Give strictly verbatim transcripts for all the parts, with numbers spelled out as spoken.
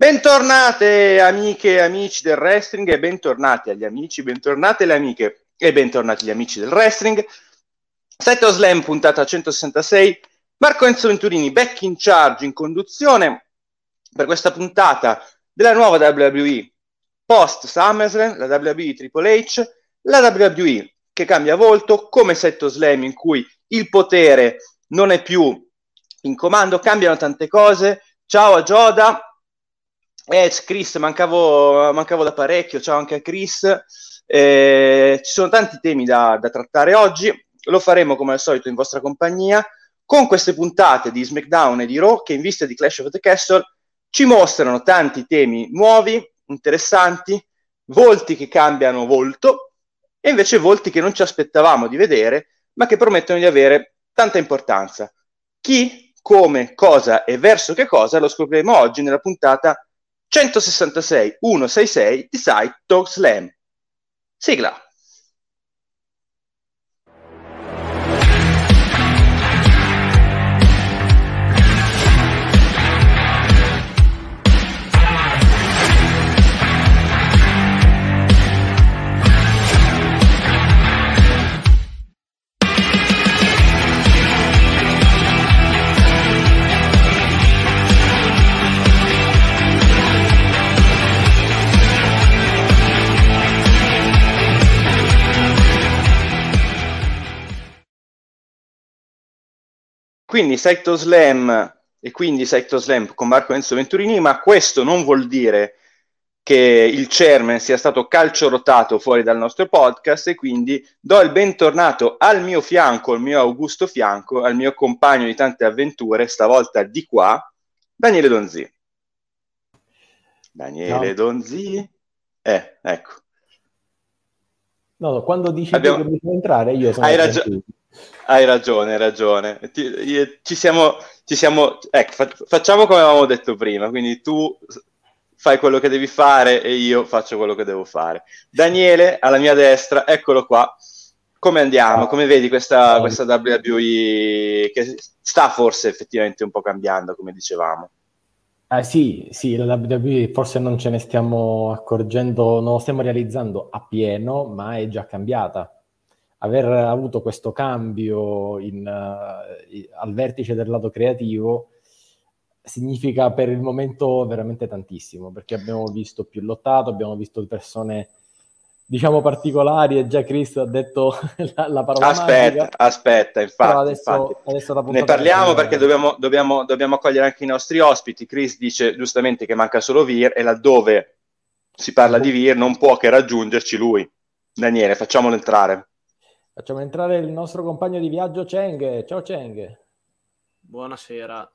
Bentornate amiche e amici del wrestling e bentornati agli amici, bentornate le amiche e bentornati gli amici del wrestling. Seto Slam puntata centosessantasei, Marco Enzo Venturini back in charge in conduzione per questa puntata della nuova W W E post SummerSlam, la W W E Triple H, la W W E che cambia volto come Seto Slam in cui il potere non è più in comando, cambiano tante cose. Ciao a Gioda. Eh, Chris, mancavo, mancavo da parecchio, ciao anche a Chris. Eh, ci sono tanti temi da, da trattare oggi, lo faremo come al solito in vostra compagnia, con queste puntate di SmackDown e di Raw che in vista di Clash of the Castle ci mostrano tanti temi nuovi, interessanti, volti che cambiano volto e invece volti che non ci aspettavamo di vedere, ma che promettono di avere tanta importanza. Chi, come, cosa e verso che cosa lo scopriremo oggi nella puntata centosessantasei centosessantasei di Seto Slam. Sigla. Quindi Seto Slam e quindi Seto Slam con Marco Enzo Venturini, ma questo non vuol dire che il chairman sia stato calciorotato fuori dal nostro podcast e quindi do il bentornato al mio fianco, al mio augusto fianco, al mio compagno di tante avventure, stavolta di qua, Daniele Donzi. Daniele no. Donzi. Eh, ecco. No, quando dici Abbiamo... che bisogna entrare, io sono... Hai ragione. Hai ragione, hai ragione. Ti, ci siamo, ci siamo, ecco, fa, facciamo come avevamo detto prima, quindi tu fai quello che devi fare e io faccio quello che devo fare. Daniele, alla mia destra, eccolo qua. Come andiamo? Come vedi questa, questa W W E che sta forse effettivamente un po' cambiando, come dicevamo? Eh sì, sì, la W W E forse non ce ne stiamo accorgendo, non lo stiamo realizzando appieno, ma è già cambiata. Aver avuto questo cambio in, uh, al vertice del lato creativo significa per il momento veramente tantissimo, perché abbiamo visto più lottato, abbiamo visto persone, diciamo, particolari, e già Chris ha detto la, la parola aspetta, magica. Aspetta, infatti, adesso, infatti. Adesso la ne parliamo perché dobbiamo, dobbiamo, dobbiamo accogliere anche i nostri ospiti. Chris dice giustamente che manca solo Vir e laddove si parla di Vir non può che raggiungerci lui. Daniele, facciamolo entrare. Facciamo entrare il nostro compagno di viaggio Cheng. Ciao Cheng. Buonasera.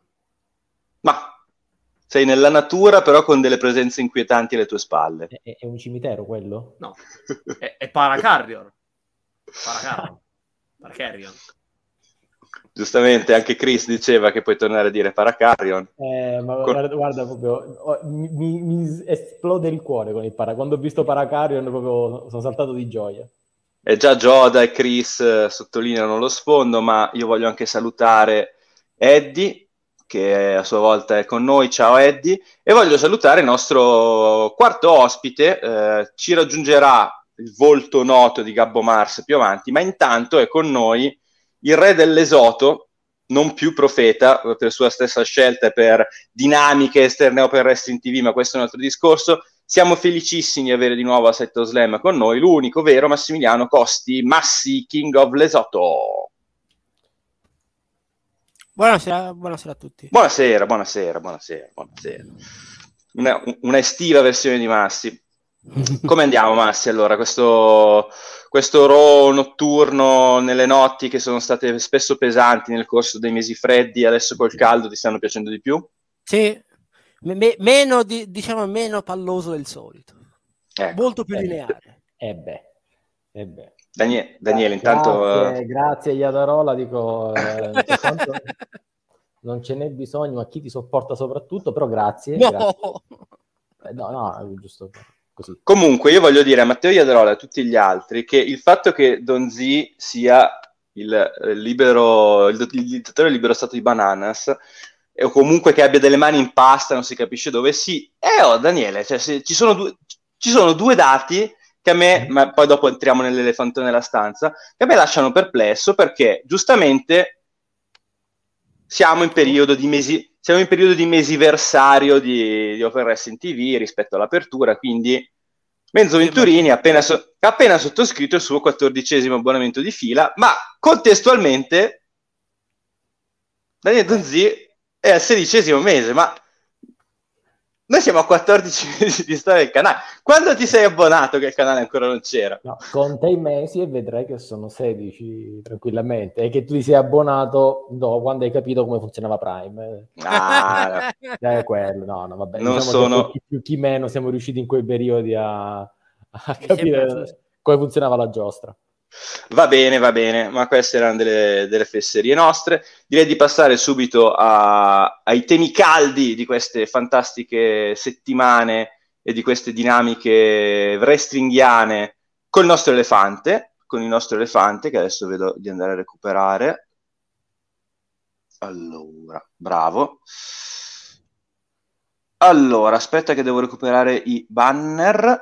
Ma sei nella natura però con delle presenze inquietanti alle tue spalle. È, è un cimitero quello? No, è, è Paracarrion. Paracarrion. Paracarrion. Giustamente anche Chris diceva che puoi tornare a dire Paracarrion. Eh, ma con... guarda, guarda proprio, oh, mi, mi esplode il cuore con il para. Quando ho visto Paracarrion proprio sono saltato di gioia. E già Gioda e Chris eh, sottolineano lo sfondo, ma io voglio anche salutare Eddie, che a sua volta è con noi. Ciao Eddie. E voglio salutare il nostro quarto ospite, eh, ci raggiungerà il volto noto di Gabbo Mars più avanti, ma intanto è con noi il re dell'Esoto, non più profeta, per sua stessa scelta e per dinamiche esterne Open Wrestling T V, ma questo è un altro discorso. Siamo felicissimi di avere di nuovo a Seto Slam con noi l'unico vero Massimiliano Costi, Massi, King of l'Esoto. Buonasera, buonasera a tutti. Buonasera, buonasera, buonasera, buonasera. Una, una estiva versione di Massi. Come andiamo Massi allora? Questo, questo Raw notturno nelle notti che sono state spesso pesanti nel corso dei mesi freddi, adesso col caldo ti stanno piacendo di più? Sì. Me- meno di, diciamo meno palloso del solito, ecco, molto più eh lineare. E eh beh, eh beh. Daniele, Daniele grazie, intanto grazie, uh... grazie Iadarola, dico eh, tanto non ce n'è bisogno, ma chi ti sopporta soprattutto, però grazie, no, grazie. Eh, no, no, giusto così. Comunque io voglio dire a Matteo Iadarola e a tutti gli altri che il fatto che Don Z sia il, il libero il, il dittatore del libero stato di Bananas o comunque che abbia delle mani in pasta, non si capisce dove, sì. Eh, oh, Daniele, cioè, se, ci, sono due, ci sono due dati che a me, ma poi dopo entriamo nell'elefante nella stanza, che a me lasciano perplesso, perché giustamente siamo in periodo di mesi, siamo in periodo di mesiversario di, di Open Wrestling T V rispetto all'apertura, quindi Menzo Venturini ha appena, so- ha appena sottoscritto il suo quattordicesimo abbonamento di fila, ma contestualmente Daniele Donzi è al sedicesimo mese, ma noi siamo a quattordici mesi di storia del canale. Quando ti sei abbonato che il canale ancora non c'era? No, conta i mesi e vedrai che sono sedici tranquillamente, e che tu ti sei abbonato no, quando hai capito come funzionava Prime. Ah, È quello, no, no, vabbè. non Diciamo sono... che chi più chi meno siamo riusciti in quei periodi a, a capire come funzionava la giostra. Va bene, va bene, ma queste erano delle, delle fesserie nostre. Direi di passare subito a, ai temi caldi di queste fantastiche settimane e di queste dinamiche wrestlingiane col nostro elefante, con il nostro elefante che adesso vedo di andare a recuperare. Allora, bravo. Allora, aspetta che devo recuperare i banner.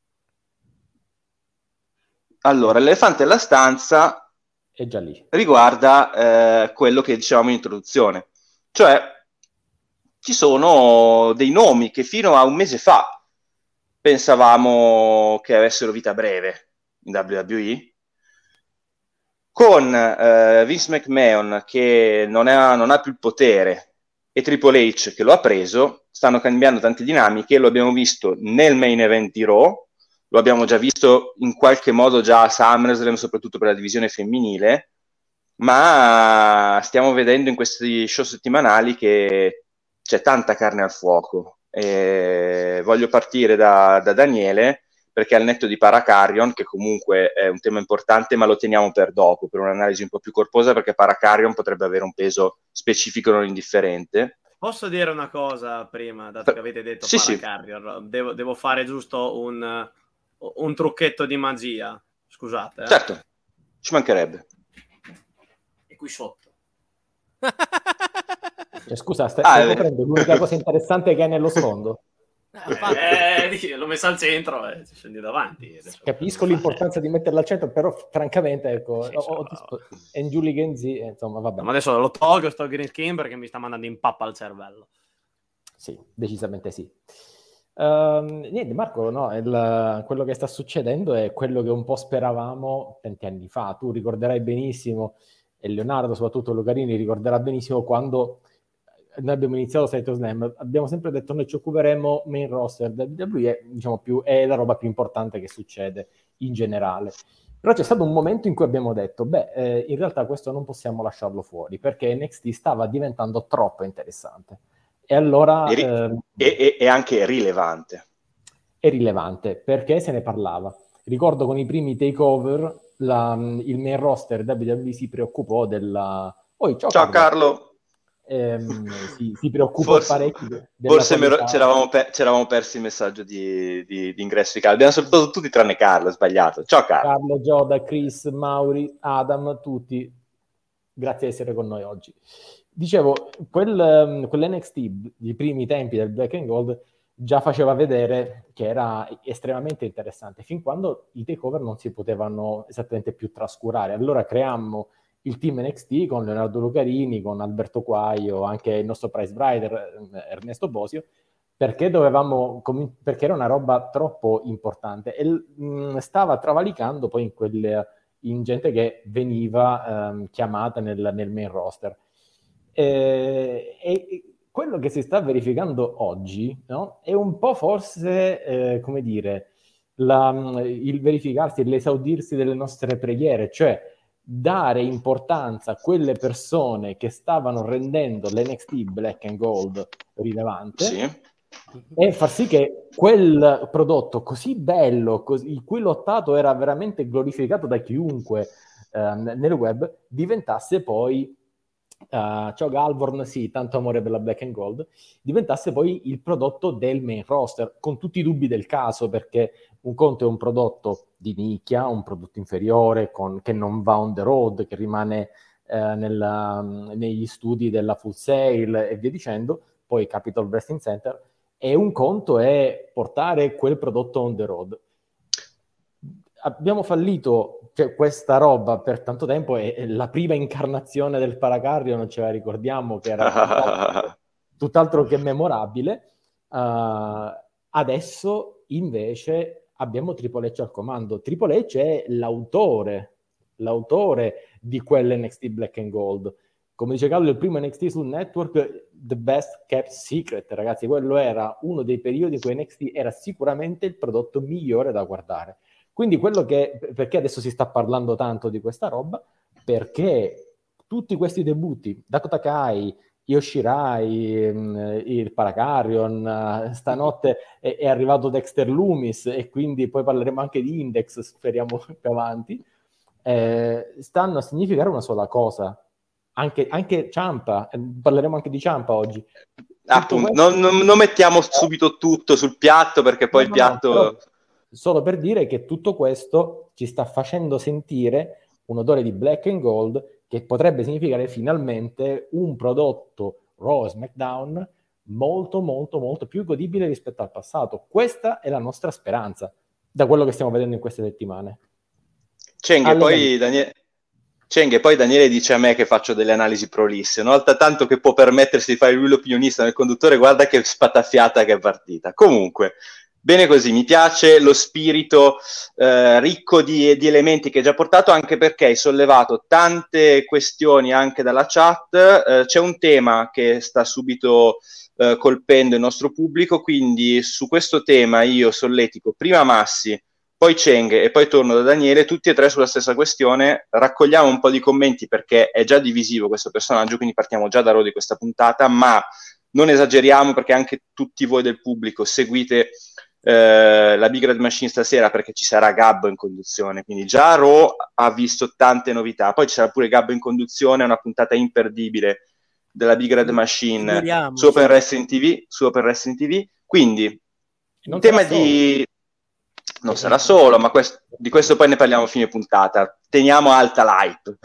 Allora, l'elefante nella stanza è già lì. Riguarda eh, quello che dicevamo in introduzione, cioè ci sono dei nomi che fino a un mese fa pensavamo che avessero vita breve in W W E, con eh, Vince McMahon che non ha, non ha più il potere e Triple H che lo ha preso, stanno cambiando tante dinamiche. Lo abbiamo visto nel main event di Raw, lo abbiamo già visto in qualche modo già a SummerSlam, soprattutto per la divisione femminile, ma stiamo vedendo in questi show settimanali che c'è tanta carne al fuoco. E voglio partire da, da Daniele, perché al netto di Paracarrion, che comunque è un tema importante, ma lo teniamo per dopo, per un'analisi un po' più corposa, perché Paracarrion potrebbe avere un peso specifico non indifferente. Posso dire una cosa prima, dato che avete detto sì, Paracarrion? Sì. Devo, devo fare giusto un, un trucchetto di magia, scusate. Eh? Certo, ci mancherebbe. E qui sotto. Cioè, scusa, stai, stai ah, coprendo l'unica cosa interessante che hai nello sfondo. Eh, eh, l'ho messa al centro e ci scendi davanti. Adesso. Capisco l'importanza di metterla al centro, però francamente, ecco, sì, ho, ho, and Julie Genzi, insomma, vabbè. Ma adesso lo tolgo, sto green screen perché mi sta mandando in pappa al cervello. Sì, decisamente sì. Uh, niente, Marco, no, il, quello che sta succedendo è quello che un po' speravamo tanti anni fa. Tu ricorderai benissimo, e Leonardo, soprattutto Lucarini, ricorderà benissimo quando noi abbiamo iniziato SummerSlam, abbiamo sempre detto noi ci occuperemo main roster del W W E, diciamo più, è la roba più importante che succede in generale. Però c'è stato un momento in cui abbiamo detto, beh, eh, in realtà questo non possiamo lasciarlo fuori, perché N X T stava diventando troppo interessante. E allora... E, ri- eh, e, e anche rilevante. È rilevante, perché se ne parlava. Ricordo con i primi takeover, la, il main roster W W E si preoccupò della... Oh, ciao, ciao Carlo! Carlo. Ehm, si, si preoccupò forse, parecchio. Forse mero, c'eravamo, per, c'eravamo persi il messaggio di, di, di ingresso di Carlo. Abbiamo salutato tutti tranne Carlo, sbagliato. Ciao Carlo. Carlo, Gioda, Chris, Mauri, Adam, tutti. Grazie di essere con noi oggi. Dicevo, quel, quell'N X T dei primi tempi del Black and Gold già faceva vedere che era estremamente interessante, fin quando i takeover non si potevano esattamente più trascurare. Allora creammo il team N X T con Leonardo Lucarini, con Alberto Quaio, anche il nostro prize writer Ernesto Bosio, perché dovevamo, perché era una roba troppo importante e mh, stava travalicando poi in, quelle, in gente che veniva ehm, chiamata nel, nel main roster. E, e quello che si sta verificando oggi, no, è un po' forse, eh, come dire, la, il verificarsi, l'esaudirsi delle nostre preghiere, cioè dare importanza a quelle persone che stavano rendendo l'N X T Black and Gold rilevante, sì, e far sì che quel prodotto così bello, così, il cui lottato era veramente glorificato da chiunque eh, nel web, diventasse poi Uh, ciao Galvorn, sì, tanto amore per la Black and Gold, diventasse poi il prodotto del main roster, con tutti i dubbi del caso, perché un conto è un prodotto di nicchia, un prodotto inferiore, con, che non va on the road, che rimane eh, nella, negli studi della Full Sail e via dicendo, poi Capital Wrestling Center, e un conto è portare quel prodotto on the road. Abbiamo fallito, cioè, questa roba per tanto tempo, e, e la prima incarnazione del Paracarrio non ce la ricordiamo, che era tutt'altro, tutt'altro che memorabile. Uh, adesso invece abbiamo Triple H al comando. Triple H è l'autore, l'autore di quell'N X T Black and Gold. Come dice Carlo, il primo N X T sul network, the best kept secret, ragazzi. Quello era uno dei periodi in cui N X T era sicuramente il prodotto migliore da guardare. Quindi quello che, perché adesso si sta parlando tanto di questa roba? Perché tutti questi debutti, Dakota Kai, Io Shirai, il Paracarrion, stanotte è, è arrivato Dexter Lumis, e quindi poi parleremo anche di Index, speriamo più avanti, eh, stanno a significare una sola cosa. Anche, anche Ciampa, parleremo anche di Ciampa oggi. Appunto, questo... non, non, non mettiamo subito tutto sul piatto, perché poi no, il piatto... No, solo per dire che tutto questo ci sta facendo sentire un odore di black and gold, che potrebbe significare finalmente un prodotto Raw e SmackDown molto molto molto più godibile rispetto al passato. Questa è la nostra speranza, da quello che stiamo vedendo in queste settimane. Cenghe, poi Daniele... Cenghe, poi Daniele dice a me che faccio delle analisi prolisse, una volta tanto che può permettersi di fare lui l'opinionista nel conduttore, guarda che spataffiata che è partita. Comunque, bene così, mi piace lo spirito eh, ricco di, di elementi che hai già portato, anche perché hai sollevato tante questioni anche dalla chat. Eh, c'è un tema che sta subito eh, colpendo il nostro pubblico, quindi su questo tema io solletico prima Massi, poi Cenghe e poi torno da Daniele, tutti e tre sulla stessa questione. Raccogliamo un po' di commenti perché è già divisivo questo personaggio, quindi partiamo già da Raw di questa puntata, ma non esageriamo, perché anche tutti voi del pubblico seguite eh, la Big Red Machine stasera, perché ci sarà Gabbo in conduzione, quindi già Raw ha visto tante novità, poi ci sarà pure Gabbo in conduzione, una puntata imperdibile della Big Red Machine Figuriamo, su Open sì. Wrestling T V, su Open Wrestling T V, quindi il tema di... Non sarà solo, ma questo, di questo poi ne parliamo a fine puntata. Teniamo alta l'hype.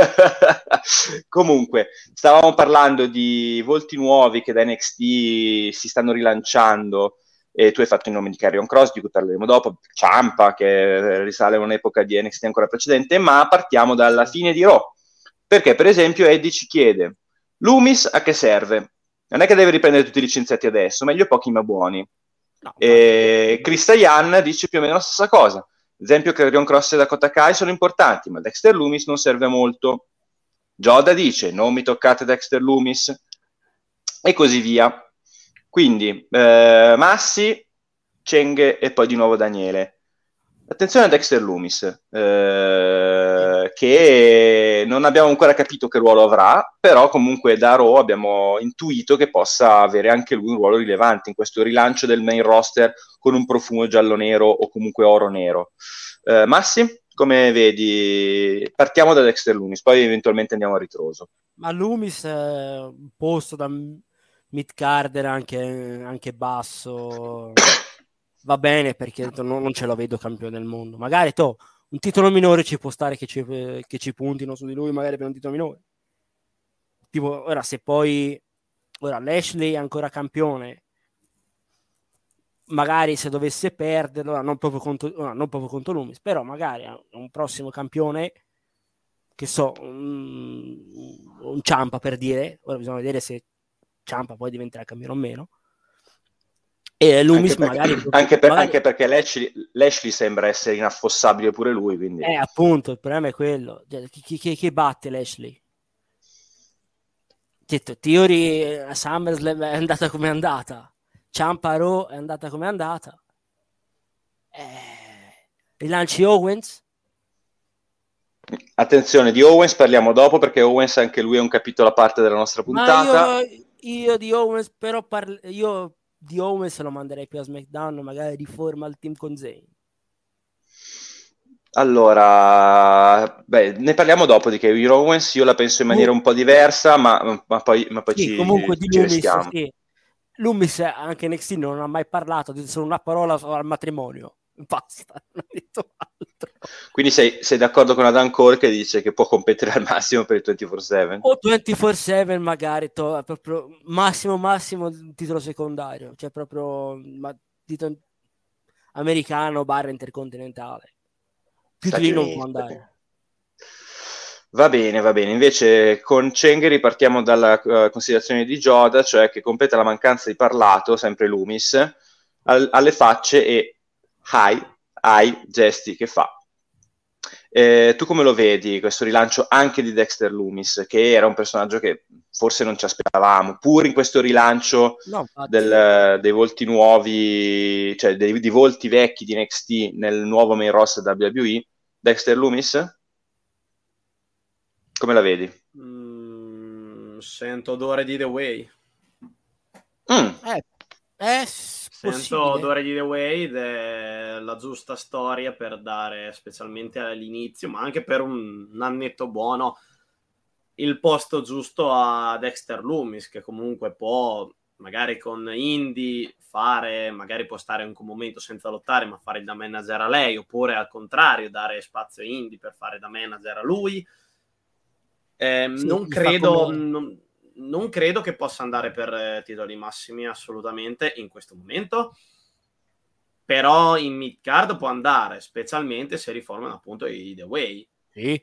Comunque, stavamo parlando di volti nuovi che da N X T si stanno rilanciando, e tu hai fatto il nome di Karrion Kross, di cui parleremo dopo, Ciampa, che risale a un'epoca di N X T ancora precedente, ma partiamo dalla fine di Raw. Perché, per esempio, Eddie ci chiede, Lumis a che serve? Non è che deve riprendere tutti i licenziati adesso, meglio pochi ma buoni. No, e Cristian dice più o meno la stessa cosa. Ad esempio, Karrion Kross e Dakota Kai sono importanti, ma Dexter Lumis non serve molto. Joda dice non mi toccate Dexter Lumis, e così via. Quindi eh, Massi, Cenghe e poi di nuovo Daniele. Attenzione a Dexter Lumis, eh, che non abbiamo ancora capito che ruolo avrà, però comunque da Raw abbiamo intuito che possa avere anche lui un ruolo rilevante in questo rilancio del main roster con un profumo giallo-nero o comunque oro-nero. Eh, Massi, come vedi? Partiamo da Dexter Lumis, poi eventualmente andiamo a ritroso. Ma Lumis è un posto da mid-carder anche, anche basso... Va bene, perché non, non ce lo vedo campione del mondo. Magari to, un titolo minore ci può stare che ci, che ci puntino su di lui, magari per un titolo minore. Tipo, ora se poi ora Lashley è ancora campione, magari se dovesse perderlo, ora, non proprio contro, ora, non proprio contro Lumis, però magari un prossimo campione, che so, un, un Ciampa per dire, ora bisogna vedere se Ciampa poi diventerà campione o meno. E Lumis anche perché, magari, anche, per, magari... anche perché Lashley, Lashley sembra essere inaffossabile pure lui, quindi... eh appunto, il problema è quello. Chi, chi, chi batte Lashley? Detto, Theory a SummerSlam è andata come è andata, Ciampa Raw è andata come è andata, eh, rilanci Owens? Attenzione, di Owens parliamo dopo, perché Owens anche lui è un capitolo a parte della nostra puntata. Ma io, io di Owens però parlo, io di Owens lo manderei più a SmackDown, magari riforma il team con Zayn. Allora, beh, ne parliamo dopo di Kevin Owens. Io la penso in maniera un po' diversa, ma, ma poi, ma poi sì, ci, comunque di ci Lumis, restiamo. Sì. Lumis anche N X T non ha mai parlato, ha detto solo una parola al matrimonio, basta, non ha detto altro. Quindi sei, sei d'accordo con Adam Cole che dice che può competere al massimo per il ventiquattro sette? O ventiquattro sette magari, to- proprio massimo massimo titolo secondario, cioè proprio ma, titolo americano barra intercontinentale. Più di lì non può andare. Va bene, va bene. Invece con Cheng partiamo dalla uh, considerazione di Joda, cioè che completa la mancanza di parlato, sempre Loomis, al, alle facce e ai, ai gesti che fa. Eh, tu come lo vedi questo rilancio anche di Dexter Loomis, che era un personaggio che forse non ci aspettavamo, pur in questo rilancio no, del, dei volti nuovi, cioè dei, dei volti vecchi di N X T nel nuovo main roster W W E, Dexter Loomis? Come la vedi? Mm, sento odore di The Way. Mm. Eh, è Sento possibile. odore di The Way ed è la giusta storia per dare, specialmente all'inizio, ma anche per un, un annetto buono, il posto giusto a Dexter Loomis, che comunque può, magari con Indy, fare, magari può stare anche un momento senza lottare, ma fare da manager a lei, oppure al contrario, dare spazio a Indy per fare da manager a lui. Eh, Sì, non, mi fa credo, come- non, non credo che possa andare per eh, titoli massimi assolutamente in questo momento, però in mid-card può andare, specialmente se riformano appunto i The Way. Sì.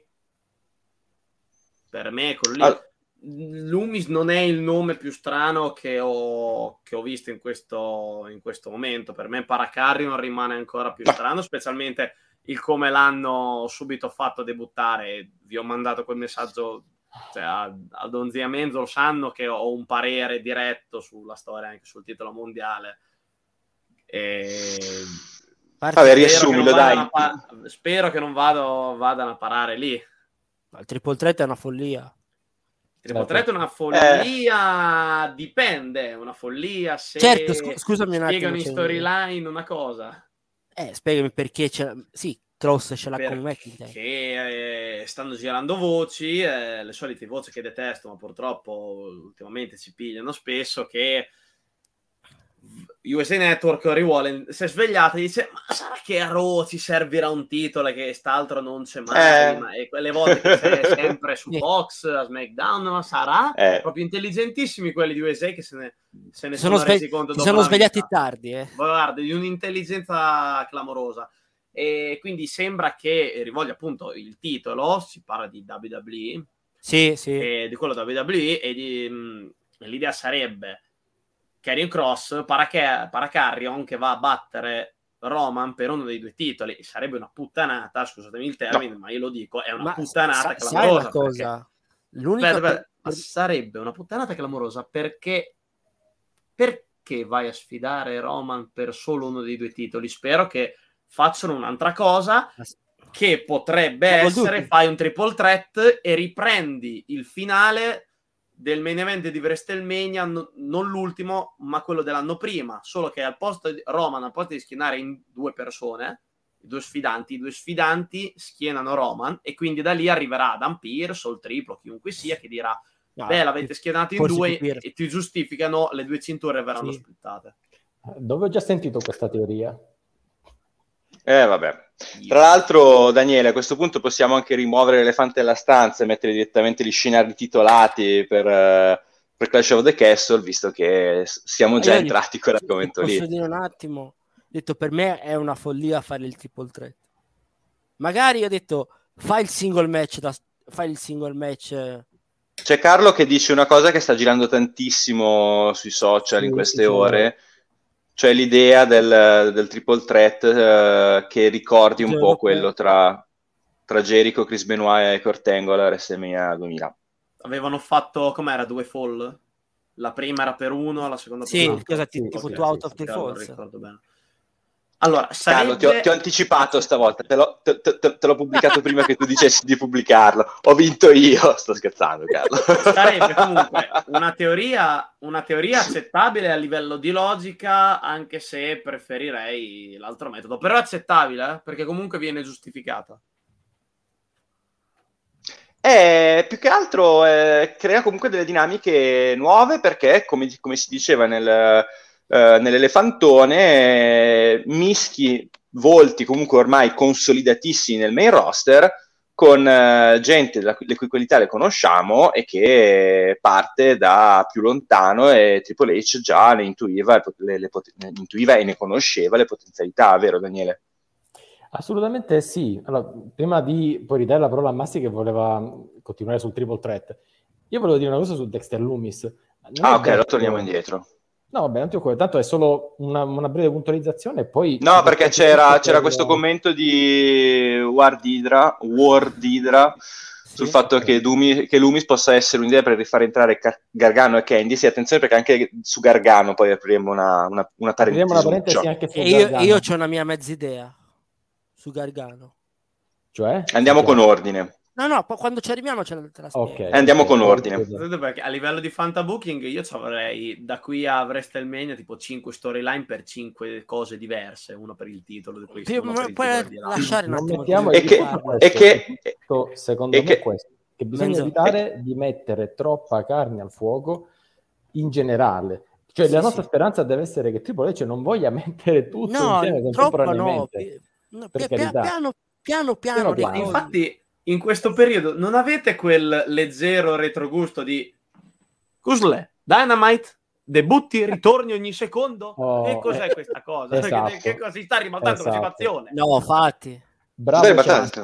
Per me quello lì. All- Loomis non è il nome più strano che ho, che ho visto in questo, in questo momento. Per me Paracarrion rimane ancora più No. strano, specialmente il come l'hanno subito fatto debuttare. Vi ho mandato quel messaggio, cioè, a, a Don Zia Menzo, lo sanno che ho un parere diretto sulla storia, anche sul titolo mondiale. E... Vabbè, riassumilo, spero che non dai. vadano a pa- spero che non vado, vadano a parare lì. Il triple threat è una follia. Triple Certo. threat è una follia, dipende, è una follia se Certo, scu- scusami un spiegano attimo, in c'è- storyline una cosa. Eh, spiegami perché ce l'ha... Sì, Cross ce l'ha con McIntyre. Perché eh, stanno girando voci, eh, le solite voci che detesto, ma purtroppo ultimamente si pigliano spesso, che U S A Network rivuole, si è svegliata e dice: ma sarà che a Raw ci servirà un titolo e che st'altro non c'è mai, Eh. ma e quelle volte che c'è sempre su Fox, a SmackDown, ma sarà Eh. proprio intelligentissimi quelli di U S A che se ne, se ne Si sono, sono, resi sve- conto si dopo sono la svegliati vita. tardi, eh. Guarda, di un'intelligenza clamorosa, e quindi sembra che rivoglia appunto il titolo, si parla di W W E, Sì, sì. e di quello W W E, e di, mh, l'idea sarebbe Karrion Cross, Paraca- Paracarrion che va a battere Roman per uno dei due titoli. Sarebbe una puttanata, scusatemi il termine, No. ma io lo dico, è una Ma puttanata sa- sai clamorosa. una cosa? perché- L'unica Aspetta, aspetta, per- ma sarebbe una puttanata clamorosa perché perché vai a sfidare Roman per solo uno dei due titoli? Spero che facciano un'altra cosa, che potrebbe Double essere: duty. fai un triple threat e riprendi il finale del main event di WrestleMania, no- non l'ultimo, ma quello dell'anno prima, solo che al posto di Roman, al posto di schienare in due persone, i due sfidanti, i due sfidanti schienano Roman, e quindi da lì arriverà Adam Pearce o il triplo, chiunque sia, che dirà: No, beh, l'avete schienato in forse due, più Pearce. e ti giustificano, le due cinture verranno Sì. splittate. Dove ho già sentito questa teoria? Eh, vabbè. Tra l'altro, Daniele, a questo punto possiamo anche rimuovere l'elefante della stanza e mettere direttamente gli scenari titolati per, eh, per Clash of the Castle, visto che s- siamo già Io gli- entrati con l'argomento Posso lì. dire un attimo? Ho detto, per me è una follia fare il triple threat. Magari ho detto fai il single match da, fai il single match eh, C'è Carlo che dice una cosa che sta girando tantissimo sui social Sì, in queste sì, sì. ore, cioè l'idea del, del triple threat eh, che ricordi un Titolo po' europeo. quello tra, tra Jericho, Chris Benoit e Kurt Angle a WrestleMania duemila. Avevano fatto, com'era, due fall? La prima era per uno, la seconda per sì, l'altro. cosa ti- Sì, tipo sì, tu out of the Ricordo, falls. ricordo bene. Allora, Carlo, sarebbe... ti ho, ti ho anticipato stavolta, te l'ho, te- te- te l'ho pubblicato prima che tu dicessi di pubblicarlo. Ho vinto io, sto scherzando, Carlo. Sarebbe comunque una teoria, una teoria accettabile a livello di logica, anche se preferirei l'altro metodo. Però è accettabile, eh, perché comunque viene giustificata. Eh, più che altro eh, crea comunque delle dinamiche nuove perché, come, come si diceva nel, eh, nell'elefantone, eh, mischi volti comunque ormai consolidatissimi nel main roster, con uh, gente la, le cui qualità le conosciamo e che parte da più lontano, e Triple H già le intuiva, le, le pot- le intuiva e ne conosceva le potenzialità, vero Daniele? Assolutamente sì. Allora, prima di poi ridare la parola a Massi che voleva continuare sul triple threat, io volevo dire una cosa su Dexter Lumis. Non ah ok, detto... allora torniamo indietro. No, vabbè, non ti occupo, tanto è solo una, una breve puntualizzazione e poi... No, perché c'era, c'era per... questo commento di Ward Hydra, Ward Hydra sì, sul fatto okay. che, Dumi, che Lumis possa essere un'idea per rifare entrare Car- Gargano e Candy. Sì, attenzione, perché anche su Gargano poi apriremo una, una, una parentesi. Apriremo una parentesi anche su e io, io ho una mia mezz'idea su Gargano. Cioè? Andiamo con ordine. No, no, quando ci arriviamo ce la spiego. Okay, andiamo okay, con ordine. Perché a livello di fantabooking io ci avrei da qui a WrestleMania tipo cinque storyline per cinque cose diverse, uno per il titolo di questo, uno per il titolo di lasciare un attimo e che, e che secondo e me che, questo che bisogna Menzo. evitare di mettere troppa carne al fuoco in generale. Cioè sì, la nostra sì. speranza deve essere che Triple H non voglia mettere tutto no, insieme contemporaneamente. No, no, per piano, piano piano piano, piano. Infatti in questo periodo non avete quel leggero retrogusto di Cusle, Dynamite, debutti, ritorni ogni secondo? Oh, che cos'è eh, questa cosa? Esatto, che, che cosa si sta ribaltando esatto. la situazione? No, infatti. Bravo, Beh, tanto.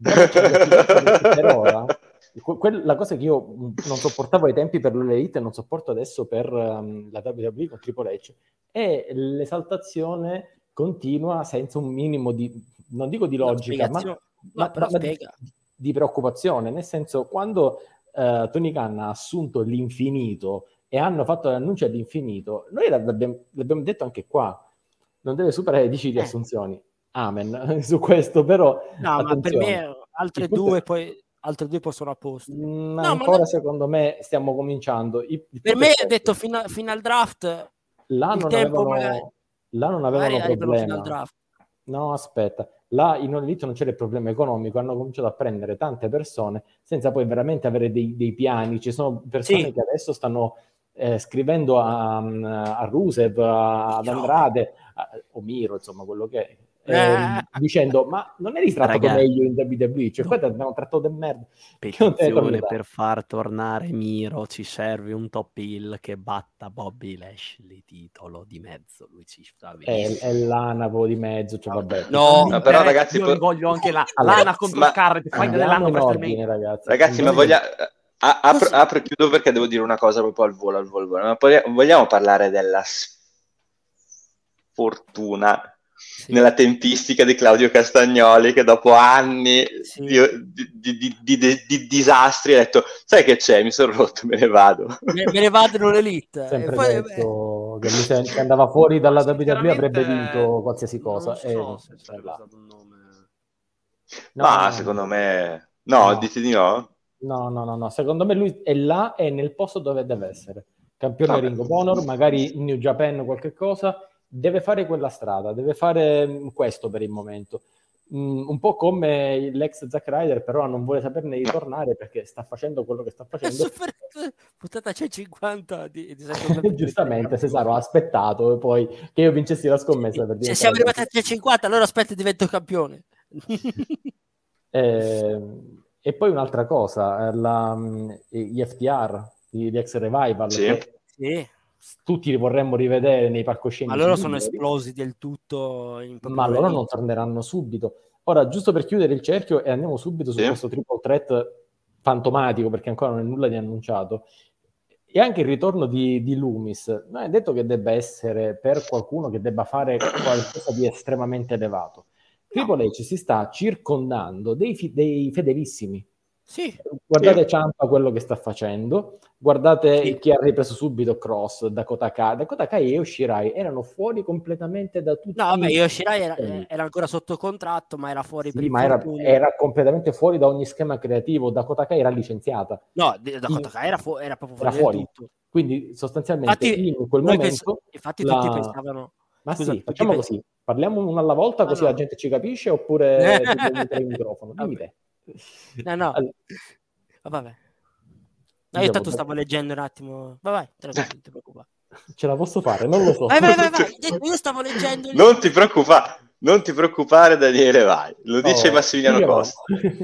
Per ora, la cosa che io non sopportavo ai tempi per l'Elite e non sopporto adesso per um, la W W E con Triple H è l'esaltazione continua senza un minimo di, non dico di logica, ma, no, ma, però ma spiega. di preoccupazione, nel senso, quando uh, Tony Khan ha assunto l'infinito e hanno fatto l'annuncio all'infinito, noi l'abbiamo, l'abbiamo detto anche qua, non deve superare dieci di assunzioni. Amen su questo, però no, ma per me altre due poi altre due possono a posto. Mm, no, ancora non... secondo me stiamo cominciando. I, per me ho detto fino, fino al draft là non tempo avevano, magari, là non avevano problema. Fino al draft. No, aspetta, là in Elite non c'era il problema economico, hanno cominciato a prendere tante persone senza poi veramente avere dei, dei piani. Ci sono persone sì. che adesso stanno eh, scrivendo a, a Rusev, a, ad Andrade, a, o Miro, insomma, quello che è. Eh, dicendo ma non eri trattato Ragazzi, meglio in W W E, cioè no. Poi abbiamo trattato del merda. Petizione per far tornare Miro, ci serve un top heel che batta Bobby Lashley, titolo di mezzo, lui ci sta è, è l'anavo di mezzo, cioè vabbè. No, no però ragazzi io po- voglio anche la allora, lana contro ma... Scarlett, fai dell'anno per ordine, ragazzi, ragazzi ma voglia a- apro, apro e chiudo perché devo dire una cosa proprio al volo al volo, ma poi vogliamo parlare della sfortuna sì. nella tempistica di Claudio Castagnoli, che dopo anni sì. di, di, di, di, di disastri ha detto sai che c'è, mi sono rotto, me ne vado me, me ne vado in un'elite sempre e poi, detto beh... che, mi che andava fuori dalla W W E avrebbe vinto qualsiasi cosa non so e... se c'è stato un nome no, ma no, secondo me no, no, dite di no no no no no secondo me lui è là, è nel posto dove deve essere, campione Ring of Honor, magari in New Japan qualche cosa. Deve fare quella strada, deve fare questo per il momento. Mm, un po' come l'ex Zack Ryder, però non vuole saperne di tornare perché sta facendo quello che sta facendo. Puntata centocinquanta di, di giustamente Cesaro ha aspettato poi che io vincessi la scommessa. Per se siamo arrivati a centocinquanta, allora aspetta e divento campione. eh, e poi un'altra cosa, la, gli F T R, gli ex Revival. Sì. Che, sì. tutti li vorremmo rivedere nei palcoscenici. Ma loro sono esplosi del tutto in ma loro non torneranno subito. Ora, giusto per chiudere il cerchio e andiamo subito su sì. questo triple threat fantomatico, perché ancora non è nulla di annunciato, e anche il ritorno di, di Loomis. Non è detto che debba essere per qualcuno che debba fare qualcosa di estremamente elevato. Triple H si sta circondando dei, fi- dei fedelissimi. Sì. Guardate sì. Ciampa quello che sta facendo, guardate sì. chi ha ripreso subito Cross, Dakota Kai. Dakota Kai e Yoshirai erano fuori completamente da tutti. No, vabbè, Yoshirai era, era ancora sotto contratto, ma era fuori sì, per ma era, era completamente fuori da ogni schema creativo. Dakota Kai era licenziata. No, Dakota Kai era, fu- era proprio fuori, era fuori. tutto. Quindi sostanzialmente infatti, in quel momento pens- infatti la... tutti pensavano ma Scusa, sì, facciamo pens- così, parliamo uno alla volta così no, no. la gente ci capisce, oppure il microfono, dimmi te. No, no. Allora. Vabbè. No, io tanto stavo leggendo un attimo. Vai, vai, te non ti preoccupare. Ce la posso fare? Non lo so. Vai, vai, vai, vai. Io stavo leggendo. Non ti preoccupare. Non ti preoccupare, Daniele, vai. Lo dice oh, Massimiliano Costa.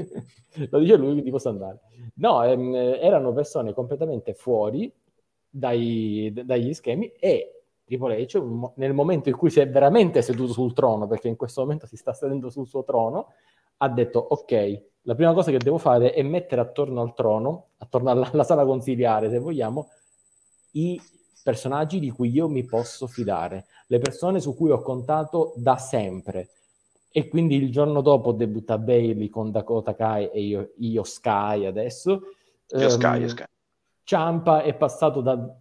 Lo dice lui, quindi posso andare. No, ehm, erano persone completamente fuori dai, dagli schemi, e Triple H, nel momento in cui si è veramente seduto sul trono, perché in questo momento si sta sedendo sul suo trono, ha detto: ok, la prima cosa che devo fare è mettere attorno al trono, attorno alla, alla sala consiliare, se vogliamo, i personaggi di cui io mi posso fidare, le persone su cui ho contato da sempre. E quindi il giorno dopo debutta Bayley con Dakota Kai e io, io Sky adesso. Io Sky, um, io Sky. Ciampa è passato da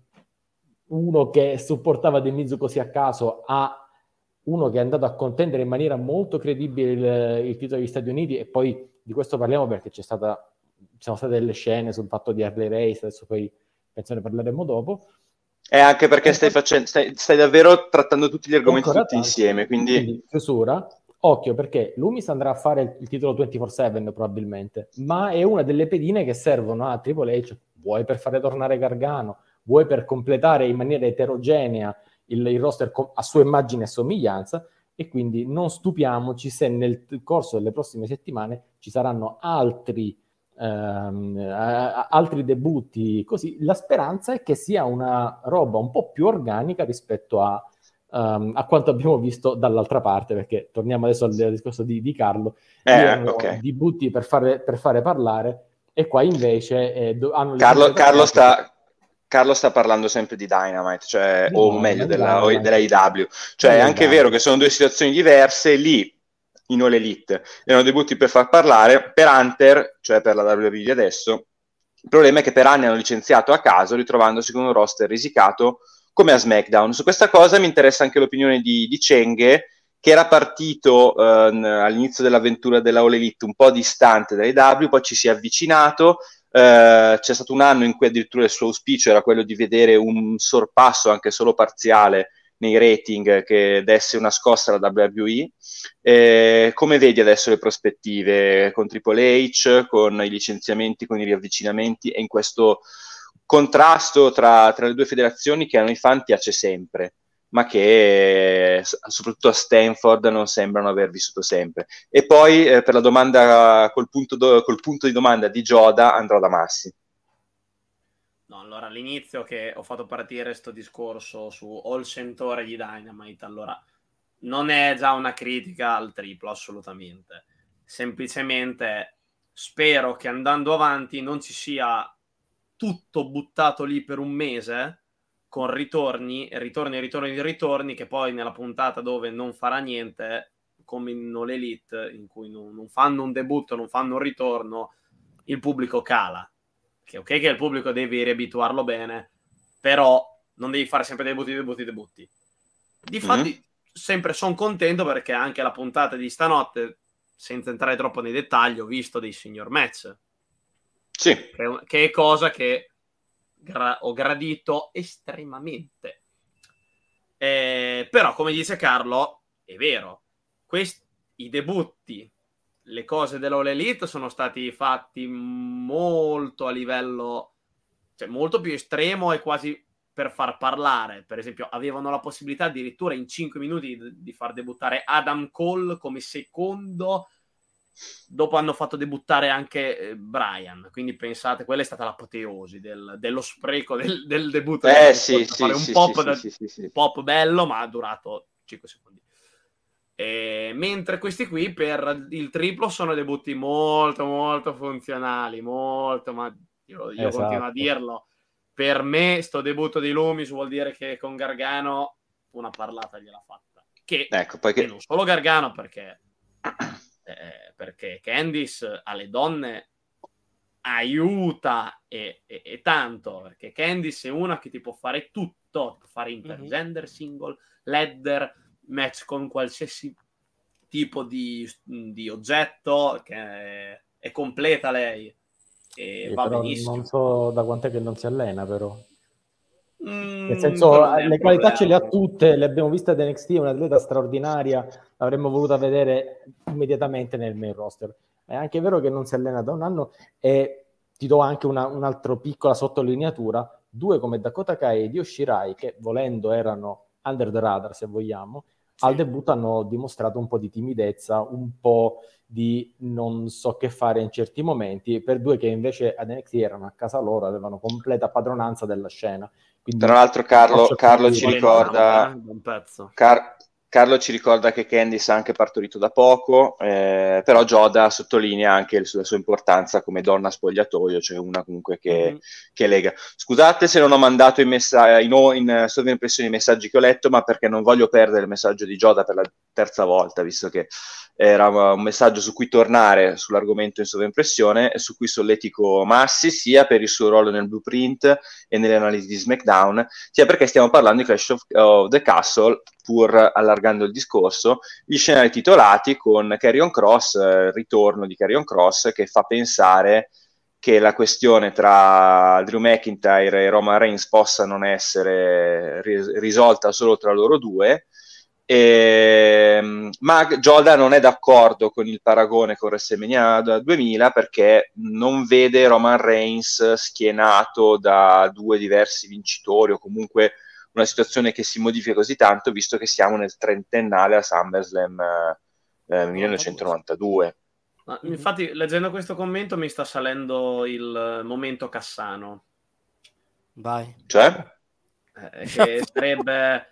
uno che supportava The Miz così a caso a uno che è andato a contendere in maniera molto credibile il, il titolo degli Stati Uniti, e poi di questo parliamo perché c'è stata, ci sono state delle scene sul fatto di Harley Race, adesso poi penso ne parleremo dopo. E anche perché stai, facendo, stai, stai davvero trattando tutti gli argomenti tutti tanto. insieme, quindi... quindi chiusura. Occhio, perché Lumis andrà a fare il titolo ventiquattro sette probabilmente, ma è una delle pedine che servono a Triple H, vuoi per fare tornare Gargano, vuoi per completare in maniera eterogenea il, il roster com- a sua immagine e somiglianza, e quindi non stupiamoci se nel corso delle prossime settimane ci saranno altri, ehm, a- altri debutti così. La speranza è che sia una roba un po' più organica rispetto a Um, a quanto abbiamo visto dall'altra parte, perché torniamo adesso al, al discorso di, di Carlo, eh, erano okay. debutti per fare, per fare parlare, e qua invece eh, do, hanno Carlo, Carlo, sta, Carlo sta parlando sempre di Dynamite, cioè, o meglio della, della I W, cioè è anche vero che sono due situazioni diverse. Lì in All Elite erano debutti per far parlare, per Hunter, cioè per la W W E adesso, il problema è che per anni hanno licenziato a caso, ritrovandosi con un roster risicato come a SmackDown. Su questa cosa mi interessa anche l'opinione di, di Cenghe, che era partito eh, all'inizio dell'avventura della All Elite un po' distante dall'A E W, poi ci si è avvicinato, eh, c'è stato un anno in cui addirittura il suo auspicio era quello di vedere un sorpasso anche solo parziale nei rating che desse una scossa alla W W E. Eh, come vedi adesso le prospettive con Triple H, con i licenziamenti, con i riavvicinamenti, e in questo contrasto tra, tra le due federazioni che a noi fan piace sempre, ma che soprattutto a Stanford non sembrano aver vissuto sempre. E poi eh, per la domanda col punto, do, col punto di domanda di Gioda andrò da Massi. No, allora all'inizio che ho fatto partire questo discorso su All Centauri di Dynamite, allora non è già una critica al triplo, assolutamente, semplicemente spero che andando avanti non ci sia tutto buttato lì per un mese con ritorni, ritorni, ritorni, ritorni, che poi nella puntata dove non farà niente, come in All Elite, in cui non, non fanno un debutto, non fanno un ritorno, il pubblico cala. Che ok che il pubblico devi riabituarlo bene, però non devi fare sempre debutti, debutti, debutti. Difatti mm-hmm. sempre sono contento perché anche la puntata di stanotte, senza entrare troppo nei dettagli, ho visto dei signor match. Sì. Che, che è cosa che gra- ho gradito estremamente. Eh, però, come dice Carlo, è vero, questi, i debutti, le cose dell'All Elite sono stati fatti molto a livello, cioè molto più estremo e quasi per far parlare. Per esempio, avevano la possibilità addirittura in cinque minuti di, di far debuttare Adam Cole come secondo. Dopo hanno fatto debuttare anche eh, Brian, quindi pensate, quella è stata l'apoteosi del, dello spreco del, del debutto. Eh del sì, sì, fare un sì, pop, sì, da, sì, sì, sì. pop bello, ma ha durato cinque secondi. E, mentre questi qui per il triplo sono debutti molto molto funzionali, molto, ma io, io esatto. continuo a dirlo, per me sto debutto di Lumis vuol dire che con Gargano una parlata gliel'ha fatta, che, ecco, poi che... che non solo Gargano, perché eh, perché Candice alle donne aiuta e, e, e tanto, perché Candice è una che ti può fare tutto, può fare intergender, mm-hmm. single, ladder, match con qualsiasi tipo di, di oggetto, che è, è completa lei e sì, va però benissimo. Non so da quant'è che non si allena, però mm, nel senso le qualità problema. ce le ha tutte, le abbiamo viste ad N X T, è un'atleta straordinaria, l'avremmo voluta vedere immediatamente nel main roster. È anche vero che non si allena da un anno, e ti do anche una, un'altra piccola sottolineatura: due come Dakota Kai e Io Shirai, che volendo erano under the radar se vogliamo, sì. Al debutto hanno dimostrato un po' di timidezza, un po' di non so che fare in certi momenti, per due che invece ad N X T erano a casa loro, avevano completa padronanza della scena. Quindi, tra l'altro Carlo, Carlo ci ricorda un pezzo. Car- Carlo ci ricorda che Candice ha anche partorito da poco, eh, però Joda sottolinea anche la sua importanza come donna spogliatoio, cioè una comunque che, mm-hmm. che lega. Scusate se non ho mandato in, messa- in, in sovraimpressione i messaggi che ho letto, ma perché non voglio perdere il messaggio di Joda per la terza volta, visto che era un messaggio su cui tornare sull'argomento in sovraimpressione e su cui solletico Massi sia per il suo ruolo nel blueprint e nelle analisi di SmackDown, sia perché stiamo parlando di Clash of, of the Castle, pur allargando il discorso, gli scenari titolati con Karrion Kross, il eh, ritorno di Karrion Kross, che fa pensare che la questione tra Drew McIntyre e Roman Reigns possa non essere ris- risolta solo tra loro due. E, ma Joda non è d'accordo con il paragone con WrestleMania duemila perché non vede Roman Reigns schienato da due diversi vincitori o comunque una situazione che si modifica così tanto, visto che siamo nel trentennale a SummerSlam eh, millenovecentonovantadue. Ma, infatti, leggendo questo commento mi sta salendo il momento Cassano. Vai. Cioè? Eh, che sarebbe...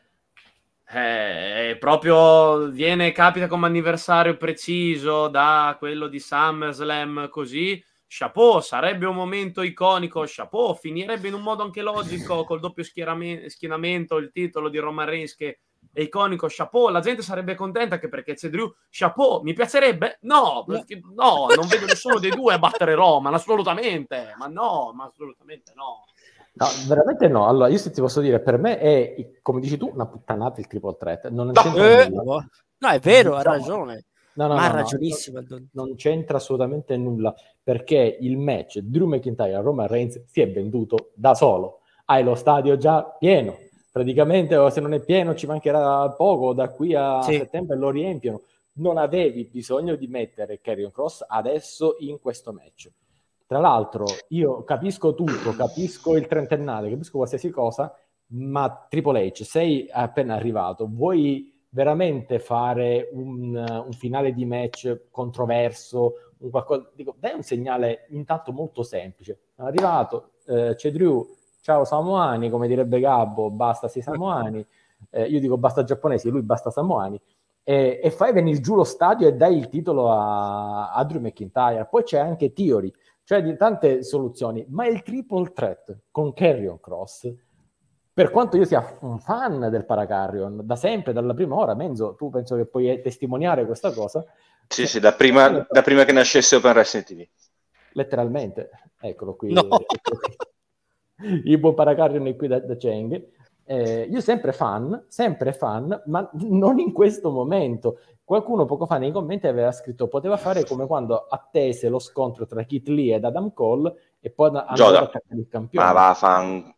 Eh, proprio viene, capita come anniversario preciso da quello di SummerSlam, così chapeau, sarebbe un momento iconico, chapeau, finirebbe in un modo anche logico col doppio schienamento, il titolo di Roman Reigns che è iconico, chapeau, la gente sarebbe contenta anche perché c'è Drew, chapeau, mi piacerebbe? No, perché, no, non vedo nessuno dei due a battere Roman, assolutamente, ma no, ma assolutamente no. No, veramente no. Allora, io se ti posso dire, per me è, come dici tu, una puttanata il triple threat. Non c'entra eh, nulla. No, è vero, ha ragione. No, no, ma no, ha ragionissimo. No, non c'entra assolutamente nulla, perché il match Drew McIntyre a Roman Reigns si è venduto da solo. Hai lo stadio già pieno. Praticamente, se non è pieno, ci mancherà poco. Da qui a sì. settembre lo riempiono. Non avevi bisogno di mettere Karrion Kross adesso in questo match. Tra l'altro, io capisco tutto, capisco il trentennale, capisco qualsiasi cosa, ma Triple H, sei appena arrivato, vuoi veramente fare un, un finale di match controverso, un qualcosa, dico, dai un segnale intanto molto semplice. Sono arrivato, eh, c'è Drew, ciao Samoani, come direbbe Gabbo, basta sei Samoani, eh, io dico basta giapponesi, lui basta Samoani, e, e fai venire giù lo stadio e dai il titolo a, a Drew McIntyre. Poi c'è anche Theory, cioè di tante soluzioni, ma il triple threat con Karrion Kross, per quanto io sia un fan del Paracarrion, da sempre, dalla prima ora, Menzo, tu penso che puoi testimoniare questa cosa. Sì, sì, da prima, da prima che nascesse Open Wrestling T V. Letteralmente, eccolo qui. No. Eccolo qui. Il buon Paracarrion è qui da, da Cheng. Eh, io sempre fan, sempre fan, ma non in questo momento. Qualcuno poco fa nei commenti aveva scritto poteva fare come quando attese lo scontro tra Keith Lee ed Adam Cole e poi andò ad attaccare il campione. Ma va, fan...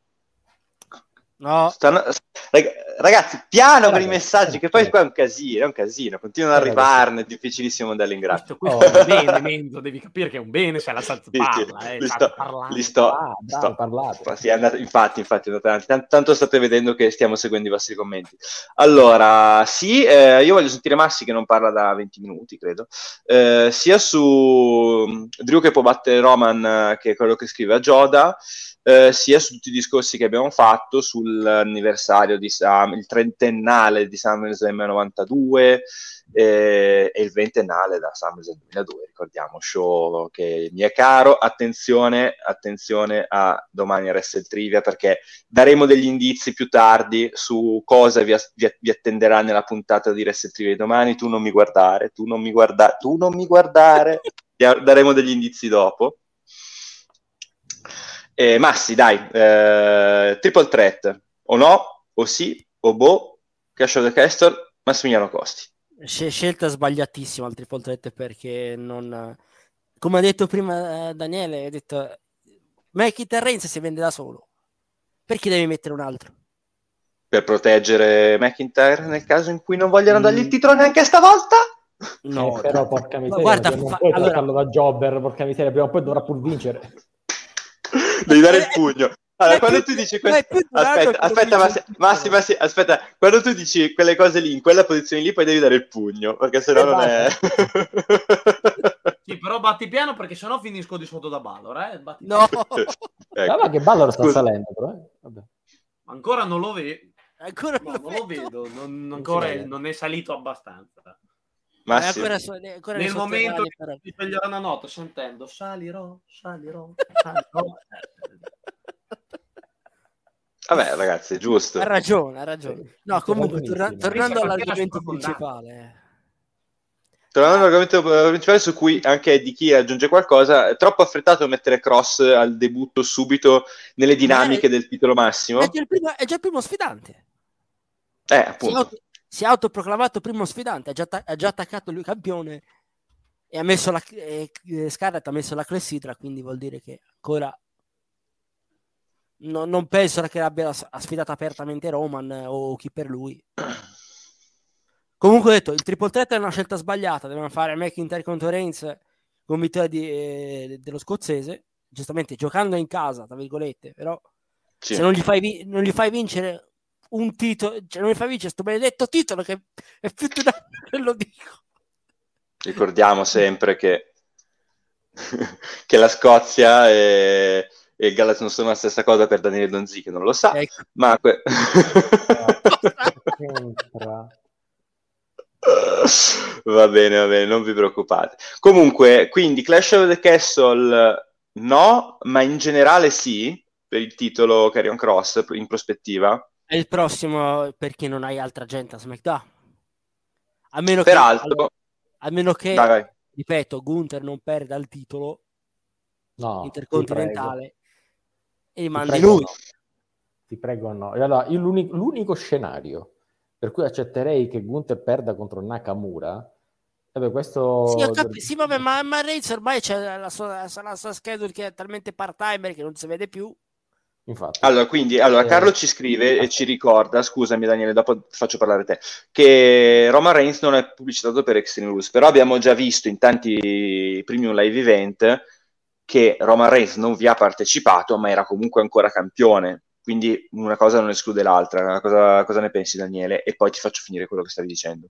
No. Stanno... Ragazzi, piano eh, per i messaggi, che poi qua è un casino, è un casino, continuano ad arrivarne, è difficilissimo andarle in grado. Questo, questo oh. è un bene, Menzo, devi capire che è un bene se la salsa parla, eh, li sto, li sto, ah, sto parlato. Sì, è andato, infatti, infatti, è andato, tanto, tanto state vedendo che stiamo seguendo i vostri commenti. Allora, sì, eh, io voglio sentire Massi che non parla da venti minuti, credo, eh, sia su Drew che può battere Roman, che è quello che scrive a Joda, Eh, sia su tutti i discorsi che abbiamo fatto sull'anniversario di Sam, il trentennale di SummerSlam novantadue eh, e il ventennale da SummerSlam duemiladue, ricordiamo, show che mi è caro. Attenzione, attenzione a domani a Wrestle Trivia, perché daremo degli indizi più tardi su cosa vi, vi, vi attenderà nella puntata di Wrestle Trivia di domani. Tu non mi guardare, tu non mi guardare, tu non mi guardare, daremo degli indizi dopo. Eh, Massi, dai, eh, triple threat, o no, o sì, o boh, Clash of the Castle, Massimiliano Costi. Scelta sbagliatissima il triple threat, perché non, come ha detto prima Daniele, ha detto McIntyre Reigns si vende da solo, perché devi mettere un altro? Per proteggere McIntyre nel caso in cui non vogliano mm. dargli il titolo neanche stavolta? No, eh, però porca miseria, guarda, non fa... puoi allora... farlo da jobber, porca miseria, prima o poi dovrà pur vincere. Devi dare il pugno. allora, quando tu dici questo, aspetta, aspetta, Massi, Massi, Massi, aspetta, quando tu dici quelle cose lì, in quella posizione lì, poi devi dare il pugno, perché sennò non è... Sì, però batti piano perché sennò finisco di sotto da Balor, eh? Batti No! Ecco. Ma che Balor sta Scusa. salendo, però, eh? Vabbè. Ancora non lo vedo. Ancora No, non non lo vedo, non, ancora è- non è salito abbastanza. Massi, ancora so- ancora Nel nei momento sotterranei, però. che mi sveglierò una notte sentendo salirò, salirò, salirò. vabbè ragazzi, è giusto. Ha ragione, ha ragione. No, Sì, comunque, ragionissimo. torna- tornando Questa all'argomento mattina sono principale. Tornando all'argomento principale su cui anche di chi aggiunge qualcosa, è troppo affrettato mettere Cross al debutto subito nelle dinamiche Ma è- del titolo massimo? È già il primo, è già il primo sfidante. Eh, Si è, appunto. auto- si è autoproclamato primo sfidante, ha già, atta- ha già attaccato lui campione e ha messo la e, eh, Scarlett ha messo la clessidra, quindi vuol dire che ancora no- non penso che abbia ha sfidato apertamente Roman eh, o chi per lui. Comunque ho detto, il triple threat è una scelta sbagliata, devono fare McIntyre contro Reigns con vittoria di, eh, dello scozzese, giustamente giocando in casa, tra virgolette, però Sì. se non gli fai, vi- non gli fai vincere un titolo, cioè non gli fai vincere questo benedetto titolo che è più di un anno che lo dico. Ricordiamo sempre che, che la Scozia e, e il Galles non sono la stessa cosa per Daniele Donzi, che non lo sa, Ecco. ma... que- Entra. va bene, va bene, non vi preoccupate. Comunque, quindi Clash of the Castle no, ma in generale sì, per il titolo Karrion Cross in prospettiva. È il prossimo perché non hai altra gente a SmackDown. A meno Peraltro, che, allora, a meno che Dai, vai. ripeto, Gunther non perda il titolo No, intercontinentale e ti mandi prego, lui. no. Ti prego no. E allora, io l'unico, l'unico scenario per cui accetterei che Gunther perda contro Nakamura, vabbè, questo... Sì, ho capi- sì, vabbè, ma, ma Reigns ormai c'è la sua, la sua schedule che è talmente part-timer che non si vede più. Infatti. Allora, quindi, allora, Eh, Carlo ci scrive e ci ricorda, scusami Daniele, dopo faccio parlare te, che Roman Reigns non è pubblicitato per Extreme Rules, però abbiamo già visto in tanti premium live event che Roman Reigns non vi ha partecipato, ma era comunque ancora campione, quindi una cosa non esclude l'altra. Cosa, cosa ne pensi Daniele? E poi ti faccio finire quello che stavi dicendo.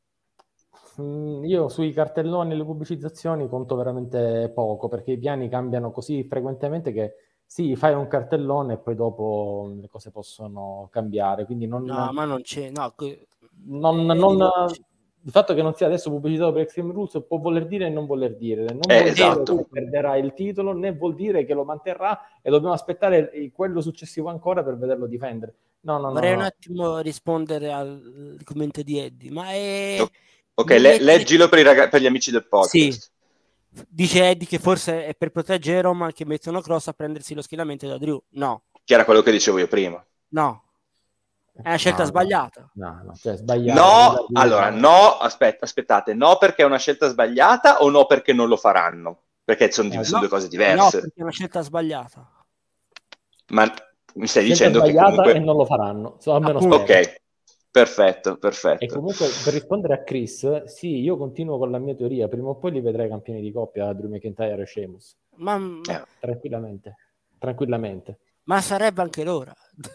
Mm, Io sui cartelloni e le pubblicizzazioni conto veramente poco, perché i piani cambiano così frequentemente che sì, fai un cartellone e poi dopo le cose possono cambiare, quindi non, No, ma non c'è. No, que- non, non- il fatto che non sia adesso pubblicitato per Extreme Rules può voler dire e non voler dire. Non Eh, vuol esatto. dire che perderà il titolo, né vuol dire che lo manterrà e dobbiamo aspettare il- quello successivo ancora per vederlo difendere. No, no, no. vorrei no. un attimo rispondere al commento di Eddie, ma è... Ok, Ok, mi le- metti- leggilo per, i raga- per gli amici del podcast. Sì. Dice Eddie che forse è per proteggere Roman che mettono Cross a prendersi lo schieramento da Drew. No, Che era quello che dicevo io prima. no. È una scelta No, no. sbagliata. No, no, cioè sbagliato. No, Nulla di- allora, no, aspetta, aspettate, no perché è una scelta sbagliata o no perché non lo faranno? Perché sono, di- Eh, sono no, due cose No, diverse. perché è una scelta sbagliata. Ma mi stai Scelta dicendo che sbagliata comunque... e non lo faranno. So, almeno Appunto. spero. Ok, perfetto, perfetto. E comunque per rispondere a Chris, sì, io continuo con la mia teoria, prima o poi li vedrai campioni di coppia Drew McIntyre e Sheamus, Ma, ma, Eh, tranquillamente, tranquillamente. ma sarebbe anche l'ora.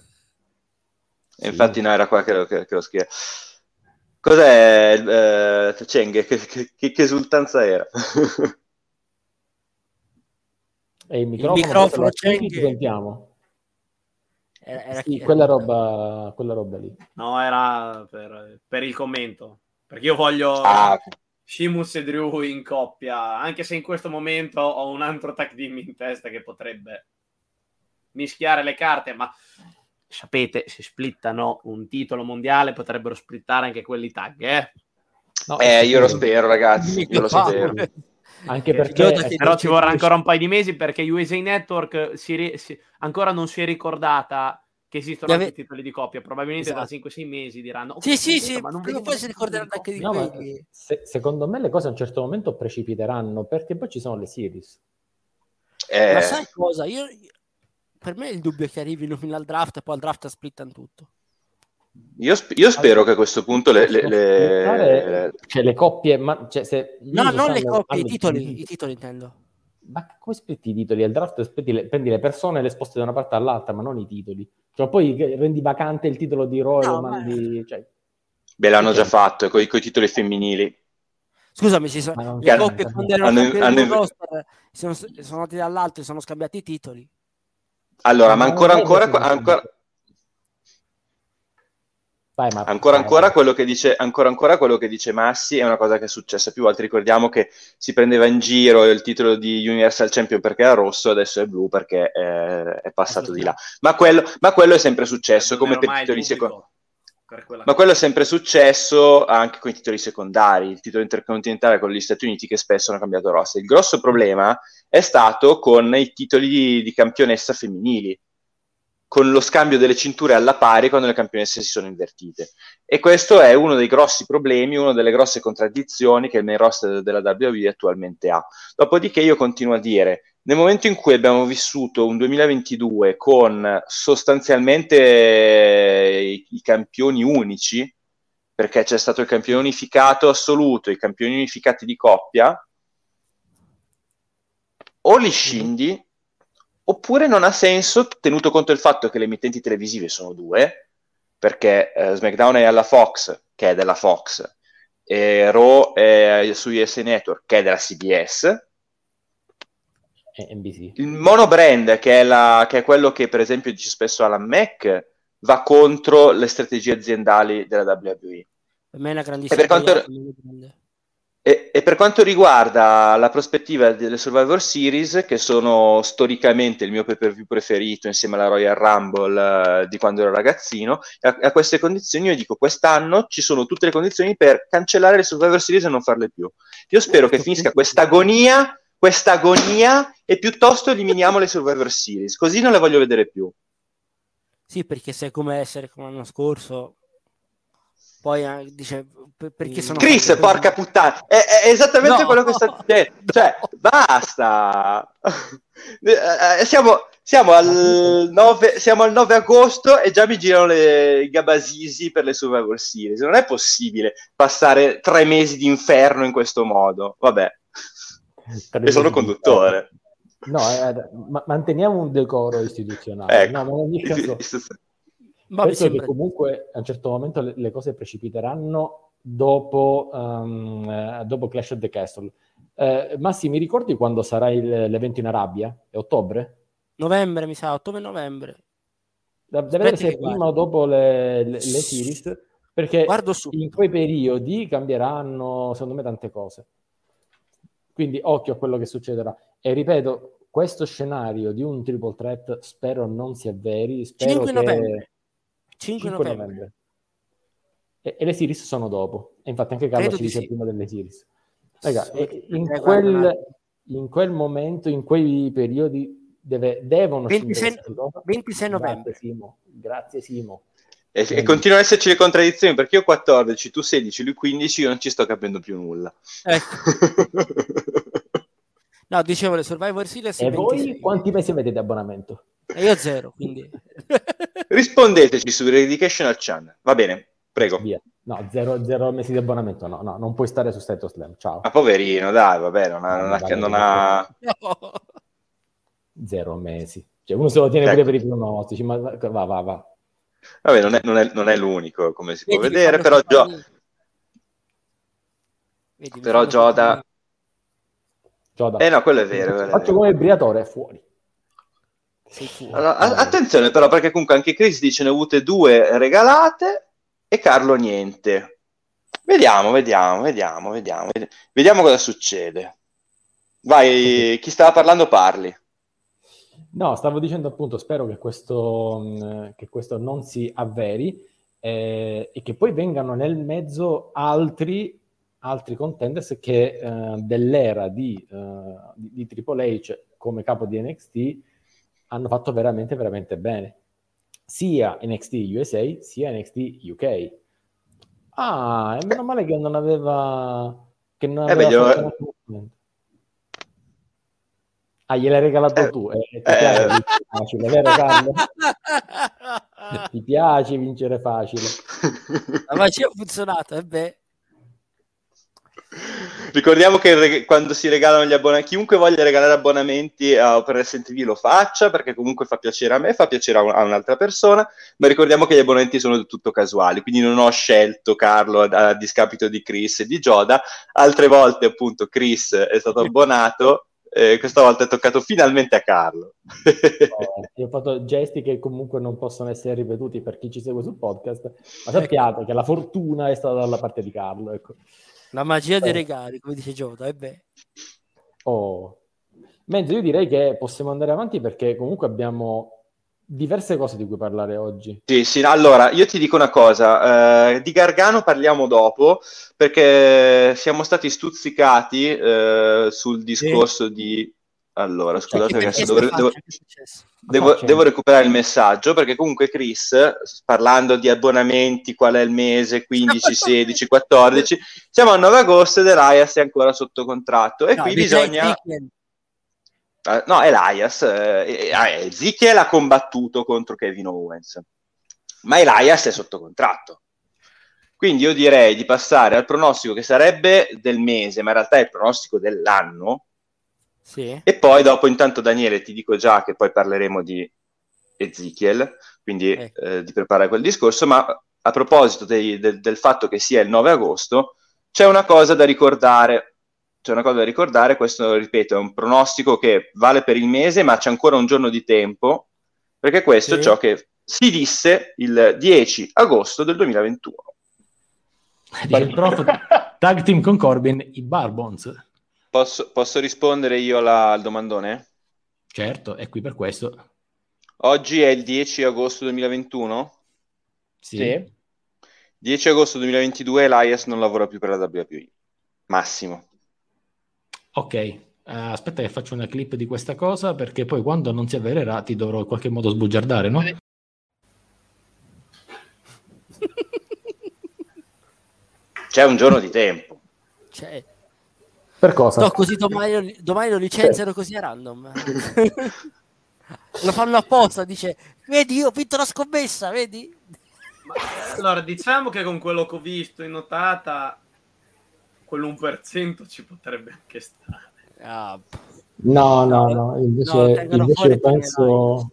E infatti no, era qua che lo, che, che lo scrive. Cos'è, eh, Cheng? Che, che, che, che esultanza era? E il microfono, microfono c'è, c'è ci che- sentiamo. Era, era Sì, chi- quella roba, quella roba lì. No, era per, per il commento. Perché io voglio Ah, Sheamus e Drew in coppia, anche se in questo momento ho un altro tag team in testa che potrebbe mischiare le carte, ma sapete, se splittano un titolo mondiale potrebbero splittare anche quelli tag, eh? No, eh, io lo sì, spero, ragazzi, io lo Fa. spero. anche Perché- perché Idiota che- Però ci vorrà ancora un paio di mesi perché U S A Network si ri- si- ancora non si è ricordata che esistono Di ave- anche i titoli di coppia. Probabilmente Esatto. da cinque sei mesi diranno: "Oh, Sì, sì, scusa, sì, ma non prima o vediamo poi si i ricorderanno titoli anche di di no, ma quelli. se- secondo me le cose a un certo momento precipiteranno, perché poi ci sono le series. Eh, Ma sai cosa? Io, per me il dubbio è che arrivino fino al draft e poi al draft splittano tutto. io, sp- io spero che a questo punto le... le, le- Cioè le coppie, ma cioè, se No, loro non le sanno- coppie, i hanno- titoli, i titoli intendo. ma come spetti i titoli? Al draft spetti le, prendi le persone e le sposti da una parte all'altra, ma non i titoli. Cioè, poi rendi vacante il titolo di Raw e No, lo ma- mandi... Cioè, Beh, l'hanno Ok. già fatto con i titoli femminili. Scusami, si so- Ma non le c'è- coppie quando erano hanno- campioni hanno- del roster sono, sono andati dall'altro e sono scambiati i titoli. Allora, ma Ma ancora non è ancora, questo che ancora, Vai, Marco, ancora, vai, ancora vai. quello che dice, ancora ancora quello che dice Massi è una cosa che è successa più volte. Ricordiamo che si prendeva in giro il titolo di Universal Champion perché era rosso, adesso è blu perché eh, è passato di là. Ma quello, ma quello è sempre successo, Non come ero per i mai titoli dubito secondari. per quella Ma quello è sempre successo anche con i titoli secondari, il titolo intercontinentale con gli Stati Uniti che spesso hanno cambiato roster. Il grosso problema è stato con i titoli di, di campionessa femminili, con lo scambio delle cinture alla pari quando le campionesse si sono invertite. E questo è uno dei grossi problemi, una delle grosse contraddizioni che il main roster della W W E attualmente ha. Dopodiché io continuo a dire, nel momento in cui abbiamo vissuto un duemilaventidue con sostanzialmente i, i campioni unici, perché c'è stato il campione unificato assoluto, i campioni unificati di coppia, o li scindi, oppure non ha senso, tenuto conto del fatto che le emittenti televisive sono due, perché eh, SmackDown è alla Fox, che è della Fox, e Raw è su U S A Network, che è della C B S. N B C. Il monobrand, che è, la, che è quello che per esempio dice spesso Alan Mac, va contro le strategie aziendali della W W E. Per me è una grandissima E per quanto- boiata. E, e per quanto riguarda la prospettiva delle Survivor Series, che sono storicamente il mio pay-per-view preferito insieme alla Royal Rumble eh, di quando ero ragazzino, a, a queste condizioni io dico quest'anno ci sono tutte le condizioni per cancellare le Survivor Series e non farle più. Io spero che finisca questa agonia, questa agonia e piuttosto eliminiamo le Survivor Series, così non le voglio vedere più. Sì, perché se è come essere come l'anno scorso, poi eh, dice per- perché sono Chris, fatte così? porca puttana, è, è esattamente No! quello che sto dicendo. Cioè, basta. Eh, siamo, siamo, al nove, siamo al nove agosto e già mi girano le, i gabasisi per le Survivor Series. Non è possibile passare tre mesi di inferno in questo modo. Vabbè, e sono conduttore. No, eh, ma- manteniamo un decoro istituzionale. Ecco. No, ma in ogni caso, Ma mi penso che sembra- comunque a un certo momento le, le cose precipiteranno dopo, um, eh, dopo Clash of the Castle. Eh, Massi, mi ricordi quando sarà il- l'evento in Arabia? È ottobre? novembre, mi sa, ottobre-novembre. Da, da Aspetti vedere se che è prima guardo. o dopo le, le, le series, perché Guardo subito. in quei periodi cambieranno, secondo me, tante cose. Quindi occhio a quello che succederà. E ripeto, questo scenario di un triple threat spero non si avveri. Spero cinque che... novembre. cinque cinque novembre. novembre. E, e le series sono dopo. E infatti anche Carlo Credo ci di dice sì. prima delle series. Raga, Sì, e- in, eh, guarda un quel, attimo. in quel momento, in quei periodi, deve, devono ventisei scendere queste cose. ventisei novembre. Grazie Simo. Grazie Simo. E, e Quindi- continuano ad esserci le contraddizioni perché io quattordici, tu sedici, lui quindici, io non ci sto capendo più nulla. Ecco. No, dicevo le Survivor Series E voi ventisei. quanti mesi avete di abbonamento? E io zero, quindi Rispondeteci su Dedication al Channel. Va bene, prego. Via. No, zero, zero mesi di abbonamento. No, no, non puoi stare su Stato Slam. Ciao. Ma poverino, dai, vabbè, non ha... No, non ha- vabbè, non vabbè. ha- no. Zero mesi. Cioè, uno se lo tiene Ecco. pure per i pronostici, ma va, va, va. Vabbè, non è, non è- non è l'unico, come si può Vedi, mi vedere, fanno però, Gio- compagnia. Vedi, mi però fanno Gioda... compagnia. Gioda. Eh no, quello è vero. quello è Faccio vero. come il Briatore, fuori. Sei fuori. Allora, a- attenzione però, perché comunque anche Chris dice ne ho avute due regalate e Carlo niente. Vediamo, vediamo, vediamo, vediamo. ved- Vediamo cosa succede. Vai, chi stava parlando parli. No, stavo dicendo appunto, spero che questo, mh, che questo non si avveri eh, e che poi vengano nel mezzo altri, altri contenders che eh, dell'era di, eh, di, di Triple H come capo di N X T hanno fatto veramente, veramente bene. Sia N X T U S A, sia N X T U K. Ah, e meno male che non aveva... Che non Eh, aveva beh, glielo- fatto un appuntamento. Ah, gliel'hai regalato Eh, tu. Eh, ti eh. piace vincere facile, vero Carlo? Ti piace vincere facile. La magia ha funzionato, e beh. Ricordiamo che reg- quando si regalano gli abbonamenti, chiunque voglia regalare abbonamenti a Open Wrestling T V lo faccia, perché comunque fa piacere a me, fa piacere a, un- a un'altra persona, ma ricordiamo che gli abbonamenti sono del tutto casuali, quindi non ho scelto Carlo a, a discapito di Chris e di Gioda. Altre volte appunto Chris è stato abbonato, eh, questa volta è toccato finalmente a Carlo. Oh, io ho fatto gesti che comunque non possono essere ripetuti per chi ci segue sul podcast, ma sappiate che la fortuna è stata dalla parte di Carlo, ecco. La magia dei Eh. regali, come dice Gioda, e beh. Oh. Mentre io direi che possiamo andare avanti perché comunque abbiamo diverse cose di cui parlare oggi. Sì, sì, allora io ti dico una cosa, eh, di Gargano parliamo dopo perché siamo stati stuzzicati eh, sul discorso di... Allora, scusate Cioè, ragazzi, che devo, faccia, devo, che è successo? devo, Faccia. devo recuperare il messaggio perché comunque Chris, parlando di abbonamenti, qual è il mese, quindici, sedici, quattordici, siamo al nove agosto ed Elias è ancora sotto contratto e No, qui dice bisogna... Ezekiel. Uh, no, Elias, eh, eh, Ezekiel ha combattuto contro Kevin Owens, ma Elias è sotto contratto. Quindi io direi di passare al pronostico che sarebbe del mese, ma in realtà è il pronostico dell'anno. Sì. E poi dopo, intanto Daniele, ti dico già che poi parleremo di Ezekiel, quindi Eh. eh, di preparare quel discorso, ma a proposito dei, del, del fatto che sia il nove agosto, c'è una cosa da ricordare. C'è una cosa da ricordare, questo ripeto è un pronostico che vale per il mese, ma c'è ancora un giorno di tempo, perché questo Sì. è ciò che si disse il dieci agosto del duemilaventuno. Dice il prof, tag team con Corbin, i Barbons. Posso, posso rispondere io alla, al domandone? Certo, è qui per questo. Oggi è il dieci agosto duemilaventuno? Sì. Sì. dieci agosto duemilaventidue Elias non lavora più per la W W E. Massimo. Ok, uh, aspetta che faccio una clip di questa cosa perché poi quando non si avvererà ti dovrò in qualche modo sbugiardare, no? C'è un giorno di tempo. Cioè, Per cosa? no, così domani, domani lo licenziano così a random. Lo fanno apposta, dice, vedi, io ho vinto la scommessa, vedi? Ma, allora, diciamo che con quello che ho visto in notata, quell'uno per cento ci potrebbe anche stare. Ah, No, no, no, invece, no, tengono invece fuori penso,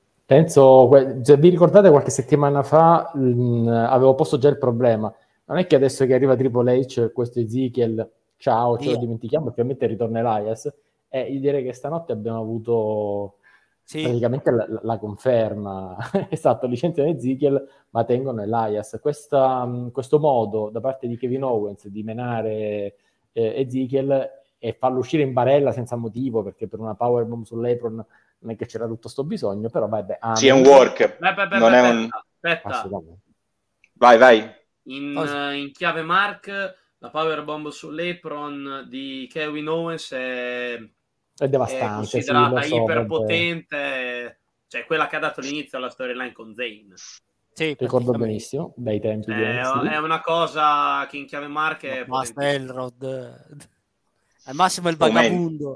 penso que- se vi ricordate qualche settimana fa mh, avevo posto già il problema. Non è che adesso che arriva Triple H, questo Ezekiel, ciao, ce lo Via. dimentichiamo, ovviamente ritorna Elias. E io direi che stanotte abbiamo avuto sì. praticamente la, la- la conferma. Esatto, licenziano Ezekiel, ma tengono Elias. Questa, mh, questo modo da parte di Kevin Owens di menare eh, Ezekiel e farlo uscire in barella senza motivo, perché per una powerbomb sull'apron non è che c'era tutto sto bisogno, però vabbè. Ah, Sì, è un work, Beh, beh, beh, non beh, è un... aspetta, assolutamente. Vai, vai. in, Cosa? in chiave Mark, la powerbomb sull'apron di Kevin Owens è, È è devastante, sì, considerata lo so, vabbè. iperpotente, cioè quella che ha dato l'inizio alla storyline con Zayn. Sì, Ricordo praticamente. benissimo, bei tempi di È, N X T. è una cosa che in chiave Mark è Basta potente. Elrod. Al massimo è il O men- vagabondo.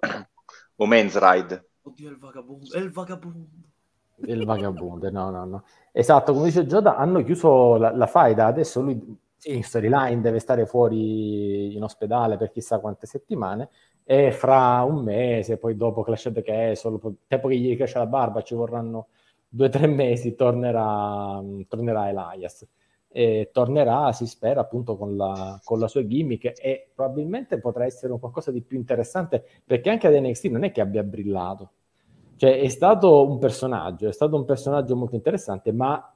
O Men's Ride. Oddio, è il vagabondo, è il vagabondo. Il vagabondo, no, no, no. Esatto, come dice Gioda, hanno chiuso la, la faida, adesso lui Sì. in storyline deve stare fuori in ospedale per chissà quante settimane e fra un mese, poi dopo Clash of the Castle, poi, tempo che gli cresce la barba, ci vorranno due o tre mesi, tornerà, tornerà Elias. E tornerà, si spera, appunto con la, con la sua gimmick e probabilmente potrà essere un qualcosa di più interessante perché anche ad N X T non è che abbia brillato. Cioè è stato un personaggio, è stato un personaggio molto interessante, ma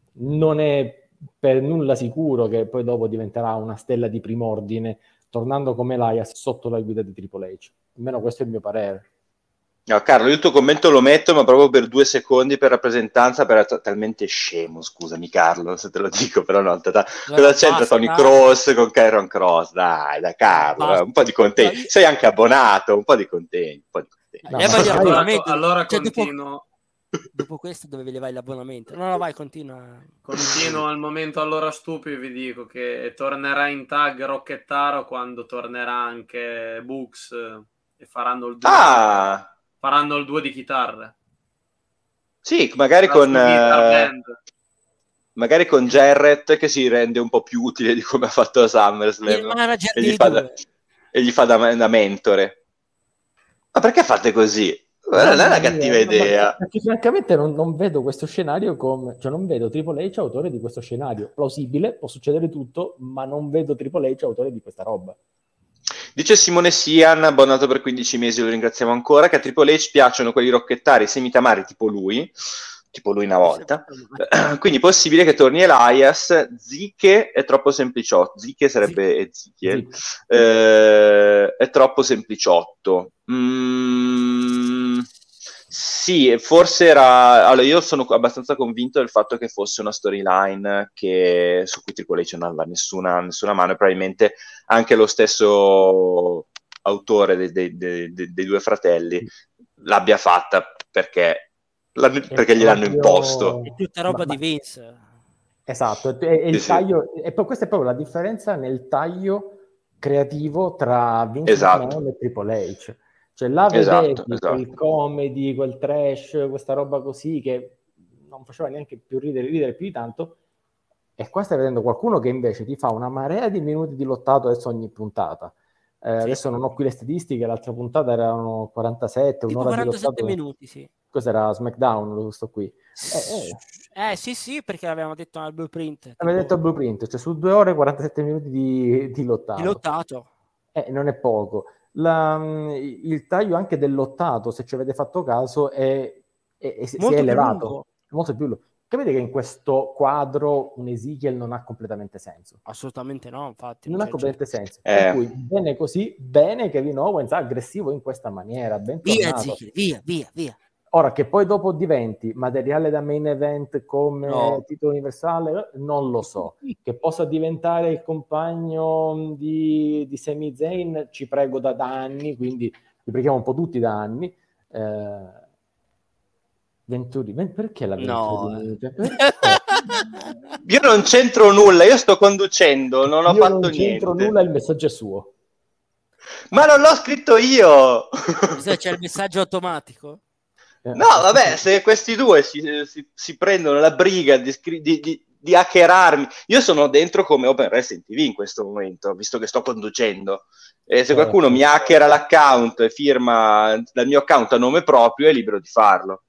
non è per nulla sicuro che poi dopo diventerà una stella di prim'ordine, tornando come Elias sotto la guida di Triple H. Almeno questo è il mio parere. No, Carlo, io il tuo commento lo metto, ma proprio per due secondi per rappresentanza, per t- talmente scemo, scusami Carlo, se te lo dico, però no, t- t- cosa c'entra basta. Tony Cross con Kyron Cross? Dai, da Carlo, Basta. eh, un po' di contenti. No, io- sei anche abbonato, un po' di contenti. Un po' di contenti. No, Levagli ma- l'abbonamento. Allora Cioè, dopo, continuo. dopo questo dovevi levare l'abbonamento. No, no, vai, continua. Continuo al momento allora stupido e vi dico che tornerà in tag Rocchettaro quando tornerà anche Books eh, e faranno il duo, Ah, faranno il duo di chitarre. sì, magari La con, sua guitar eh, band. magari con Jarrett che si rende un po' più utile di come ha fatto a SummerSlam. Il manager E gli dei fa da- due. e gli fa da, da mentore. Ma perché fate così? Non è una cattiva idea. Perché francamente non, non vedo questo scenario come... Cioè non vedo Triple H autore di questo scenario. Plausibile, può succedere tutto, ma non vedo Triple H autore di questa roba. Dice Simone Sian, abbonato per quindici mesi, lo ringraziamo ancora, che a Triple H piacciono quelli rocchettari semitamari tipo lui, tipo lui una volta. Quindi è possibile che torni Elias. Ziche è troppo sempliciotto. Ziche sarebbe Ezekiel. Eh, è troppo sempliciotto. Mm, sì, forse era... Allora, io sono abbastanza convinto del fatto che fosse una storyline che... su cui Triple H non aveva nessuna, nessuna mano, e probabilmente anche lo stesso autore dei, dei, dei, dei, dei due fratelli l'abbia fatta perché, la, perché gliel'hanno imposto. È tutta roba ma, di Vince. Esatto, e, e il sì, taglio, e poi questa è proprio la differenza nel taglio creativo tra Vince esatto. McMahon e Triple H. Cioè là vedevi esatto, esatto. quel comedy, quel trash, questa roba così che non faceva neanche più ridere, ridere più di tanto, e qua stai vedendo qualcuno che invece ti fa una marea di minuti di lottato adesso ogni puntata. Eh, sì. Adesso non ho qui le statistiche, l'altra puntata erano quarantasette, tipo un'ora quarantasette di lottato. minuti, sì. Cos'era SmackDown, lo sto qui. Eh, eh. eh sì sì, perché l'avevamo detto al Blueprint. Aveva detto al Blueprint, cioè su due ore e quarantasette minuti di, di lottato. Di lottato. Eh, non è poco. La, il taglio anche del lottato, se ci avete fatto caso, è, è, è si è elevato. Lungo. Molto più lungo. Capite che in questo quadro un Ezekiel non ha completamente senso. Assolutamente no, infatti. Non cioè, ha completamente cioè... senso. Eh. Per cui bene così, bene Kevin Owens aggressivo in questa maniera. Ben via tornato. Ezekiel, via, via, via. Ora, che poi dopo diventi materiale da main event come no. titolo universale, non lo so. Che possa diventare il compagno di, di Sami Zayn, ci prego da, da anni, quindi ci preghiamo un po' tutti da anni. Eh, Venturi, perché la Venturi? No. Io non c'entro nulla, io sto conducendo, non ho io fatto non niente. c'entro nulla, il messaggio è suo. Ma non l'ho scritto io! C'è il messaggio automatico? No, vabbè, se questi due si, si, si prendono la briga di, di, di, di hackerarmi, io sono dentro come Open Wrestling T V in questo momento, visto che sto conducendo, e se qualcuno eh, mi hackera l'account e firma dal mio account a nome proprio, è libero di farlo.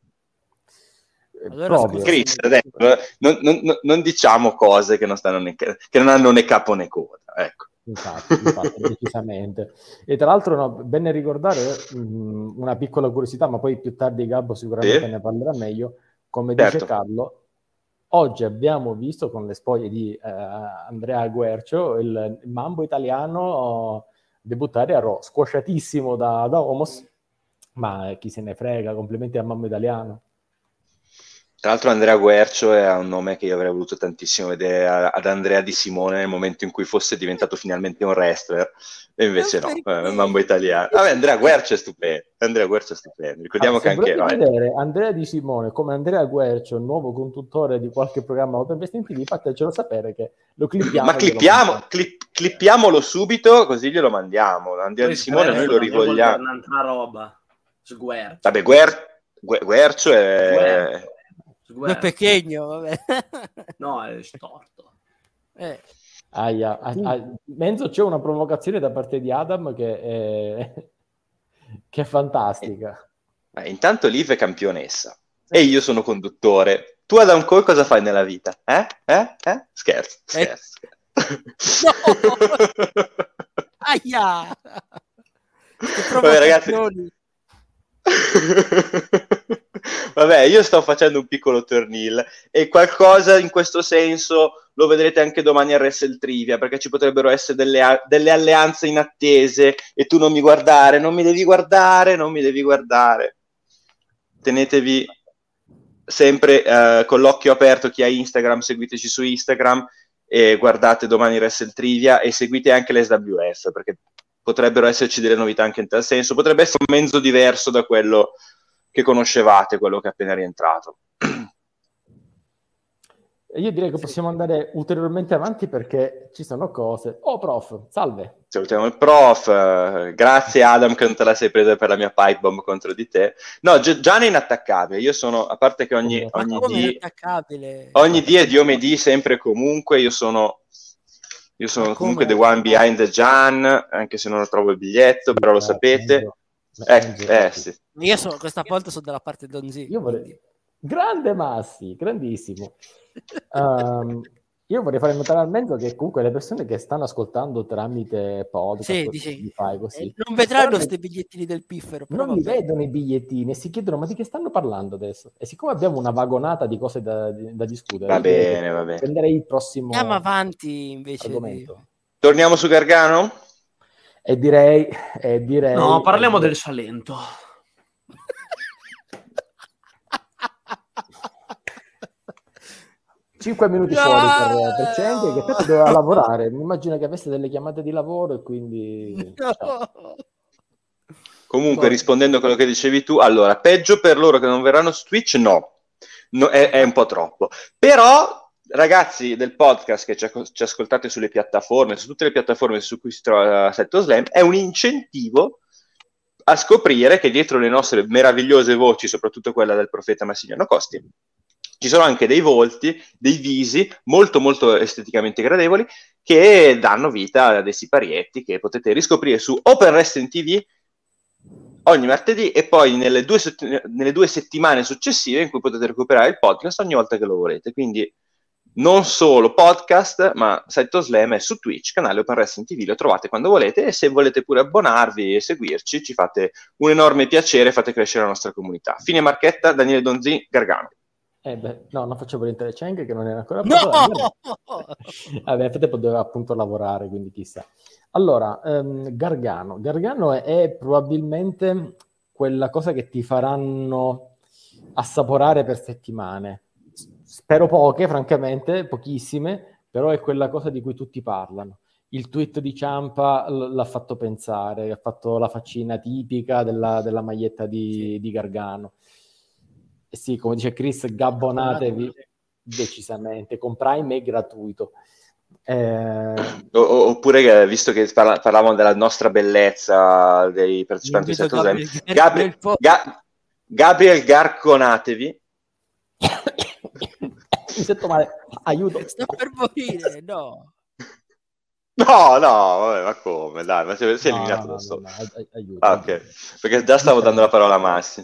Allora, Chris, adesso, non, non, non diciamo cose che non, stanno né, che non hanno né capo né coda, ecco. Infatti, infatti decisamente. E tra l'altro, no, bene ricordare mh, una piccola curiosità, ma poi più tardi Gabbo sicuramente sì. ne parlerà meglio. Come certo. dice Carlo, oggi abbiamo visto con le spoglie di uh, Andrea Guercio il, il mambo italiano uh, debuttare a Raw, squasciatissimo da, da Omos, ma chi se ne frega, complimenti al mambo italiano. Tra l'altro Andrea Guercio è un nome che io avrei voluto tantissimo vedere ad Andrea Di Simone nel momento in cui fosse diventato finalmente un wrestler, e invece no, eh, mambo italiano. Vabbè, Andrea Guercio è stupendo, Andrea Guercio è stupendo. Ricordiamo ah, che anche no, vedere Andrea Di Simone come Andrea Guercio, il nuovo conduttore di qualche programma Open Wrestling T V, fatecelo sapere che lo clippiamo. Ma clippiamo, lo clip, clippiamolo subito, così glielo mandiamo. Andrea Poi Di Simone noi lo rivogliamo. Un'altra roba, su Guercio. Vabbè, Guer, Guer, Guercio è... Guercio. È pequeño, vabbè. No, è storto. Eh. Aia, a, a, Menzo, c'è una provocazione da parte di Adam che è, che è fantastica. Eh, intanto Liv è campionessa e io sono conduttore. Tu Adam Cole cosa fai nella vita? Eh? Eh? Eh? Scherzo, scherzo. Eh. No! Aia! Vabbè, ragazzi. Vabbè, io sto facendo un piccolo turnil e qualcosa in questo senso lo vedrete anche domani a Wrestle Trivia, perché ci potrebbero essere delle, delle alleanze inattese e tu non mi guardare, non mi devi guardare, non mi devi guardare. Tenetevi sempre uh, con l'occhio aperto, chi ha Instagram, seguiteci su Instagram e guardate domani Wrestle Trivia e seguite anche l'S W F, perché potrebbero esserci delle novità anche in tal senso, potrebbe essere un mezzo diverso da quello che conoscevate, quello che è appena rientrato. Io direi che possiamo andare ulteriormente avanti perché ci sono cose. Oh, prof, salve. Salutiamo il prof, uh, grazie Adam che non te la sei presa per la mia pipe bomb contro di te. No, Gi- Gian è inattaccabile, io sono, a parte che ogni, ogni, D, ogni D è Dio me D sempre e comunque, io sono Io sono comunque the one behind the Jan, anche se non lo trovo il biglietto, però lo Eh, sapete. Enzo, Eh, Enzo, eh, sì. Io sono, questa volta sono dalla parte di Donzi. Io vorrei... Grande Massi, grandissimo. Um, io vorrei fare notare al Menzo che comunque le persone che stanno ascoltando tramite podcast, Sì, o dici, Spotify, così, eh, non vedranno stanno- questi bigliettini del piffero. Però non li vabbè. vedono i bigliettini e si chiedono ma di che stanno parlando adesso? E siccome abbiamo una vagonata di cose da, da discutere, Va io direi bene, che va bene. prenderei il prossimo Andiamo avanti invece di... argomento. Torniamo su Gargano? E direi, e direi... No, parliamo e direi- del Salento. cinque minuti No! fuori per, per Cenk, che tanto doveva lavorare. Mi immagino che avesse delle chiamate di lavoro e quindi... ciao. Comunque, Boh. rispondendo a quello che dicevi tu, allora, peggio per loro che non verranno su Twitch? No, No, è, è un po' troppo. Però, ragazzi del podcast che ci, ci ascoltate sulle piattaforme, su tutte le piattaforme su cui si trova Setto Slam, è un incentivo a scoprire che dietro le nostre meravigliose voci, soprattutto quella del profeta Massimiliano Costi, ci sono anche dei volti, dei visi molto molto esteticamente gradevoli che danno vita a dei siparietti che potete riscoprire su Open Wrestling T V ogni martedì e poi nelle due, sett- nelle due settimane successive in cui potete recuperare il podcast ogni volta che lo volete. Quindi non solo podcast, ma Setto Slam è su Twitch, canale Open Wrestling T V, lo trovate quando volete e se volete pure abbonarvi e seguirci ci fate un enorme piacere, fate crescere la nostra comunità. Fine marchetta, Daniele Donzi, Gargano. Eh beh, no, non faccio volentieri Cenk che non era ancora No! pronto. Vabbè, nel frattempo doveva appunto lavorare, quindi chissà. Allora, ehm, Gargano. Gargano è, è probabilmente quella cosa che ti faranno assaporare per settimane. Spero poche, francamente, pochissime, però è quella cosa di cui tutti parlano. Il tweet di Ciampa l- l'ha fatto pensare, ha fatto la faccina tipica della, della maglietta di, di Gargano. E sì, come dice Chris, gabbonatevi decisamente, con Prime è gratuito. Eh, O- o- oppure che, visto che parla- parlavamo della nostra bellezza dei partecipanti di Invito Setto Slam, Gabriel- Gabri- Gabriel- Ga- Gabriel Garconatevi. mi sento male, aiuto. Sto per morire, no. No, no, vabbè, ma come? Dai, ma sei, sei No, eliminato no, da solo. no, no, ai- aiuto. Ah, ok. Perché già stavo dando la parola a Massi.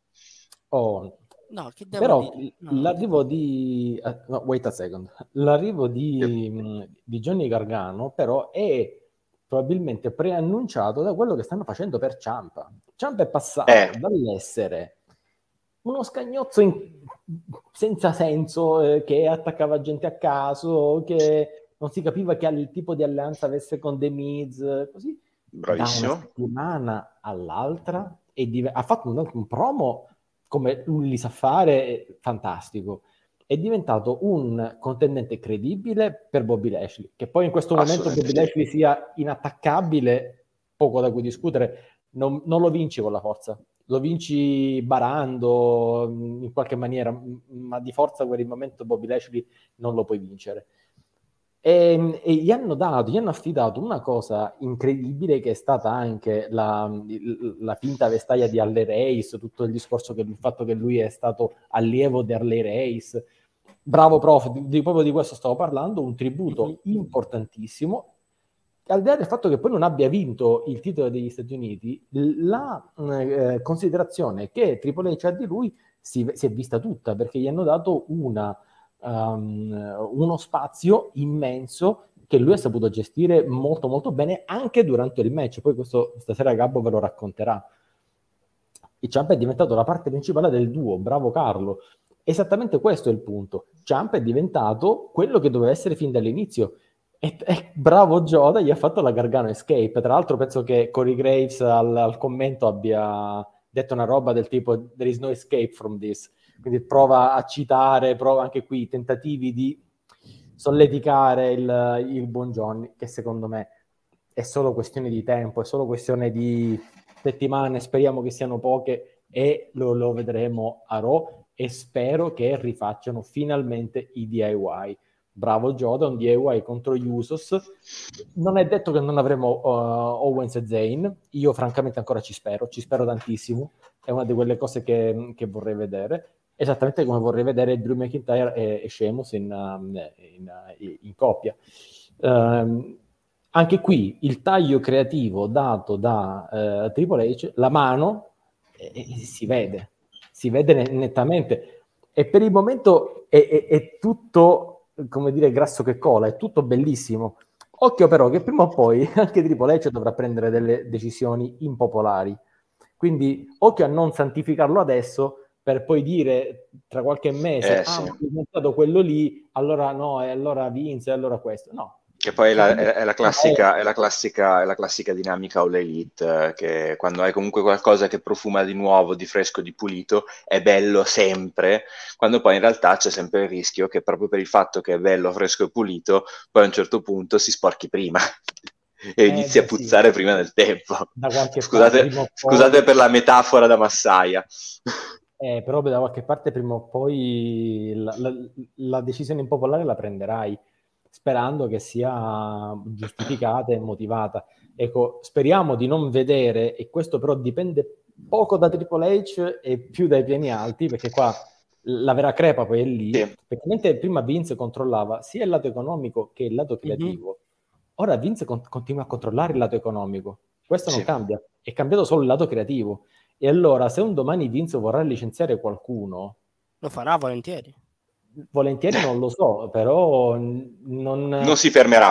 Oh, No, che devo però dire? No. l'arrivo di eh, no, wait a second. L'arrivo di, mh, di Johnny Gargano però è probabilmente preannunciato da quello che stanno facendo per Ciampa. Ciampa è passato Eh. dall'essere uno scagnozzo in- senza senso, eh, che attaccava gente a caso, che non si capiva che il tipo di alleanza avesse con The Miz, così Bravissimo. da una settimana all'altra e div- ha fatto un, un promo come lui li sa fare, è fantastico. È diventato un contendente credibile per Bobby Lashley, che poi in questo momento Bobby Assolutamente sì. Lashley sia inattaccabile, poco da cui discutere, non, non lo vinci con la forza, lo vinci barando mh, in qualche maniera, mh, ma di forza per il momento Bobby Lashley non lo puoi vincere. E, e gli hanno dato, gli hanno affidato una cosa incredibile che è stata anche la, la finta vestaglia di Harley Race, tutto il discorso che il fatto che lui è stato allievo di Harley Race. Bravo prof, di, di- proprio di questo stavo parlando, un tributo importantissimo. Al di là del fatto che poi non abbia vinto il titolo degli Stati Uniti, la eh, considerazione che Triple H ha di lui si, si è vista tutta, perché gli hanno dato una Um, uno spazio immenso che lui ha saputo gestire molto molto bene anche durante il match. Poi questo stasera Gabbo ve lo racconterà. Il Ciampa è diventato la parte principale del duo, bravo Carlo. Esattamente questo è il punto. Ciampa è diventato quello che doveva essere fin dall'inizio e, e bravo Joda gli ha fatto la Gargano Escape. Tra l'altro penso che Corey Graves al, al commento abbia detto una roba del tipo there is no escape from this. Quindi prova a citare, prova anche qui i tentativi di solleticare il, il buon Johnny, che secondo me è solo questione di tempo, è solo questione di settimane, speriamo che siano poche e lo, lo vedremo a Raw e spero che rifacciano finalmente i D I Y. Bravo Joda, un D I Y contro gli Usos. Non è detto che non avremo uh, Owens e Zayn, io francamente ancora ci spero, ci spero tantissimo, è una di quelle cose che, che vorrei vedere. Esattamente come vorrei vedere Drew McIntyre e, e Sheamus in, um, in, in, in coppia. Uh, anche qui il taglio creativo dato da uh, Triple H, la mano, eh, si vede, si vede nettamente, e per il momento è, è, è tutto, come dire, grasso che cola, è tutto bellissimo. Occhio però che prima o poi anche Triple H dovrà prendere delle decisioni impopolari, quindi occhio a non santificarlo adesso per poi dire tra qualche mese, eh, ah, sì. ma è diventato quello lì, allora no, e allora vince, e allora questo. No. Che poi è la, è, è, la classica, è, la classica, è la classica dinamica All Elite, eh, che quando hai comunque qualcosa che profuma di nuovo, di fresco, di pulito, è bello sempre, quando poi in realtà c'è sempre il rischio che proprio per il fatto che è bello, fresco e pulito, poi a un certo punto si sporchi prima e eh, inizi beh, a puzzare sì. prima del tempo. Scusate, parte, scusate per la metafora da massaia. Eh, però da qualche parte prima o poi la, la, la decisione impopolare la prenderai, sperando che sia giustificata e motivata. Ecco, speriamo di non vedere, e questo però dipende poco da Triple H e più dai piani alti, perché qua la vera crepa poi è lì, sì. Perché mentre prima Vince controllava sia il lato economico che il lato creativo, mm-hmm. ora Vince con- continua a controllare il lato economico, questo non sì. cambia, è cambiato solo il lato creativo. E allora, se un domani Vince vorrà licenziare qualcuno, lo farà volentieri. Volentieri non lo so, però non... Non si fermerà.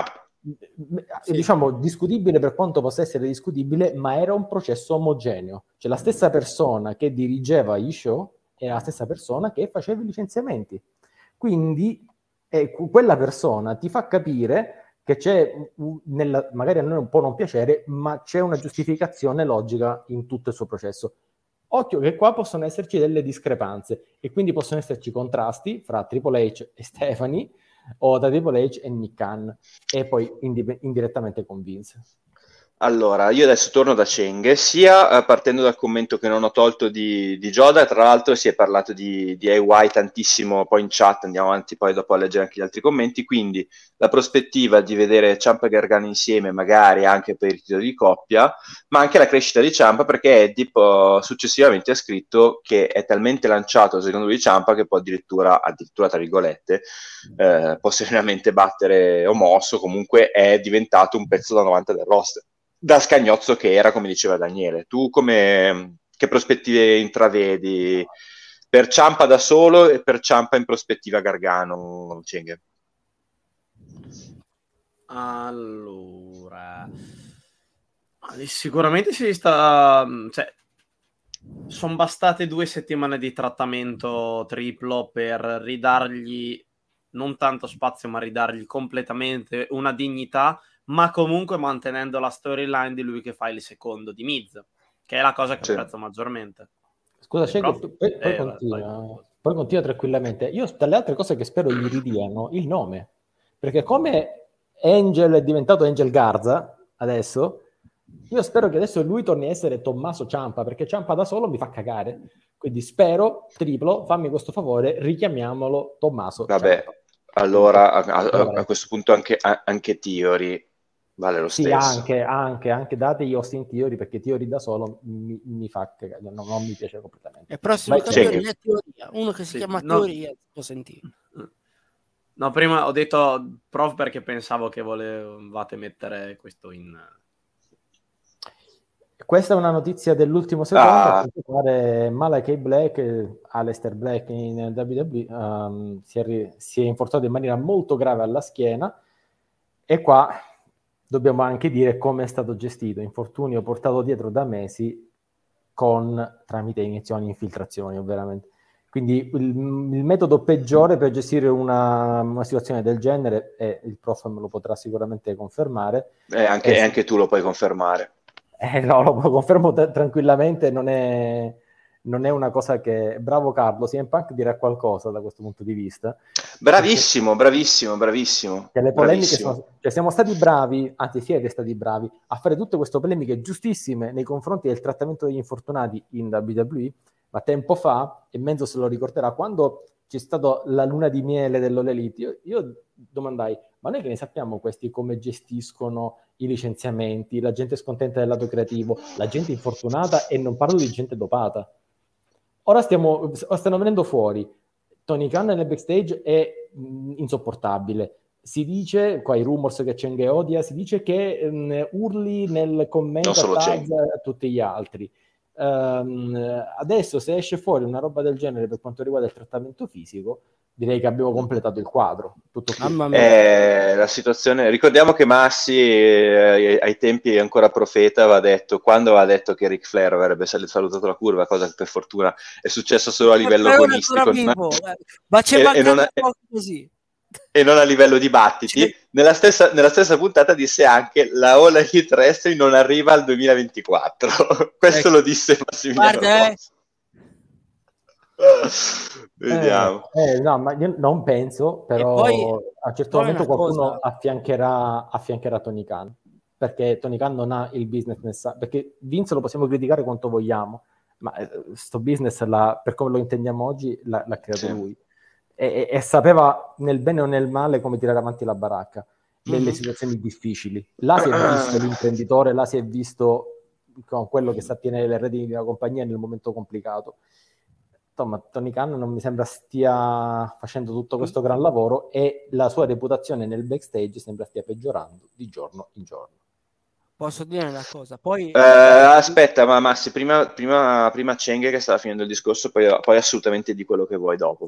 Diciamo, discutibile per quanto possa essere discutibile, ma era un processo omogeneo. Cioè la stessa persona che dirigeva gli show era la stessa persona che faceva i licenziamenti. Quindi eh, quella persona ti fa capire che c'è, nella, magari a noi un po' non piacere, ma c'è una giustificazione logica in tutto il suo processo. Occhio che qua possono esserci delle discrepanze e quindi possono esserci contrasti fra Triple H e Stephanie o da Triple H e Nick Khan e poi indi- indirettamente con Vince. Allora, io adesso torno da Cheng, sia eh, partendo dal commento che non ho tolto di, di Joda, tra l'altro si è parlato di, di A Y tantissimo poi in chat, andiamo avanti poi dopo a leggere anche gli altri commenti, quindi la prospettiva di vedere Ciampa e Gargano insieme, magari anche per il titolo di coppia, ma anche la crescita di Ciampa, perché Eddie poi, successivamente ha scritto che è talmente lanciato secondo lui Ciampa che può addirittura, addirittura tra virgolette, eh, può serenamente battere Omos, comunque è diventato un pezzo da novanta del roster. Da scagnozzo che era, come diceva Daniele. Tu come, che prospettive intravedi per Ciampa da solo e per Ciampa in prospettiva Gargano, Cheng? Allora, sicuramente si sta, cioè, sono bastate due settimane di trattamento triplo per ridargli non tanto spazio, ma ridargli completamente una dignità, ma comunque mantenendo la storyline di lui che fa il secondo di Miz, che è la cosa che sì. apprezzo maggiormente. Scusa, Shake, poi, poi, eh, continua, poi continua tranquillamente. Io dalle altre cose che spero gli ridiano il nome, perché come Angel è diventato Angel Garza adesso, io spero che adesso lui torni a essere Tommaso Ciampa, perché Ciampa da solo mi fa cagare. Quindi spero, triplo, fammi questo favore, richiamiamolo Tommaso Vabbè, Ciampa. Allora a, a, a questo punto anche, a, anche Theory vale lo sì, stesso. Anche, anche, anche dategli Austin Theory, perché Theory da solo mi, mi fa cagare, no, non mi piace completamente. Il prossimo campione è Teoria, uno che si sì, chiama no. Teoria, si può sentire. No, prima ho detto prof perché pensavo che volevate mettere questo in... Questa è una notizia dell'ultimo secondo, ah. Malachi Black, Aleister Black in W W E, um, si, è, si è infortunato in maniera molto grave alla schiena, e qua dobbiamo anche dire come è stato gestito, infortunio portato dietro da mesi con tramite iniezioni e infiltrazioni, ovviamente. Quindi il, il metodo peggiore per gestire una, una situazione del genere, e il prof me lo potrà sicuramente confermare. E anche, anche tu lo puoi confermare. Eh, no, lo confermo t- tranquillamente, non è, non è una cosa che... Bravo Carlo, C M Punk dirà qualcosa da questo punto di vista. Bravissimo, perché... bravissimo, bravissimo. Che le polemiche bravissimo. sono... Cioè, siamo stati bravi, anzi siete stati bravi, a fare tutte queste polemiche giustissime nei confronti del trattamento degli infortunati in W W E, ma tempo fa, e Menzo se lo ricorderà, quando c'è stata la luna di miele dell'All Elite, io, io domandai, ma noi che ne sappiamo questi come gestiscono i licenziamenti, la gente scontenta del lato creativo, la gente infortunata, e non parlo di gente dopata. Ora stiamo, stanno venendo fuori, Tony Khan nel backstage è mh, insopportabile, si dice, qua i rumors che Cheng odia, si dice che um, urli nel commento a, Taz, a tutti gli altri. Um, adesso se esce fuori una roba del genere per quanto riguarda il trattamento fisico, direi che abbiamo completato il quadro. Tutto qui. Eh, la situazione, ricordiamo che Massi eh, ai tempi ancora profeta aveva detto, quando aveva detto che Ric Flair avrebbe salutato la curva, cosa che per fortuna è successo solo a livello agonistico, ma c'è e, e non è, così e non a livello di battiti. Nella stessa, nella stessa puntata disse anche la All Elite Wrestling non arriva al duemilaventiquattro. Questo ecco. Lo disse Massimiliano. Guarda, eh. Vediamo. Eh, eh, no, ma io non penso, però poi, a un certo momento qualcuno cosa... affiancherà, affiancherà Tony Khan, perché Tony Khan non ha il business necessario, perché Vince lo possiamo criticare quanto vogliamo, ma sto business, la, per come lo intendiamo oggi, l'ha, l'ha creato sì. lui. E, e sapeva nel bene o nel male come tirare avanti la baracca nelle mm-hmm. situazioni difficili. Là si è visto l'imprenditore, là si è visto con quello che sa tenere le redini di una compagnia nel momento complicato. Insomma, Tony Khan non mi sembra stia facendo tutto questo gran lavoro e la sua reputazione nel backstage sembra stia peggiorando di giorno in giorno. Posso dire una cosa? Poi eh, aspetta, ma Massi, prima, prima, prima Cheng che stava finendo il discorso, poi, poi assolutamente di quello che vuoi dopo.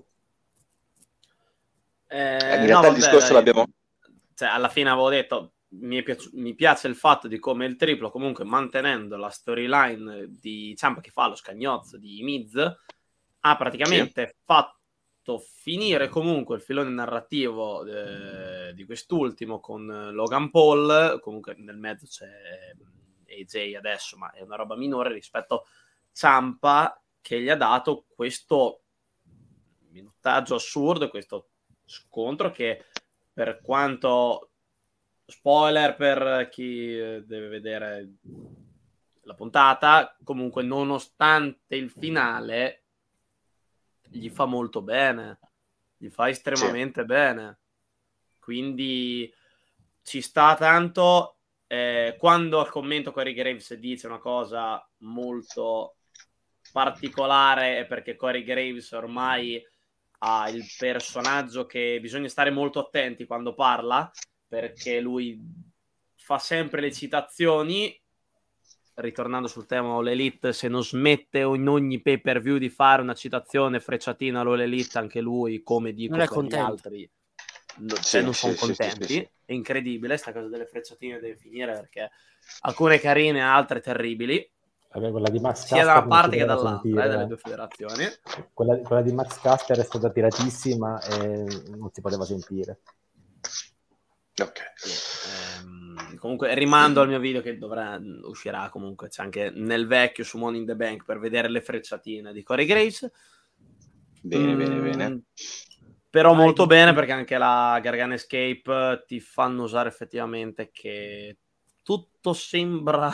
Eh, in realtà no, vabbè, il discorso dai. l'abbiamo... Cioè, alla fine avevo detto, mi, piaci- mi piace il fatto di come il triplo, comunque mantenendo la storyline di Ciampa che fa lo scagnozzo di Miz, ha praticamente sì. fatto finire comunque il filone narrativo eh, di quest'ultimo con Logan Paul. Comunque nel mezzo c'è A J adesso, ma è una roba minore rispetto a Ciampa, che gli ha dato questo minutaggio assurdo, questo scontro che, per quanto spoiler per chi deve vedere la puntata, comunque nonostante il finale gli fa molto bene, gli fa estremamente sì. bene, quindi ci sta tanto. Eh, quando al commento Corey Graves dice una cosa molto particolare è perché Corey Graves ormai ha il personaggio che bisogna stare molto attenti quando parla, perché lui fa sempre le citazioni. Ritornando sul tema All Elite, se non smette in ogni pay per view di fare una citazione frecciatina all'All Elite, anche lui, come dico non è per contento. gli altri, no, sì, cioè non sì, sono sì, contenti. sì, sì, sì. È incredibile sta cosa delle frecciatine, deve finire, perché alcune carine, altre terribili. Vabbè, quella di Max sia da una Caster parte che dall'altra, eh, delle due federazioni. Quella, quella di Max Caster è stata tiratissima e non si poteva sentire. Ok. Ehm, comunque rimando al mio video che dovrà uscirà comunque, c'è anche nel vecchio su Money in the Bank per vedere le frecciatine di Corey Graves. Bene, mm, bene, bene. Però Vai, molto bene, perché anche la Gargano Escape ti fanno usare effettivamente che tutto sembra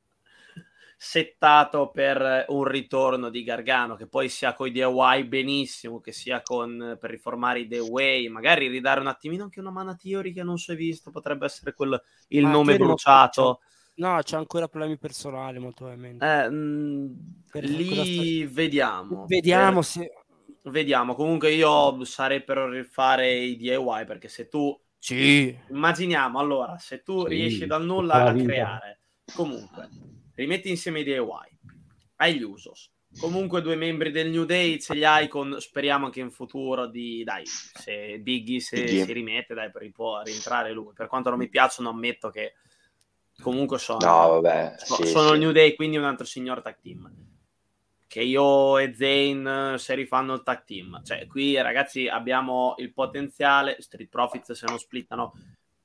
settato per un ritorno di Gargano, che poi sia con i D I Y benissimo, che sia con per riformare i The Way, magari ridare un attimino anche una Mana Theory che non si è visto, potrebbe essere quel, il Ma nome bruciato. No, c'è ancora problemi personali molto probabilmente. Eh, mh, lì sta... vediamo. Vediamo per... se... Vediamo, comunque io sarei per rifare i D I Y, perché se tu... Sì. Immaginiamo, allora, se tu sì, riesci dal nulla a creare, comunque... rimetti insieme i D I Y, hai gli Usos, comunque due membri del New Day ce li hai con, speriamo anche in futuro di, dai, se Biggie se Biggie. si rimette, dai, può rientrare lui, per quanto non mi piacciono ammetto che comunque sono, no, vabbè, so, sì, sono sì. il New Day, quindi un altro signor tag team, che io e Zayn se rifanno il tag team, cioè qui ragazzi abbiamo il potenziale, Street Profits se non splittano,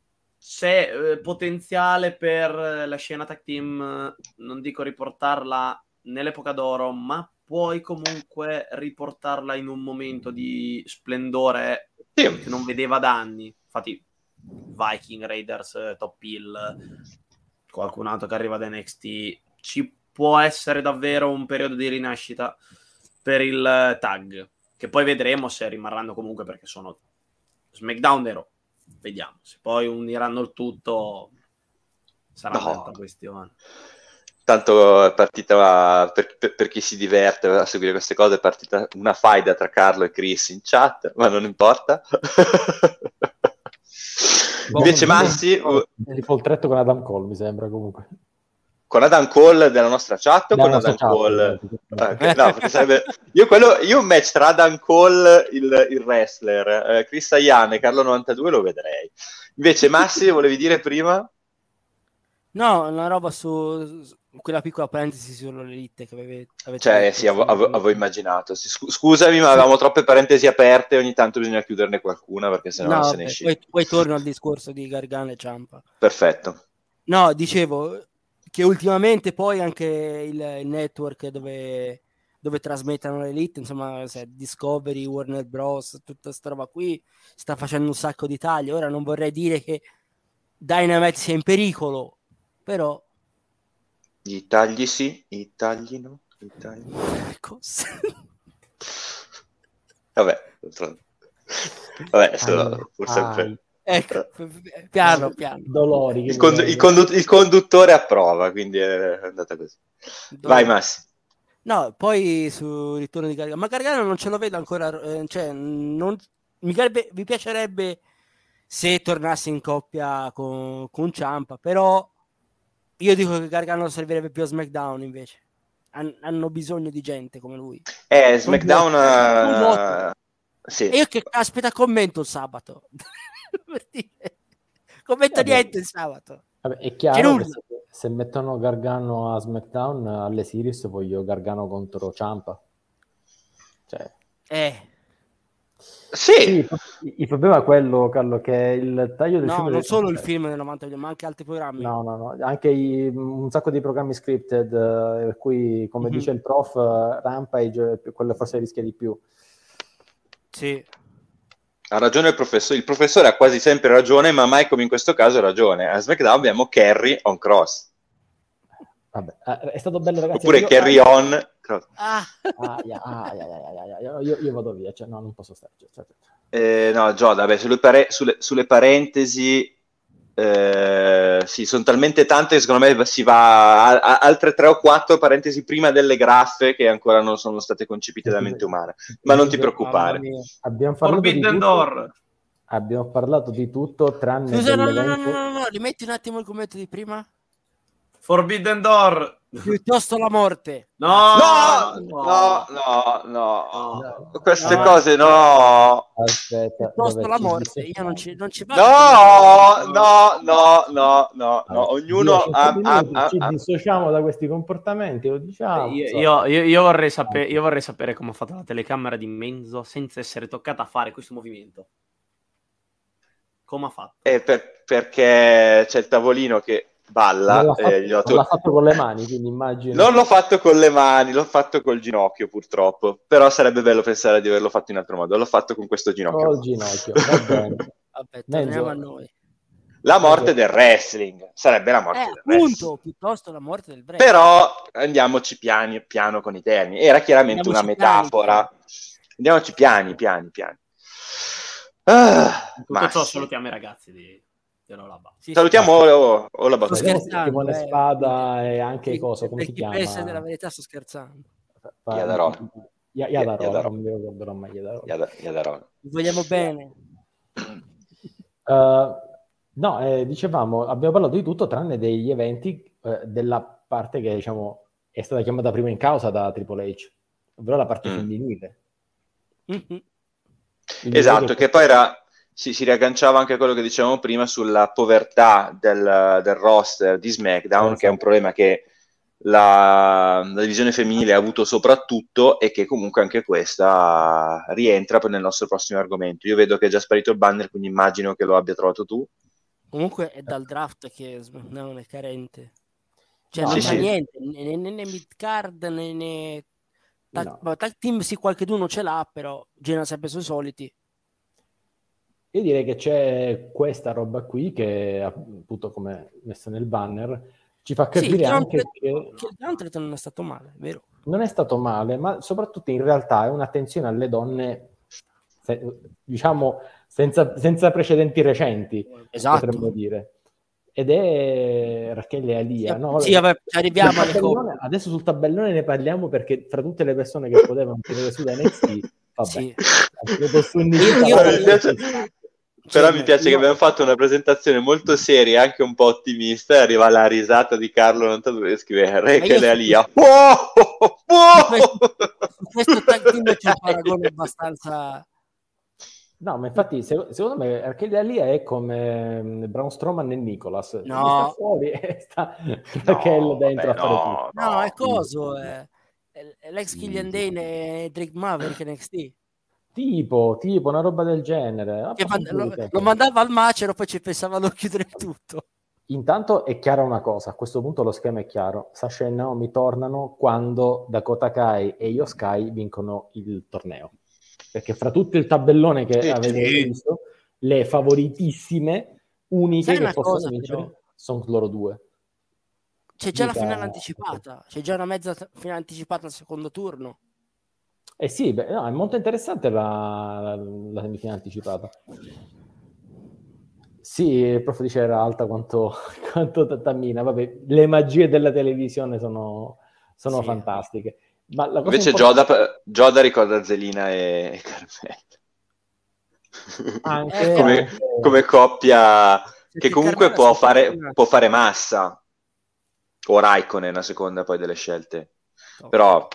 c'è eh, potenziale per la scena tag team, non dico riportarla nell'epoca d'oro, ma puoi comunque riportarla in un momento di splendore sì. che non vedeva da anni. Infatti Viking, Raiders, Top Hill, qualcun altro che arriva da N X T, ci può essere davvero un periodo di rinascita per il tag, che poi vedremo se rimarranno comunque, perché sono SmackDown ero. Vediamo, se poi uniranno il tutto sarà no. un'altra questione. Tanto è partita, per, per, per chi si diverte a seguire queste cose, è partita una faida tra Carlo e Chris in chat, ma non importa. Invece Massi... Il poltretto con Adam Cole, mi sembra, comunque. Con Adam Cole della nostra chat o Della con Adam chat, Cole? chat. Ah, okay. No, perché sarebbe... io, quello, io un match tra Adam Cole, il, il wrestler, eh, Chris Ayan e Carlo novantadue lo vedrei. Invece Massi, volevi dire prima? No, una roba su, su quella piccola parentesi sull'elite che avete, avete Cioè, detto, sì, avevo, avevo, avevo immaginato. Scusami, ma avevamo troppe parentesi aperte, ogni tanto bisogna chiuderne qualcuna perché sennò no, non se vabbè, ne esce. poi, poi torno al discorso di Gargano e Ciampa. Perfetto. No, dicevo che ultimamente poi anche il, il network dove, dove trasmettono l'elite, insomma, se Discovery, Warner Bros, tutta sta roba qui, sta facendo un sacco di tagli. Ora non vorrei dire che Dynamite sia in pericolo, però... I tagli sì, i tagli no. I tagli... Cosa? Vabbè, vabbè, solo, forse ah, per... Ecco, piano, piano. Dolori. Il, condu- il, condu- il conduttore approva, quindi è andata così. Vai Massi. No, poi su ritorno di Gargano, ma Gargano non ce lo vedo ancora, eh, cioè non, mi, garbe, mi piacerebbe se tornasse in coppia con, con Ciampa, però io dico che Gargano servirebbe più a SmackDown invece. Han, hanno bisogno di gente come lui. Eh, SmackDown... Uh... Sì. E io che aspetta commento il sabato. Commento vabbè. niente il sabato. Vabbè, è chiaro che se, se mettono Gargano a SmackDown alle series voglio Gargano contro Ciampa. Cioè... Eh... Sì. sì, il problema è quello, Carlo, che il taglio del no, film... non del... solo il film del novanta, ma anche altri programmi. No, no, no, anche i, un sacco di programmi scripted, eh, per cui, come mm-hmm. dice il prof, uh, Rampage, quello forse rischia di più. Sì. Ha ragione il professore. Il professore ha quasi sempre ragione, ma mai come in questo caso ha ragione. A SmackDown abbiamo Kerry on Cross. Vabbè, è stato bello, ragazzi. Oppure io... Kerry ah, on Cross. Ah. Ah, yeah, ah, yeah, yeah, yeah, yeah. Io, io vado via, cioè, no, non posso stare. Cioè, cioè. Eh, no, Gio, vabbè, sulle, pare- sulle, sulle parentesi eh, sì, sono talmente tante che secondo me si va a, a altre tre o quattro parentesi prima delle graffe che ancora non sono state concepite da mente umana, ma non ti preoccupare. Abbiamo parlato Forbidden di Door. Abbiamo parlato di tutto tranne Scusa, no, no, dell'evento... no, no, no, rimetti un attimo il commento di prima. Forbidden Door. Piuttosto la morte. No, no, no, no, no, no. Queste no. cose no. Aspetta. Piuttosto la morte. Io non ci, non ci vado. No, no, no, no, no, no. Ognuno ha, ha, ha, ci dissociamo da questi comportamenti, lo diciamo. Io, io, io, io, vorrei sapere, io vorrei sapere come ha fatto la telecamera di Menzo senza essere toccata a fare questo movimento. Come ha fatto? Eh, per, perché c'è il tavolino che balla. Non l'ha fatto, eh, non to... l'ha fatto con le mani, quindi immagino. Non l'ho fatto con le mani, l'ho fatto col ginocchio purtroppo, però sarebbe bello pensare di averlo fatto in altro modo. L'ho fatto con questo ginocchio. Col ginocchio, va bene. Vabbè, torniamo a noi. La morte del wrestling, sarebbe la morte eh, del appunto, wrestling. Piuttosto la morte del wrestling. Però andiamoci piani, piano con i termini. Era chiaramente andiamoci una metafora. Piani. Andiamoci piani, piani, piani. Ah, tutto ciò salutiamo i ragazzi di... Sì, salutiamo o, o la battuta Simone Spada e anche i coso, come si chiama? Per essere della verità sto scherzando. Yadarone. Yadarone, non mi ricorderò mai Yadarone. Yadarone. Vogliamo bene. Uh, no, eh, dicevamo, abbiamo parlato di tutto tranne degli eventi eh, della parte che diciamo è stata chiamata prima in causa da Triple H, ovvero la parte mm. femminile. Mm-hmm. Esatto, che, che poi era... Si, si riagganciava anche a quello che dicevamo prima sulla povertà del, del roster di SmackDown, esatto. Che è un problema che la, la divisione femminile ha avuto soprattutto e che comunque anche questa rientra nel nostro prossimo argomento. Io vedo che è già sparito il banner, quindi immagino che lo abbia trovato tu. Comunque è dal draft che SmackDown è carente. Cioè no, non sì, c'è sì. niente, né, né, né mid-card, né... né... Tag, no. tag team sì, qualcheduno ce l'ha, però gira sempre sui soliti. Io direi che c'è questa roba qui che, appunto, come messa nel banner, ci fa capire sì, anche che, che... che il Gauntlet non è stato male, vero? Non è stato male, ma soprattutto in realtà è un'attenzione alle donne, se, diciamo, senza, senza precedenti recenti, esatto. potremmo dire. Ed è Rachele e Alia. Sì, no? sì, vabbè, arriviamo alle adesso sul tabellone ne parliamo perché fra tutte le persone che potevano tenere su da N X T, vabbè. Sì. Io, io, io, Però Cioè, mi piace io- che abbiamo fatto una presentazione molto seria e anche un po' ottimista e arriva la risata di Carlo novantadue e scrive Re Ma che io le su alia. questo, Wow! su questo, Wow! su questo tag team c'è un paragone abbastanza... No, ma infatti, se- secondo me, Arcadia lì è come mm, Braun Strowman e Nicholas. Lui sta No, fuori e sta No, Raquel dentro vabbè, a fare tutto. no, no, è no. coso, è, è l'ex Sì, Killian sì. Dane e Drake Maverick N X T. Tipo, tipo, una roba del genere. Ah, Che posso mand- lo, dire, lo mandava al macero, poi ci pensavano a chiudere tutto. Intanto è chiara una cosa, a questo punto lo schema è chiaro. Sasha e Naomi tornano quando Dakota Kai e Io Sky vincono il torneo. Perché fra tutto il tabellone che Sì, avete sì. visto, le favoritissime, uniche Sai che una possono cosa, vincere, però? sono loro due. C'è già la Dica- finale anticipata, c'è già una mezza t- finale anticipata al secondo turno. Eh sì, beh, no, è molto interessante la, la semifinale anticipata. Sì, il prof dice era alta quanto, quanto Tatamina. Vabbè, le magie della televisione sono, sono Sì. fantastiche. Ma la cosa Invece importante- Gioda, Gioda ricorda Zelina e, e Carmella. Anche- come, anche- come coppia che Perché comunque Carmella può si è fare, fortunata. può fare massa. O Raikkonen a seconda poi delle scelte. No. Però...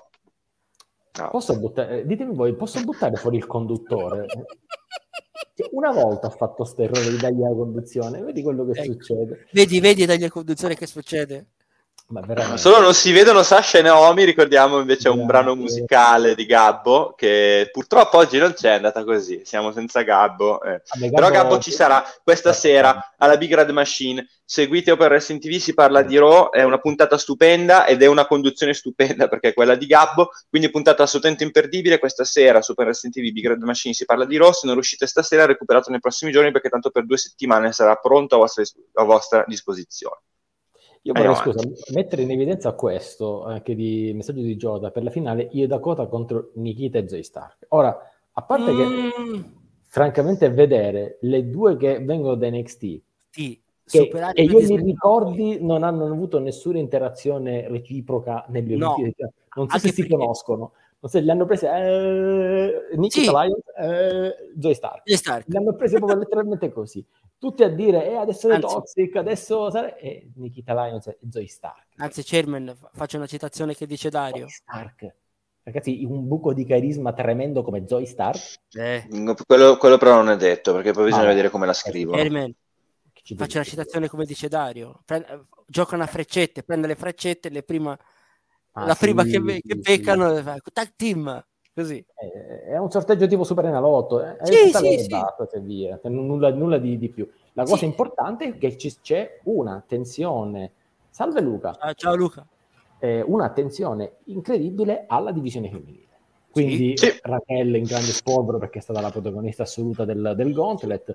no. Posso buttare, ditemi voi, posso buttare fuori il conduttore? Cioè, una volta ho fatto sto errore di dargli la conduzione, vedi quello che Ecco. succede. Vedi, vedi dagli conduzione che succede? Ma veramente. Solo non si vedono Sasha e Naomi, ricordiamo invece un Grazie. brano musicale di Gabbo che purtroppo oggi non c'è, è andata così, siamo senza Gabbo, eh. Vabbè, Però Gabbo ci sarà questa Gabbo- sera alla Big Red Machine, seguite Open Wrestling T V, si parla di Raw, è una puntata stupenda ed è una conduzione stupenda perché è quella di Gabbo, quindi puntata assolutamente imperdibile questa sera su Open Wrestling T V, Big Red Machine, si parla di Raw, se non riuscite stasera recuperato nei prossimi giorni perché tanto per due settimane sarà pronto a vostra, a vostra disposizione. Io vorrei, Andiamo scusa, mettere in evidenza questo, anche di messaggio di Joda, per la finale Io Dakota contro Nikita e Zoe Stark. Ora, a parte che, Mm, francamente, vedere le due che vengono da N X T, sì, che, superare che io quelli mi sm- ricordi non hanno avuto nessuna interazione reciproca negli No, Olimpiadi. Non so anche se si perché- conoscono, non so se li hanno prese eh, Nikita Sì. Lyons, eh, Zoe Stark. Zoe Stark. Li hanno prese proprio letteralmente così. Tutti a dire, eh, adesso è Anzi. toxic, adesso sarà... E Nikita Lyons e Zoe Stark. Anzi, Chairman, fa- faccio una citazione che dice Dario. Zoe Stark. Ragazzi, un buco di carisma tremendo come Zoe Stark. Eh, Quello, quello però non è detto perché poi bisogna Ah, vedere come la scrivono. Chairman, Che ci faccio una vedi? citazione come dice Dario. Pre- eh, giocano a freccette, prende le freccette, le prima, Ah, la prima sì, che, be- che sì, beccano, fa, tag team, così. Eh, È un sorteggio tipo Super Enalotto, eh? Sì, È tutta sì, lei e sì. basta, e via. Nulla, nulla di, di più. La cosa Sì. importante è che ci, c'è una tensione. Salve Luca. Ciao, ciao Luca. Eh, una tensione incredibile alla divisione femminile. Quindi Sì. Sì. Raquel in grande spolvero perché è stata la protagonista assoluta del, del Gauntlet,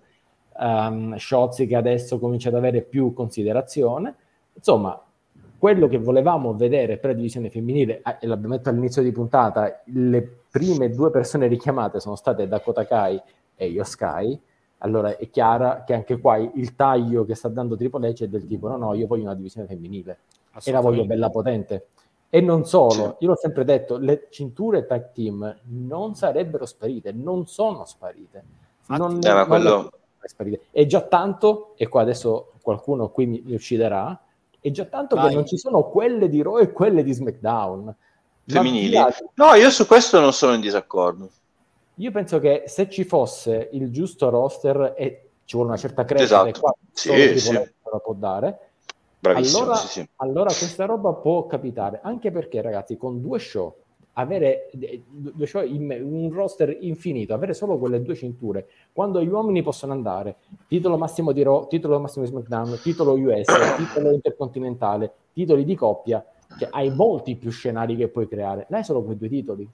um, Shotzi che adesso comincia ad avere più considerazione. Insomma, quello che volevamo vedere per la divisione femminile, eh, e l'abbiamo detto all'inizio di puntata, le prime due persone richiamate sono state Dakota Kai e Io Sky. Allora è chiara che anche qua il taglio che sta dando Triple H è del tipo no no, io voglio una divisione femminile e la voglio bella potente. E non solo, Sì. io l'ho sempre detto, le cinture tag team non sarebbero sparite, non sono sparite. Non, Eh, ma non quello- sono sparite. È già tanto, e qua adesso qualcuno qui mi, mi ucciderà, è già tanto Vai. che non ci sono quelle di Raw e quelle di SmackDown. Ma Femminili? via- No, io su questo non sono in disaccordo. io penso che se ci fosse il giusto roster e ci vuole una certa crescita, Esatto. e qua Sì, solo Triple sì. H ce la può dare, Bravissimo, allora, sì, sì. allora questa roba può capitare, anche perché ragazzi con due show avere eh, due show in- un roster infinito, avere solo quelle due cinture quando gli uomini possono andare titolo massimo di Raw, titolo massimo di SmackDown, titolo U S, titolo intercontinentale, titoli di coppia, cioè hai molti più scenari che puoi creare, là hai solo quei due titoli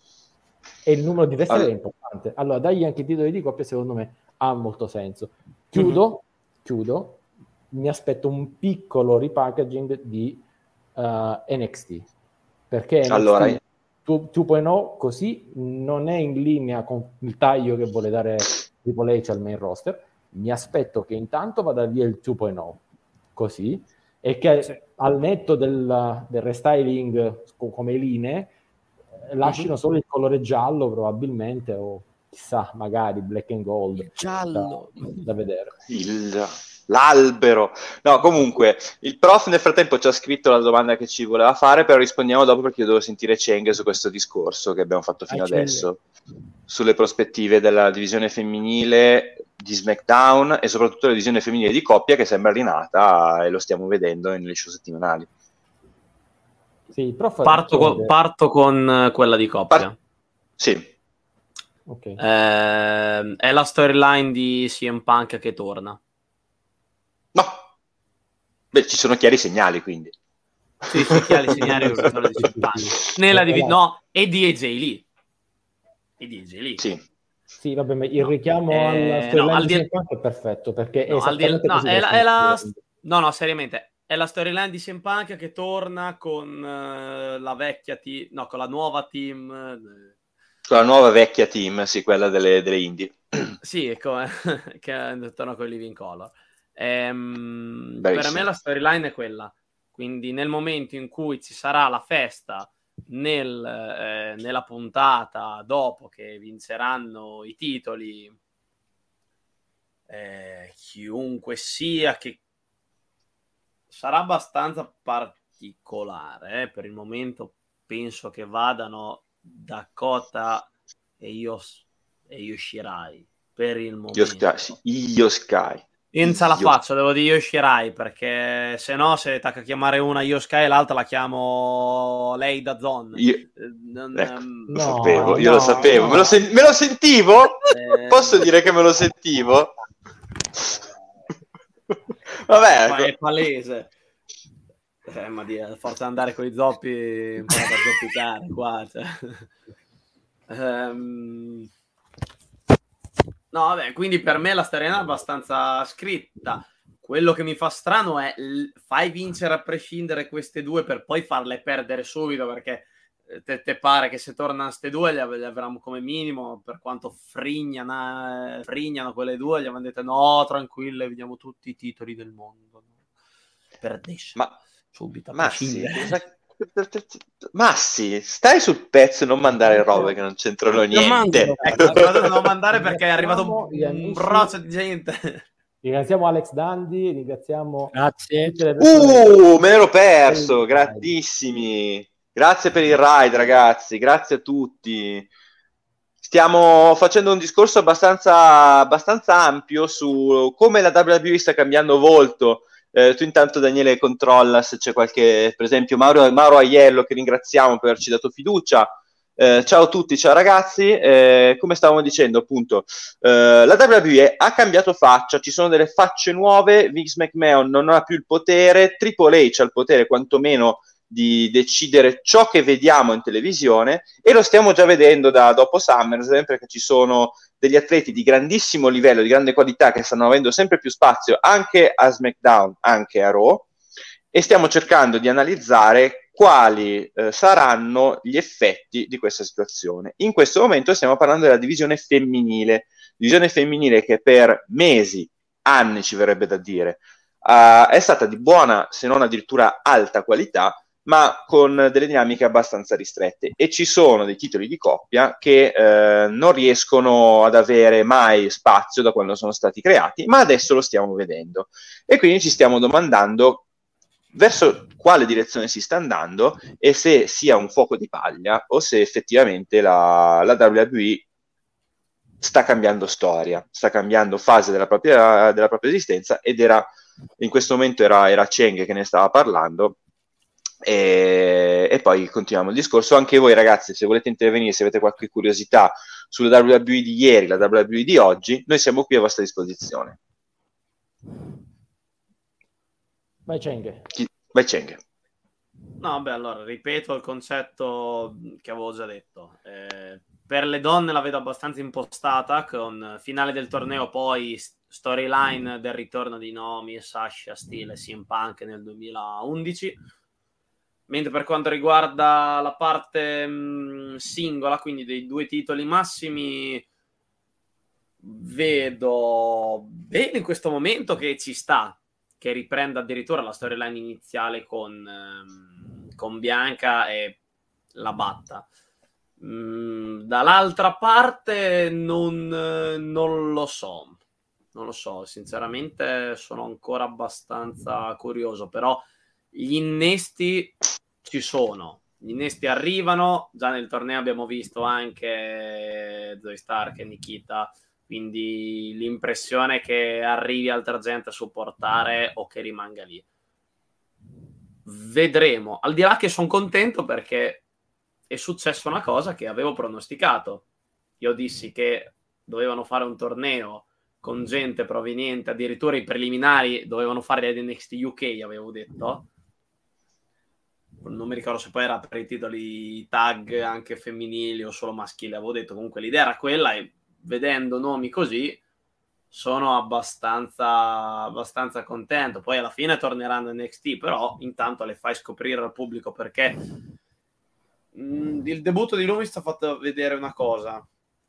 e il numero di teste All- è importante, allora dagli anche i titoli di coppia, secondo me ha molto senso. Chiudo, chiudo mi aspetto un piccolo repackaging di uh, N X T, perché N X T Allora, due punto zero così non è in linea con il taglio che vuole dare Triple H al main roster. Mi aspetto che intanto vada via il due punto zero così, e che Sì. al netto del, del restyling co- come linee eh, lasciano Mhm. solo il colore giallo probabilmente, o chissà, magari Black and Gold, giallo da, da vedere. Il... L'albero. No, comunque, il prof nel frattempo ci ha scritto la domanda che ci voleva fare, però rispondiamo dopo perché io devo sentire Cheng su questo discorso che abbiamo fatto fino Ah, adesso, sulle prospettive della divisione femminile di SmackDown e soprattutto la divisione femminile di coppia che sembra rinata e lo stiamo vedendo nelle show settimanali. Sì, il prof Parto con, parto con quella di coppia. Par- sì. Okay. Eh, è la storyline di C M Punk che torna. No. Beh, ci sono chiari segnali, quindi. Sì, sì, chiari segnali di C M Punk. Nella div- no, e di A J Lee. E di A J Lee. Sì. Sì, vabbè, ma il No. richiamo Eh, alla storyline no, al di di- C M Punk è perfetto, perché No, è al di- esattamente no, così è che la, sta è la- succedendo. no, no, seriamente. È la storyline di C M Punk che torna con eh, la vecchia team, no, con la nuova team. eh, Con la nuova vecchia team, sì, quella delle, delle indie. Sì, ecco, che torna con i Living Color. Ehm, per Bravissimo. me la storyline è quella. Quindi nel momento in cui ci sarà la festa nel, eh, nella puntata dopo che vinceranno i titoli, eh, chiunque sia, che sarà abbastanza particolare, eh, per il momento penso che vadano Dakota e io e Io Shirai per il momento. Io Sky, sì, Io Sky. Senza la Io- faccia, devo dire Io Shirai, perché se no se tacca a chiamare una Io Sky e l'altra la chiamo lei da Zon. Io- Eh, non- Ecco, ehm, lo No, sapevo, io no, lo sapevo, no. Me, lo sen- me lo sentivo? eh, Posso dire che me lo sentivo? Vabbè, ma ecco. è palese. Eh, ma di a forza di andare con i zoppi imparate a zoppicare qua. Cioè. Ehm, No, vabbè, quindi per me la storia è abbastanza scritta. Quello che mi fa strano è l- fai vincere a prescindere queste due per poi farle perdere subito, perché eh, te, te pare che se tornano queste due le, av- le avremo come minimo, per quanto frignano, eh, frignano quelle due, gli avevano detto no, tranquille, vediamo tutti i titoli del mondo. Perdesce Ma, subito a Massi, prescindere. cosa- Massi, stai sul pezzo e non mandare robe che non c'entrano Lo niente. mando. Ecco, però devo mandare perché è arrivato Ringraziamo gli un, amici. un braccio di gente. Ringraziamo Alex Dandi, ringraziamo Grazie. tutte le persone. Uh, me l'ero perso, gratissimi. Grazie per il ride, ragazzi, grazie a tutti. Stiamo facendo un discorso abbastanza, abbastanza ampio su come la W W E sta cambiando volto. Eh, tu intanto, Daniele, controlla se c'è qualche, per esempio Mauro, Mauro Aiello, che ringraziamo per averci dato fiducia. Eh, ciao a tutti, ciao ragazzi. Eh, come stavamo dicendo, appunto, eh, la W W E ha cambiato faccia, ci sono delle facce nuove. Vince McMahon non ha più il potere, Triple H ha il potere quantomeno di decidere ciò che vediamo in televisione, e lo stiamo già vedendo da dopo SummerSlam, perché ci sono degli atleti di grandissimo livello, di grande qualità, che stanno avendo sempre più spazio anche a SmackDown, anche a Raw, e stiamo cercando di analizzare quali eh, saranno gli effetti di questa situazione. In questo momento stiamo parlando della divisione femminile, divisione femminile che per mesi, anni ci verrebbe da dire, uh, è stata di buona, se non addirittura alta qualità, ma con delle dinamiche abbastanza ristrette, e ci sono dei titoli di coppia che eh, non riescono ad avere mai spazio da quando sono stati creati, ma adesso lo stiamo vedendo, e quindi ci stiamo domandando verso quale direzione si sta andando e se sia un fuoco di paglia o se effettivamente la, la W W E sta cambiando storia, sta cambiando fase della propria, della propria esistenza, ed era in questo momento era, era Cheng che ne stava parlando. E, e poi continuiamo il discorso. Anche voi ragazzi, se volete intervenire, se avete qualche curiosità sulla W W E di ieri, la W W E di oggi, noi siamo qui a vostra disposizione. Vai Cheng. Chi... Vai Cheng. No, beh, allora ripeto il concetto che avevo già detto. Eh, per le donne la vedo abbastanza impostata, con finale del torneo, poi storyline del ritorno di Naomi e Sasha, stile C M Punk nel duemilaundici. Mentre per quanto riguarda la parte mh, singola, quindi dei due titoli massimi, vedo bene in questo momento che ci sta, che riprenda addirittura la storyline iniziale con, ehm, con Bianca e la batta. Mm, dall'altra parte non, non lo so, non lo so, sinceramente sono ancora abbastanza curioso, però gli innesti ci sono, gli innesti arrivano, già nel torneo abbiamo visto anche Zoe Stark e Nikita, quindi l'impressione che arrivi altra gente a supportare o che rimanga lì. Vedremo, al di là che sono contento perché è successa una cosa che avevo pronosticato. Io dissi che dovevano fare un torneo con gente proveniente, addirittura i preliminari dovevano fare ad N X T U K, avevo detto. Non mi ricordo se poi era per i titoli tag anche femminili o solo maschili, avevo detto comunque l'idea era quella e vedendo nomi così sono abbastanza, abbastanza contento. Poi alla fine torneranno N X T, però intanto le fai scoprire al pubblico perché mh, il debutto di Loomis ha fatto vedere una cosa,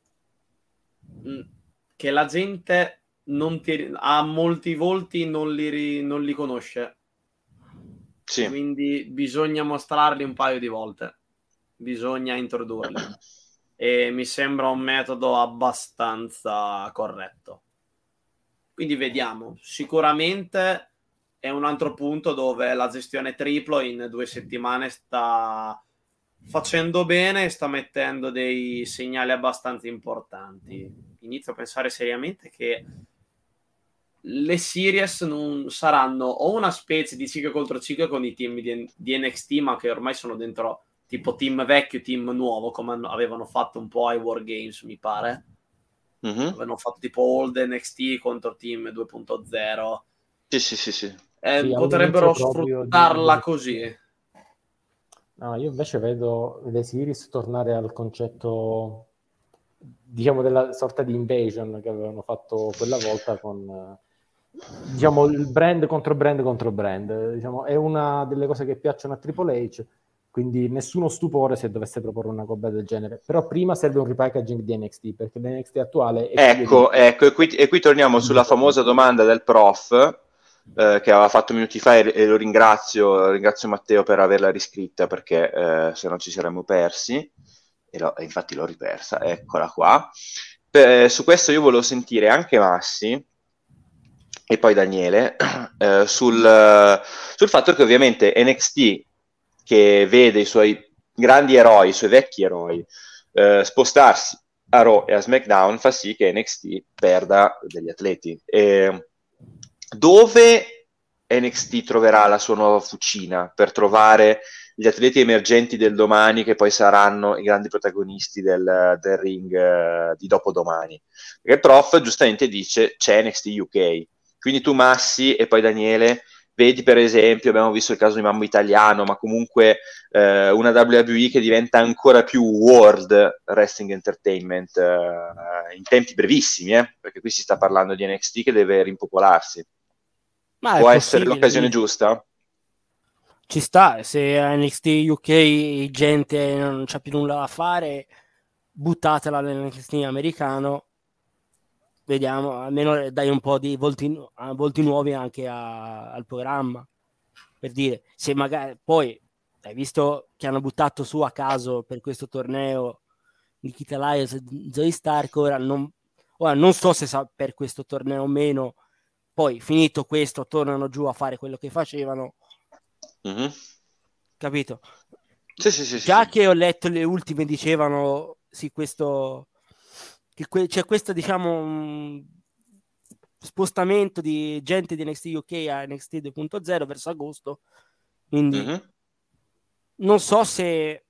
mh, che la gente non ti, ha molti volti non li, non li conosce. Sì. Quindi bisogna mostrarli un paio di volte, bisogna introdurli e mi sembra un metodo abbastanza corretto. Quindi vediamo, sicuramente è un altro punto dove la gestione triplo in due settimane sta facendo bene e sta mettendo dei segnali abbastanza importanti. Inizio a pensare seriamente che le series non saranno o una specie di ciclo contro ciclo con i team di, di N X T, ma che ormai sono dentro tipo team vecchio, team nuovo, come avevano fatto un po' ai War Games, mi pare. Mm-hmm. Avevano fatto tipo Old N X T contro team due punto zero. Sì, sì, sì, sì. Eh, sì potrebbero sfruttarla di... così. No, io invece vedo le series tornare al concetto, diciamo, della sorta di invasion che avevano fatto quella volta con, diciamo, il brand contro brand contro brand. Diciamo, è una delle cose che piacciono a Triple H, quindi nessuno stupore se dovesse proporre una cosa del genere. Però prima serve un repackaging di N X T, perché l'N X T attuale è ecco, di... ecco, e qui, e qui torniamo sulla famosa domanda del prof eh, che aveva fatto minuti fa, e, e lo ringrazio, ringrazio Matteo per averla riscritta, perché eh, se no ci saremmo persi. E, lo, e infatti l'ho ripersa, eccola qua. Per, su questo io volevo sentire anche Massi e poi Daniele eh, sul, sul fatto che ovviamente N X T, che vede i suoi grandi eroi, i suoi vecchi eroi eh, spostarsi a Raw e a SmackDown, fa sì che N X T perda degli atleti. E dove N X T troverà la sua nuova fucina per trovare gli atleti emergenti del domani, che poi saranno i grandi protagonisti del, del ring uh, di dopodomani? Perché il prof giustamente dice c'è N X T U K, quindi tu Massi e poi Daniele vedi, per esempio, abbiamo visto il caso di Mambo Italiano, ma comunque eh, una W W E che diventa ancora più World Wrestling Entertainment eh, in tempi brevissimi, eh? Perché qui si sta parlando di N X T che deve rimpopolarsi. Ma può essere l'occasione giusta? Ci sta, se a N X T U K gente non c'ha più nulla da fare, buttatela nell'N X T americano, vediamo, almeno dai un po' di volti, volti nuovi anche a, al programma, per dire, se magari poi hai visto che hanno buttato su a caso per questo torneo Nikita Lyons e Zoe Stark, ora non, ora non so se sa per questo torneo o meno, poi finito questo tornano giù a fare quello che facevano. Mm-hmm. Capito? Sì, sì, sì, già sì. Che ho letto le ultime dicevano sì, questo che que- c'è questo, diciamo, um, spostamento di gente di N X T U K a N X T due punto zero verso agosto, quindi mm-hmm. non so se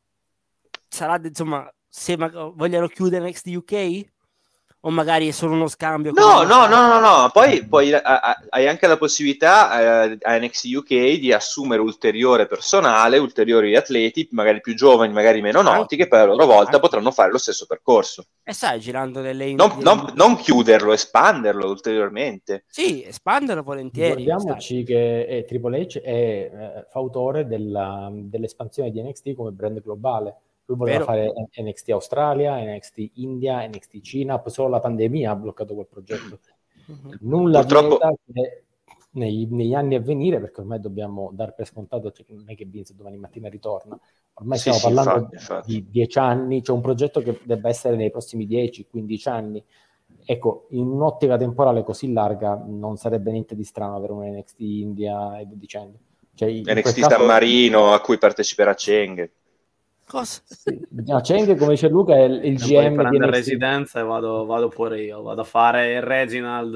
sarà, insomma, se mag- vogliono chiudere N X T U K o magari è solo uno scambio. No, no, no, no, no, poi, poi a, a, hai anche la possibilità eh, a N X T U K di assumere ulteriore personale, ulteriori atleti, magari più giovani, magari meno noti, anche, che poi a loro volta anche. potranno fare lo stesso percorso. E sai, girando delle... Non, delle... non, non chiuderlo, espanderlo ulteriormente. Sì, espanderlo volentieri. Ricordiamoci che eh, Triple H è eh, fautore della, dell'espansione di N X T come brand globale. Lui voleva Vero. fare N X T Australia, N X T India, N X T Cina, poi solo la pandemia ha bloccato quel progetto. Mm-hmm. Nulla Purtroppo... vieta che nei, negli anni a venire, perché ormai dobbiamo dar per scontato, cioè, non è che Vince domani mattina ritorna, Ormai Sì, stiamo sì, parlando infatti, infatti. di dieci anni, c'è un progetto che debba essere nei prossimi dieci quindici anni. Ecco, in un'ottica temporale così larga non sarebbe niente di strano avere un N X T India e via dicendo. Cioè, in N X quel T caso, San Marino a cui parteciperà Cheng. Cosa? sì. No, Cheng, come dice Luca, è il, il Se G vuoi M di prendere N X T. residenza e vado, vado pure io, vado a fare il Reginald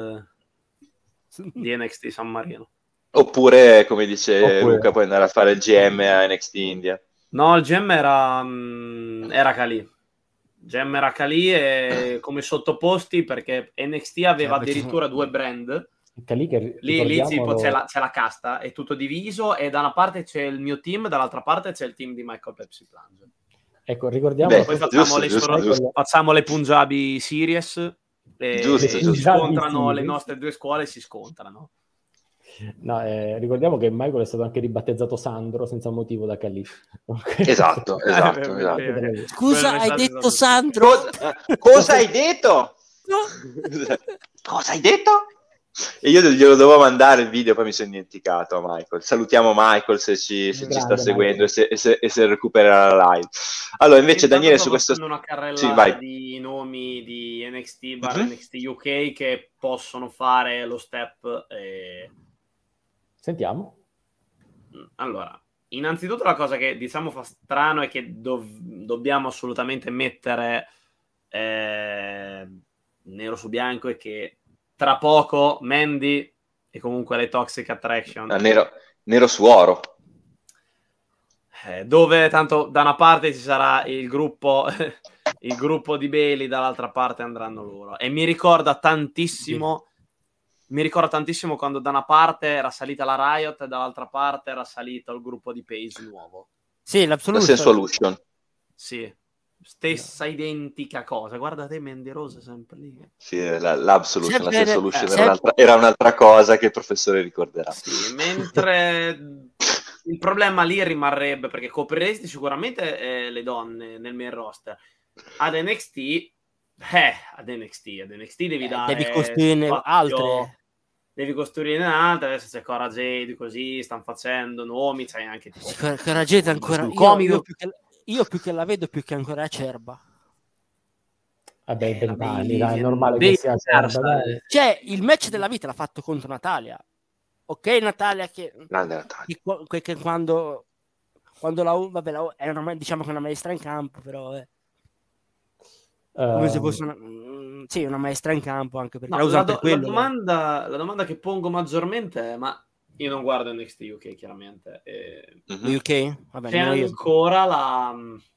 eh, di N X T San Marino. Oppure, come dice Oppure- Luca, puoi andare a fare il G M a N X T India. No, il G M era, mm, era Kali. G M era Kali e come sottoposti, perché N X T aveva Cioè, perché addirittura sono- due brand. Lì, che, Lì, lì tipo, ricordiamolo- c'è, la, c'è la casta, è tutto diviso e da una parte c'è il mio team, dall'altra parte c'è il team di Michael Pepsi Plunger. Ecco, ricordiamo Beh, Poi facciamo, giusto, le, giusto, soro- giusto. facciamo le Punjabi Series e Giusto, si giusto. scontrano, le Series. nostre due scuole si scontrano. No, eh, ricordiamo che Michael è stato anche ribattezzato Sandro senza motivo da Kali. Esatto, esatto, Eh, esatto. eh, eh. Scusa, Quello hai è detto stato- Sandro? Cosa, cosa hai detto? No. Cosa hai detto? E io glielo dovevo mandare il video, poi mi sono dimenticato a Michael. Salutiamo Michael se ci, se ci Grande, sta seguendo e Michael. se, e, se, e se recupera la live. Allora, invece Intanto Daniele su stavo questo... facendo una carrellata Sì, vai. di nomi di N X T bar Mhm. N X T U K che possono fare lo step. E... Sentiamo. Allora, innanzitutto la cosa che diciamo fa strano è che dov- dobbiamo assolutamente mettere eh, nero su bianco è che tra poco Mandy e comunque le Toxic Attraction Ah, nero, nero su oro. eh, dove tanto da una parte ci sarà il gruppo il gruppo di Bailey, dall'altra parte andranno loro e mi ricorda tantissimo mi ricorda tantissimo quando da una parte era salita la Riot e dall'altra parte era salito il gruppo di Pace nuovo. Sì, La l'Absolution. Sensualution. Sì, stessa identica cosa. Guardate Mandy Rose sempre lì. Sì, la, l'Absolution, la Sempre- Sensualution eh, era, sempre- un'altra, era un'altra cosa che il professore ricorderà. Sì, mentre il problema lì rimarrebbe perché copriresti sicuramente eh, le donne nel main roster. Ad N X T, eh, ad N X T, ad N X T devi Eh, dare devi costruirne spazio- altre. Devi costruire altre. Adesso c'è Cora Jade, così stanno facendo nomi. C'hai anche tipo Coragete ancora. sul Io, comico. io, più che, io più che la vedo, più che ancora Acerba. Vabbè, Eh, la vent'anni, Bailey dai, è viene- normale Bailey che sia persa, Acerba, dai. eh. Cioè, il match della vita l'ha fatto contro Natalia. Ok, Natalia che, Grande Natalia. che, qua- che- che quando quando la vabbè, la, è una, diciamo che è una maestra in campo, però è come se Ehm, fosse una, mm, sì, una maestra in campo, anche perché No, la la, usa do- per quello. la domanda, la domanda che pongo maggiormente è: ma io non guardo N X T U K chiaramente. E Mhm. U K? Vabbè, c'è nemmeno io. ancora la,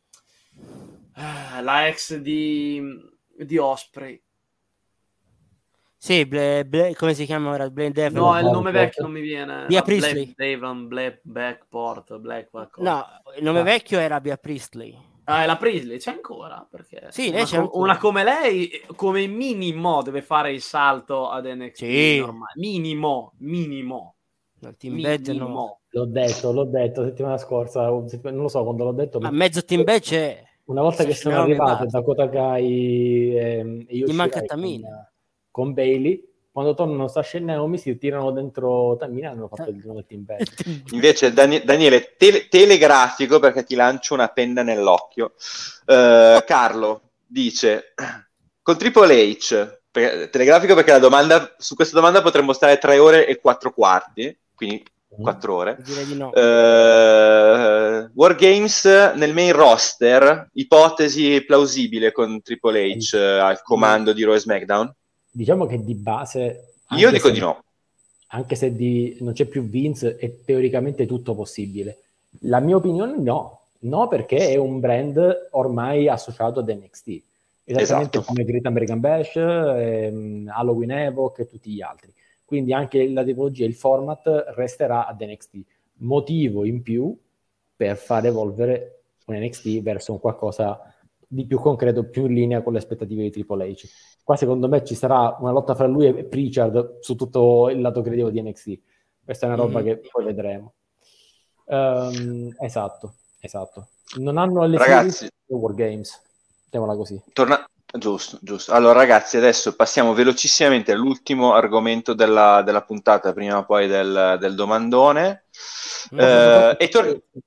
eh, la ex di, di Osprey. Sì, Bla- Bla- come si chiama ora? Blaine Devon? No, il Black- nome vecchio non mi viene. Bia Ah, Priestley. Black Devon, Black, Backport, Black qualcosa. No, il nome Ah. vecchio era Bia Priestley. Ah, è la Priestley, c'è ancora? Perché Sì, lei una, c'è co- ancora. una come lei, come minimo, deve fare il salto ad N X T Sì. normale. Minimo, minimo, No, il team badge no. minimo. L'ho detto, l'ho detto settimana scorsa, o settim- non lo so quando l'ho detto, Ma ma mezzo team badge è una volta che sono Sasha Naomi arrivate basta. Dakota Kai e, e Yoshi manca Rai Tamina. con, con Bailey, quando tornano Sasha e Naomi si tirano dentro Tamina e hanno fatto il giro del team badge. Invece Dani- Daniele, tele- telegrafico perché ti lancio una penna nell'occhio. Eh, Carlo dice con Triple H, perché- telegrafico perché la domanda, su questa domanda potremmo stare tre ore e quattro quarti, quindi quattro ore. Direi di no. Eh, War Games nel main roster, ipotesi plausibile con Triple H eh, al comando di Raw e SmackDown? Diciamo che di base... Io anche dico se- di no. Anche se di- non c'è più Vince, è teoricamente tutto possibile. La mia opinione no. No, perché è un brand ormai associato ad N X T. Esattamente Esatto. come Great American Bash, ehm, Halloween Evoc e tutti gli altri. Quindi anche la tipologia, il format resterà ad N X T. Motivo in più per far evolvere un N X T verso un qualcosa di più concreto, più in linea con le aspettative di Triple H. Qua secondo me ci sarà una lotta fra lui e Pritchard su tutto il lato creativo di N X T. Questa è una roba Mhm. che poi vedremo. Ehm, esatto, esatto. Non hanno le Ragazzi. series e War Games. Mettiamola così. Torna... Giusto, giusto. Allora ragazzi, adesso passiamo velocissimamente all'ultimo argomento della, della puntata, prima poi del, del domandone. Mm. Eh, e tor-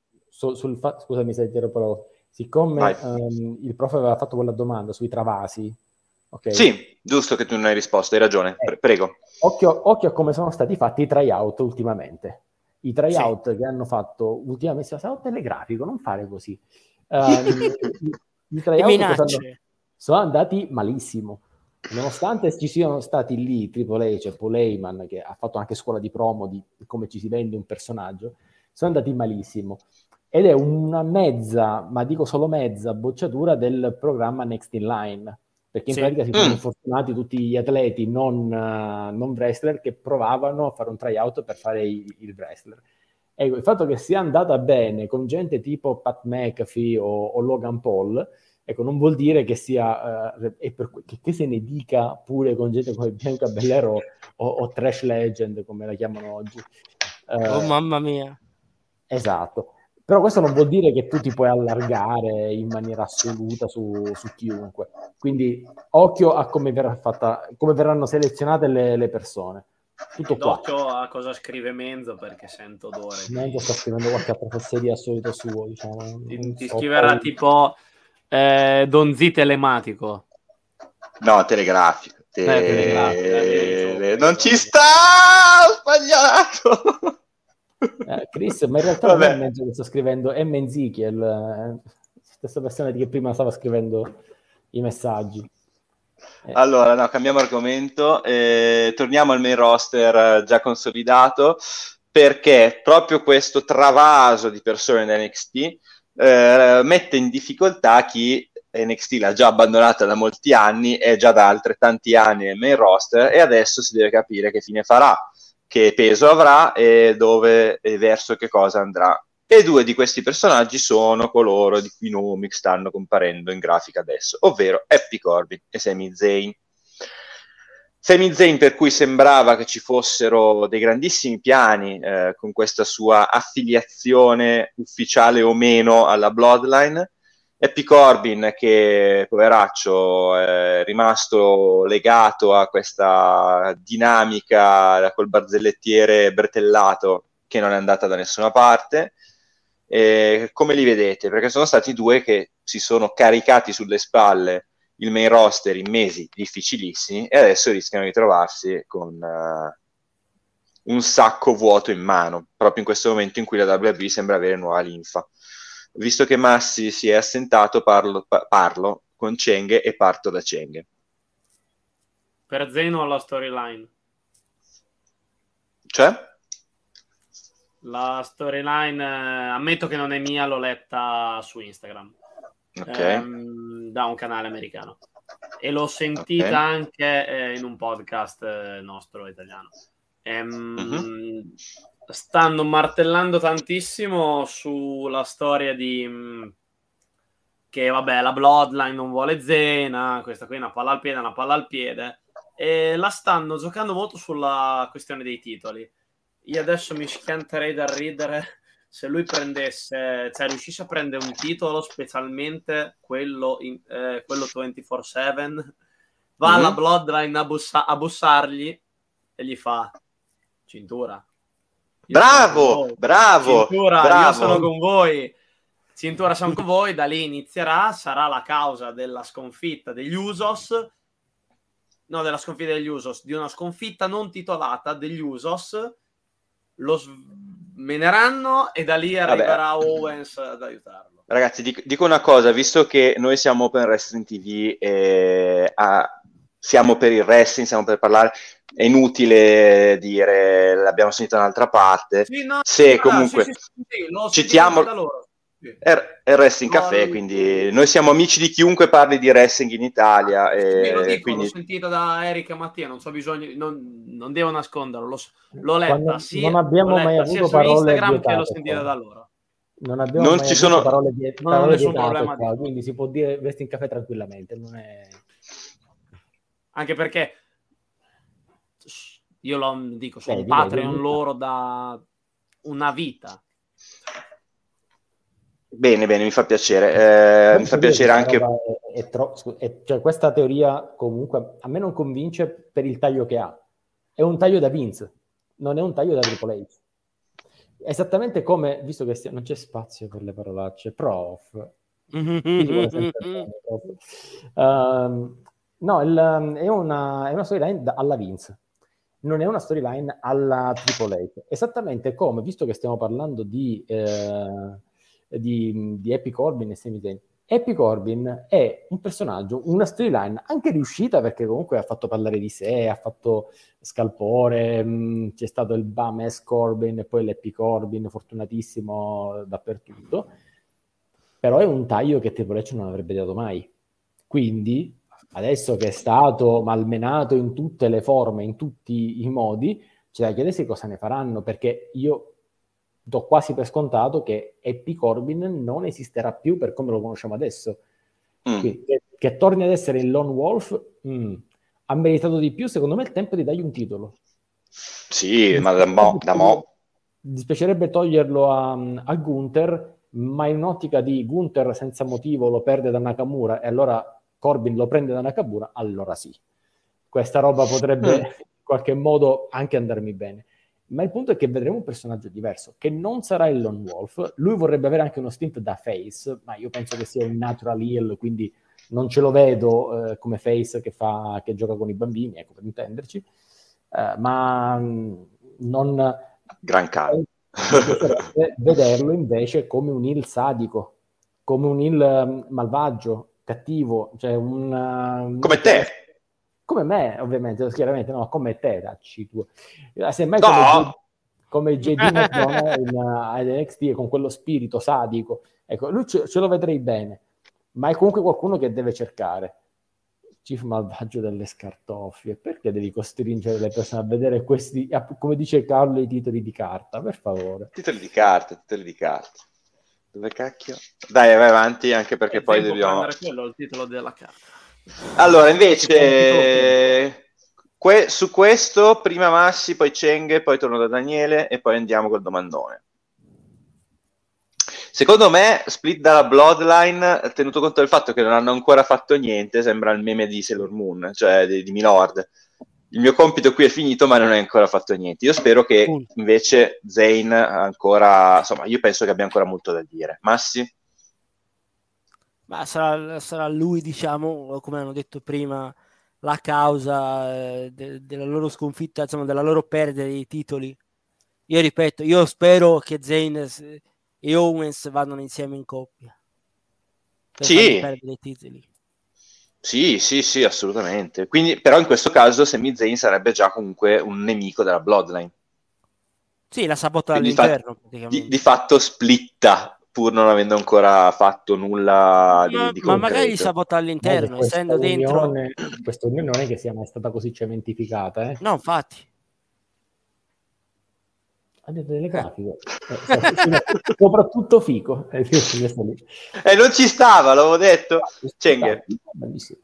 su, sul fa- scusami se ti però siccome um, il prof aveva fatto quella domanda sui travasi, okay? Sì, giusto che tu non hai risposto, hai ragione, Pre- prego. Occhio, occhio a come sono stati fatti i tryout ultimamente. I tryout Sì. che hanno fatto ultimamente, sarò telegrafico, non fare così. Um, i, i tryout sono, sono andati malissimo. Nonostante ci siano stati lì Triple H e Paul Heyman, che ha fatto anche scuola di promo di come ci si vende un personaggio, sono andati malissimo. Ed è una mezza, ma dico solo mezza, bocciatura del programma Next in Line, perché in sì. pratica si sono mm. infortunati tutti gli atleti non, uh, non wrestler che provavano a fare un tryout per fare il, il wrestler. Ecco, il fatto che sia andata bene con gente tipo Pat McAfee o, o Logan Paul, ecco, non vuol dire che sia, uh, e per, che, che se ne dica pure con gente come Bianca Belair o, o, o Trash Legend, come la chiamano oggi. Uh, oh mamma mia. Esatto. Però questo non vuol dire che tu ti puoi allargare in maniera assoluta su, su chiunque. Quindi occhio a come verrà fatta, come verranno selezionate le, le persone. Tutto qua. Occhio a cosa scrive Menzo, perché sento odore. Menzo sta scrivendo qualche professeria al solito suo, diciamo. Ti, ti so scriverà poi... tipo eh, Donzi telematico. No, telegrafico. Te... Eh, telegrafico. Eh, non ci sta! Ho sbagliato! Eh, Chris, ma in realtà Vabbè. non è Menzo che sta scrivendo, è Menzichi, la stessa persona che prima stava scrivendo i messaggi. Eh. Allora, no, cambiamo argomento, eh, torniamo al main roster già consolidato, perché proprio questo travaso di persone da N X T eh, mette in difficoltà chi N X T l'ha già abbandonata da molti anni, è già da altrettanti anni nel main roster, e adesso si deve capire che fine farà, che peso avrà e dove e verso che cosa andrà. E due di questi personaggi sono coloro di cui nomi stanno comparendo in grafica adesso, ovvero Happy Corbin e Sami Zayn. Sami Zayn, per cui sembrava che ci fossero dei grandissimi piani eh, con questa sua affiliazione ufficiale o meno alla Bloodline. Happy Corbin, che poveraccio è rimasto legato a questa dinamica col barzellettiere bretellato che non è andata da nessuna parte. Eh, come li vedete? Perché sono stati due che si sono caricati sulle spalle il main roster in mesi difficilissimi e adesso rischiano di trovarsi con uh, un sacco vuoto in mano, proprio in questo momento in cui la W W E sembra avere nuova linfa. Visto che Massi si è assentato, parlo, pa- parlo con Cenghe e parto da Cenghe. Per Zeno la storyline? Cioè? La storyline, eh, ammetto che non è mia, l'ho letta su Instagram, okay. ehm, da un canale americano, e l'ho sentita okay. anche eh, in un podcast eh, nostro italiano. Ehm, uh-huh. Stanno martellando tantissimo sulla storia di mh, che vabbè, la Bloodline non vuole Zena, questa qui è una palla al piede, una palla al piede, e la stanno giocando molto sulla questione dei titoli. Io adesso mi schianterei dal ridere se lui prendesse, cioè riuscisse a prendere un titolo, specialmente quello, in, eh, quello ventiquattro sette, va mm-hmm. alla Bloodline a, bussa- a bussargli e gli fa cintura. Io bravo, bravo, cintura, bravo. Io sono con voi. Cintura, siamo con voi. Da lì inizierà, sarà la causa della sconfitta degli Usos. No, della sconfitta degli Usos, di una sconfitta non titolata degli Usos. Lo smeneranno e da lì arriverà Vabbè. Owens ad aiutarlo. Ragazzi, dico, dico una cosa, visto che noi siamo Open Wrestling T V e ah, siamo per il wrestling, siamo per parlare, è inutile dire l'abbiamo sentito da un'altra parte. Sì, no, se ah, comunque sì, sì, sì, sì, lo citiamo da loro. Sì. È, è Wrestling Café, quindi noi siamo amici di chiunque parli di wrestling in Italia. E sì, lo dico, quindi... l'ho sentito da Erika Mattia, non so bisogno, non, non devo nasconderlo, l'ho, l'ho letta Quando sia, non abbiamo l'ho mai letta avuto sia parole su Instagram vietate, che l'ho sentita qua. da loro. Non abbiamo non mai ci avuto sono parole, die- non parole nessun vietate problema qua, di... quindi si può dire Wrestling Café tranquillamente, non è... Anche perché io lo dico, sono Beh, Patreon direi, loro da una vita. Bene, bene, mi fa piacere. Eh, mi fa piacere anche... È, è tro... è, cioè, questa teoria comunque a me non convince per il taglio che ha. È un taglio da Vince, non è un taglio da Triple H. Esattamente come, visto che stia, non c'è spazio per le parolacce, prof. uh, no, il, è una, è una storyline da, alla Vince, non è una storyline alla Triple H. Esattamente come, visto che stiamo parlando di, eh, di, di Happy Corbin e Sami Zayn, Happy Corbin è un personaggio, una storyline anche riuscita, perché comunque ha fatto parlare di sé, ha fatto scalpore, mh, c'è stato il Bam S. Corbin e poi l'Happy Corbin, fortunatissimo dappertutto, però è un taglio che Triple H non avrebbe dato mai. Quindi, adesso che è stato malmenato in tutte le forme, in tutti i modi, c'è da chiedersi cosa ne faranno, perché io do quasi per scontato che Happy Corbin non esisterà più per come lo conosciamo adesso. Mm. Quindi, che, che torni ad essere il Lone Wolf mm, ha meritato di più, secondo me, il tempo di dargli un titolo. Sì, ma da mo, da mo. Dispiacerebbe toglierlo a, a Gunther, ma in un'ottica di Gunther senza motivo lo perde da Nakamura e allora Corbin lo prende da Nakamura, allora sì. Questa roba potrebbe mm. in qualche modo anche andarmi bene. Ma il punto è che vedremo un personaggio diverso, che non sarà il Lone Wolf. Lui vorrebbe avere anche uno stint da face, ma io penso che sia un natural heel, quindi non ce lo vedo eh, come face che, fa, che gioca con i bambini, ecco, per intenderci. Uh, ma mh, non... Gran calma. Vederlo invece come un heel sadico, come un heel um, malvagio, cattivo, cioè un... Uh, come te! Come me, ovviamente, chiaramente, no, come te, dacci tu. Semmai no! come J D McDonough in uh, N X T, con quello spirito sadico. Ecco, lui ce, ce lo vedrei bene, ma è comunque qualcuno che deve cercare. Chief malvagio delle scartoffie, perché devi costringere le persone a vedere questi, come dice Carlo, i titoli di carta, per favore. Titoli di carta, titoli di carta. Dove cacchio? Dai, vai avanti, anche perché è poi dobbiamo... quello, il titolo della carta. Allora, invece, que- su questo, prima Massi, poi Cenghe, poi torno da Daniele e poi andiamo col domandone. Secondo me, split dalla Bloodline, tenuto conto del fatto che non hanno ancora fatto niente, sembra il meme di Sailor Moon, cioè di, di Milord. Il mio compito qui è finito, ma non hai ancora fatto niente. Io spero che invece Zayn ancora, insomma, io penso che abbia ancora molto da dire. Massi? Ma sarà, sarà lui, diciamo, come hanno detto prima, la causa eh, de- della loro sconfitta, insomma, della loro perdita dei titoli. Io ripeto, io spero che Zayn e Owens vadano insieme in coppia per sì. perdere i titoli. Sì, sì, sì, assolutamente. Quindi, però in questo caso Sami Zayn sarebbe già comunque un nemico della Bloodline. Sì, la sabota Quindi dall'interno, di, fa- di, di fatto splitta, pur non avendo ancora fatto nulla di, ma, di ma magari li sabota all'interno, essendo dentro. Questa unione non è che sia mai stata così cementificata, eh? No, infatti. Ha detto delle grafiche, eh, soprattutto Fico. E eh, non ci stava, l'avevo detto. Cenghe. Uh,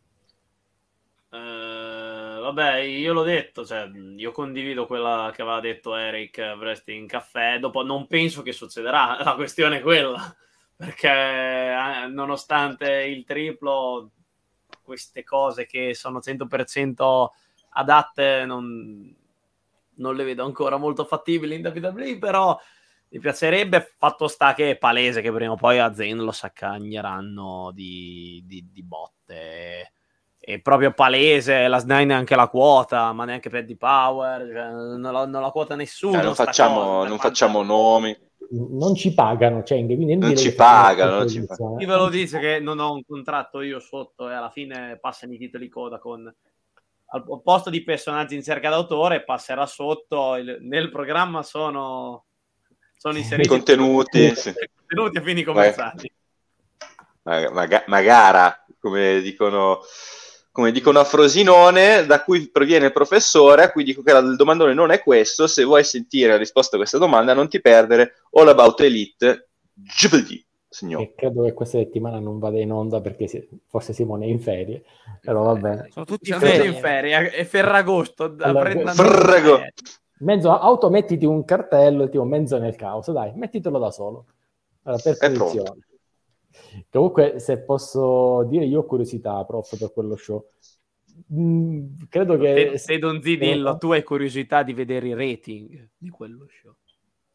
vabbè, io l'ho detto, cioè, io condivido quella che aveva detto Eric Wrestling Caffè. Dopo non penso che succederà, la questione è quella, perché eh, nonostante il triplo, queste cose che sono cento per cento adatte non... non le vedo ancora molto fattibili in W W E, però mi piacerebbe. Fatto sta che è palese che prima o poi a Zayn lo saccagneranno di, di, di botte. È proprio palese, la S N Y neanche la quota, ma neanche Paddy Power, cioè, non, la, non la quota nessuno. Eh, non facciamo, cosa, non quanta... facciamo nomi. Non ci pagano, cioè, quindi non ci pagano. Non ci pagano. Chi ve lo dice che non ho un contratto io sotto e alla fine passano i titoli coda con... al posto di personaggi in cerca d'autore passerà sotto il, nel programma sono sono inseriti contenuti, sì. contenuti a fini commerciali. Mag- magara, come dicono come dicono a Frosinone, da cui proviene il professore, a cui dico che il domandone non è questo. Se vuoi sentire la risposta a questa domanda, non ti perdere All About Elite giovedì. Signor. E credo che questa settimana non vada in onda perché si, forse Simone è in ferie, però va bene. Sono tutti in ferie, in ferie. È Ferragosto. Allora, Ferragosto. Mezzo auto, mettiti un cartello, tipo mezzo nel caos, dai, mettitelo da solo. Allora, per posizione. Comunque, se posso dire, io ho curiosità, prof, per quello show. Mm, credo che... Se, se Don Zidillo, tu hai curiosità di vedere i rating di quello show.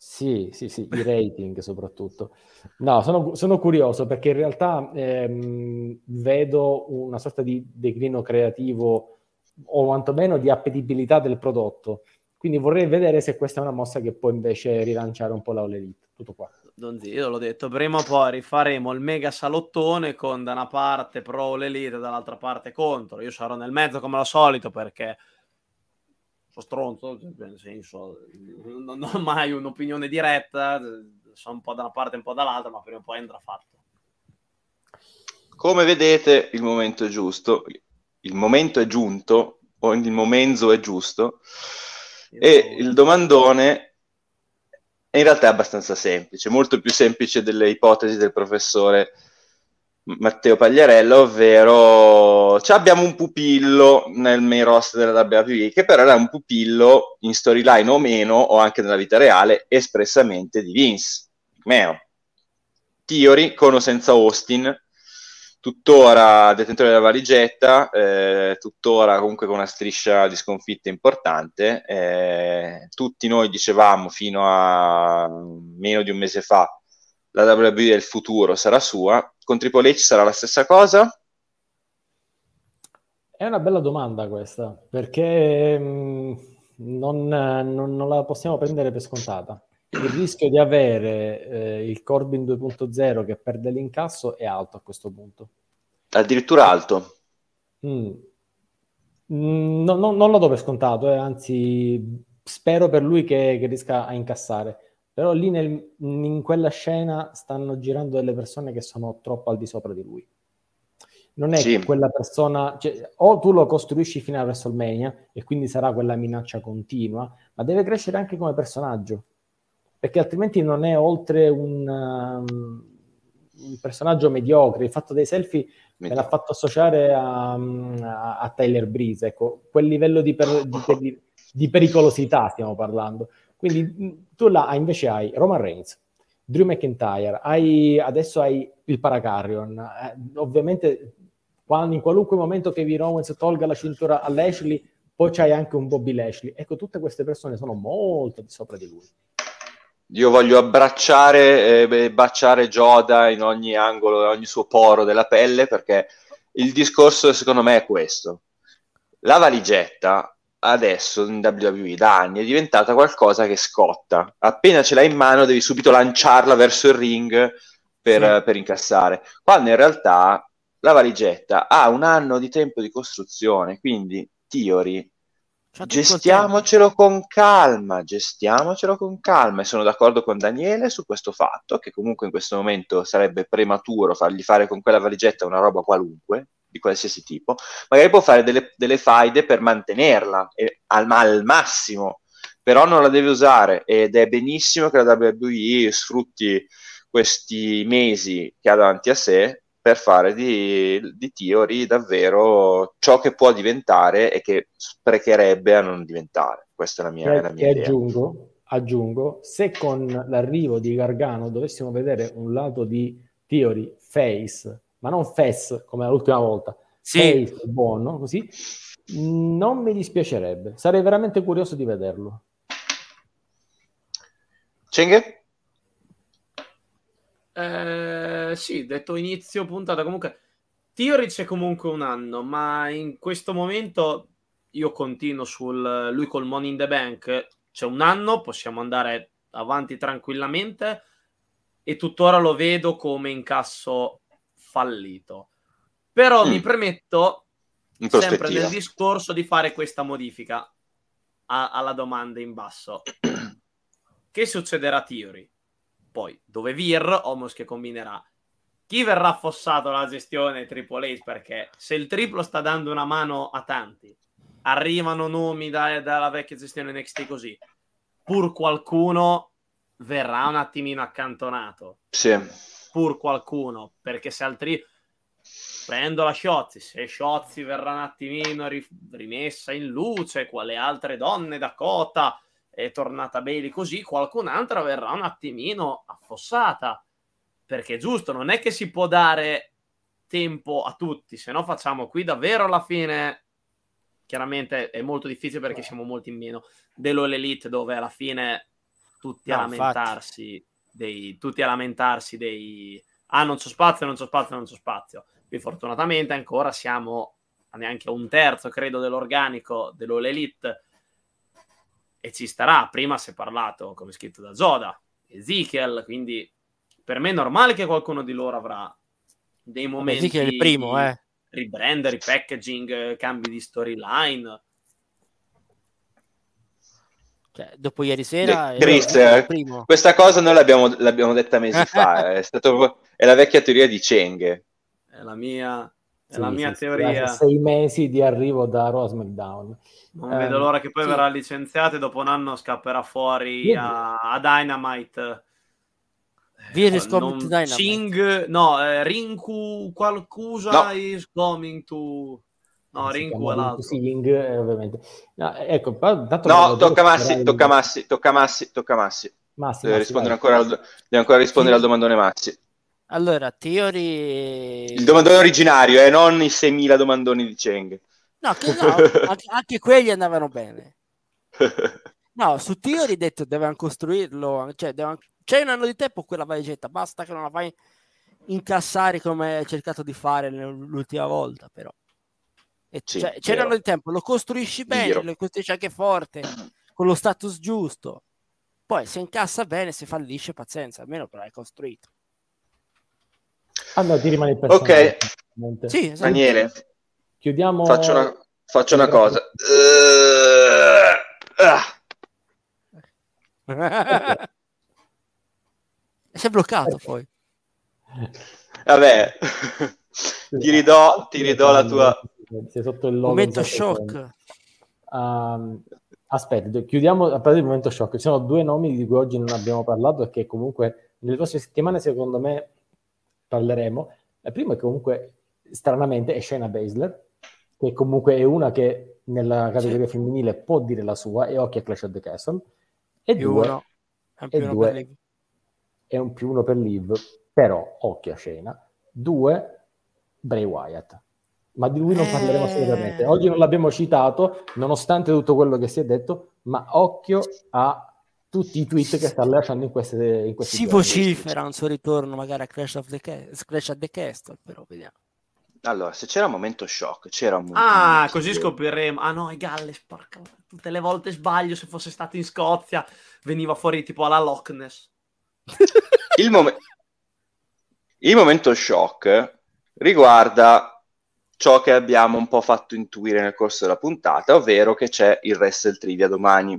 Sì, sì, sì, i rating soprattutto. No, sono, sono curioso perché in realtà ehm, vedo una sorta di declino creativo o quantomeno di appetibilità del prodotto. Quindi vorrei vedere se questa è una mossa che può invece rilanciare un po' la All Elite. Tutto qua. Don Zio, l'ho detto, prima o poi rifaremo il mega salottone con da una parte pro All Elite e dall'altra parte contro. Io sarò nel mezzo come al solito perché sono stronzo, nel senso, non ho mai un'opinione diretta, sono un po' da una parte e un po' dall'altra, ma prima o poi andrà fatto. Come vedete, il momento è giusto, il momento è giunto, o il momento è giusto, e il domandone in realtà è abbastanza semplice, molto più semplice delle ipotesi del professore Matteo Pagliarella, ovvero cioè abbiamo un pupillo nel main roster della W W E, che però era un pupillo in storyline o meno, o anche nella vita reale, espressamente di Vince McMahon. Theory, con o senza Austin, tuttora detentore della valigetta, eh, tuttora comunque con una striscia di sconfitte importante. Eh, tutti noi dicevamo fino a meno di un mese fa la W W E del futuro sarà sua. Con Triple H sarà la stessa cosa? È una bella domanda questa, perché mh, non, non, non la possiamo prendere per scontata. Il rischio di avere eh, il Corbin due punto zero che perde l'incasso è alto a questo punto. Addirittura alto? Mm. Mm, no, no, non lo do per scontato, eh, anzi spero per lui che, che riesca a incassare. Però lì nel, in quella scena stanno girando delle persone che sono troppo al di sopra di lui. Non è sì. quella persona, cioè, o tu lo costruisci fino a WrestleMania e quindi sarà quella minaccia continua, ma deve crescere anche come personaggio, perché altrimenti non è oltre un, um, un personaggio mediocre. Il fatto dei selfie mediocre me l'ha fatto associare a, a, a Tyler Breeze, ecco, quel livello di, per, di, di, di pericolosità stiamo parlando. Quindi tu là invece hai Roman Reigns, Drew McIntyre, hai, adesso hai il Paracarrion, eh, ovviamente quando, in qualunque momento Kevin Owens tolga la cintura a Lashley, poi c'hai anche un Bobby Lashley. Ecco, tutte queste persone sono molto di sopra di lui. Io voglio abbracciare e eh, baciare Joda in ogni angolo, in ogni suo poro della pelle, perché il discorso secondo me è questo. La valigetta adesso in W W E da anni è diventata qualcosa che scotta. Appena ce l'hai in mano devi subito lanciarla verso il ring per, sì. per incassare. Quando in realtà la valigetta ha un anno di tempo di costruzione, quindi Theory gestiamocelo con calma, gestiamocelo con calma, e sono d'accordo con Daniele su questo fatto, che comunque in questo momento sarebbe prematuro fargli fare con quella valigetta una roba qualunque, di qualsiasi tipo. Magari può fare delle, delle faide per mantenerla e, al, al massimo, però non la deve usare, ed è benissimo che la W W E sfrutti questi mesi che ha davanti a sé per fare di, di Theory davvero ciò che può diventare e che sprecherebbe a non diventare. Questa è la mia, e, è la mia e idea. Aggiungo, aggiungo, se con l'arrivo di Gargano dovessimo vedere un lato di Theory face, ma non face come l'ultima volta, sì. face buono, così, non mi dispiacerebbe. Sarei veramente curioso di vederlo. Cenghe? Eh, sì, detto inizio puntata, comunque Theory c'è comunque un anno, ma in questo momento io continuo sul lui col Money in the Bank, c'è un anno, possiamo andare avanti tranquillamente, e tuttora lo vedo come incasso fallito. Però mm. mi permetto sempre nel discorso di fare questa modifica a, alla domanda in basso. Che succederà a Theory? Poi, dove Vir, Omos che combinerà. Chi verrà affossato dalla gestione Triple H? Perché se il triplo sta dando una mano a tanti, arrivano nomi da, dalla vecchia gestione N X T così, pur qualcuno verrà un attimino accantonato. Sì. Pur qualcuno, perché se altri... Prendo la Shotzi, se Shotzi verrà un attimino ri- rimessa in luce, quale altre donne, Dakota... è tornata Bailey così, qualcun'altra verrà un attimino affossata, perché è giusto, non è che si può dare tempo a tutti, se no facciamo qui davvero alla fine, chiaramente è molto difficile perché siamo molti in meno, dell'All Elite, dove alla fine tutti No, a lamentarsi dei, tutti a lamentarsi dei ah non c'è spazio, non c'è spazio, non c'è spazio. Qui fortunatamente ancora siamo a neanche a un terzo, credo, dell'organico dell'All Elite, e ci starà. Prima si è parlato, come scritto da Zoda, Ezekiel, quindi per me è normale che qualcuno di loro avrà dei momenti. Ezekiel è il primo, eh. Rebrand, repackaging, cambi di storyline. Cioè, dopo ieri sera Eh, Chris, eh, questa cosa noi l'abbiamo, l'abbiamo detta mesi fa, è, stato, è la vecchia teoria di Cheng. È la mia, è Sì, la mia sì, teoria. Sì, sei mesi di arrivo da Raw SmackDown. Non um, vedo l'ora che poi sì. verrà licenziato e dopo un anno scapperà fuori a, a Dynamite. Vir is coming Non, to Dynamite. Ching, no, eh, Rinku qualcosa No. is coming to... No, si Rinku chiama è l'altro. Sing, eh, ovviamente. No, ecco, tanto No, tocca Massi, tocca Massi, tocca Massi, tocca Massi. Massi, Deve Massi, rispondere vai. ancora al, deve ancora rispondere Sì. al domandone Massi. Allora, Theory... Il domandone originario, e eh, non i seimila domandoni di Cheng. No, che, no anche, anche quelli andavano bene. No, su Theory detto devono costruirlo, cioè devono... c'è un anno di tempo quella valigetta, basta che non la fai incassare come hai cercato di fare l'ultima volta, però. E Sì, cioè, c'è un vero. anno di tempo, lo costruisci bene, Vero. lo costruisci anche forte, con lo status giusto. Poi se incassa bene, se fallisce, pazienza, almeno però l'hai costruito. Ah no, ti rimane il personaggio. Ok, Sì, esatto. Daniele, Chiudiamo... faccio una, faccio una cosa. Uh, ah. Si è bloccato poi. Vabbè, ti ridò, ti ridò la tua... Sei sotto il logo. Momento shock. Um, aspetta, chiudiamo a partire del momento shock. Ci sono due nomi di cui oggi non abbiamo parlato e che comunque nelle prossime settimane secondo me parleremo. Il primo è comunque stranamente è Shayna Baszler, che comunque è una che nella categoria sì. femminile può dire la sua, e occhio a Clash of the Castle. E più due, uno. È un e più uno due per Liv. è un più uno per Liv, però occhio a Shayna. Due, Bray Wyatt. Ma di lui non parleremo Eh... assolutamente. Oggi non l'abbiamo citato, nonostante tutto quello che si è detto, ma occhio a tutti i tweet che sta lasciando in queste in questi si giorni. vocifera un suo ritorno magari a Clash of the Ca- Clash of the Castle, però vediamo. Allora, se c'era un momento shock, c'era un momento... Ah, così scopriremo. Ah no, è Galles, porca. Tutte le volte sbaglio, se fosse stato in Scozia veniva fuori tipo alla Loch Ness. Il, mom- il momento shock riguarda ciò che abbiamo un po' fatto intuire nel corso della puntata, ovvero che c'è il Wrestle Trivia domani.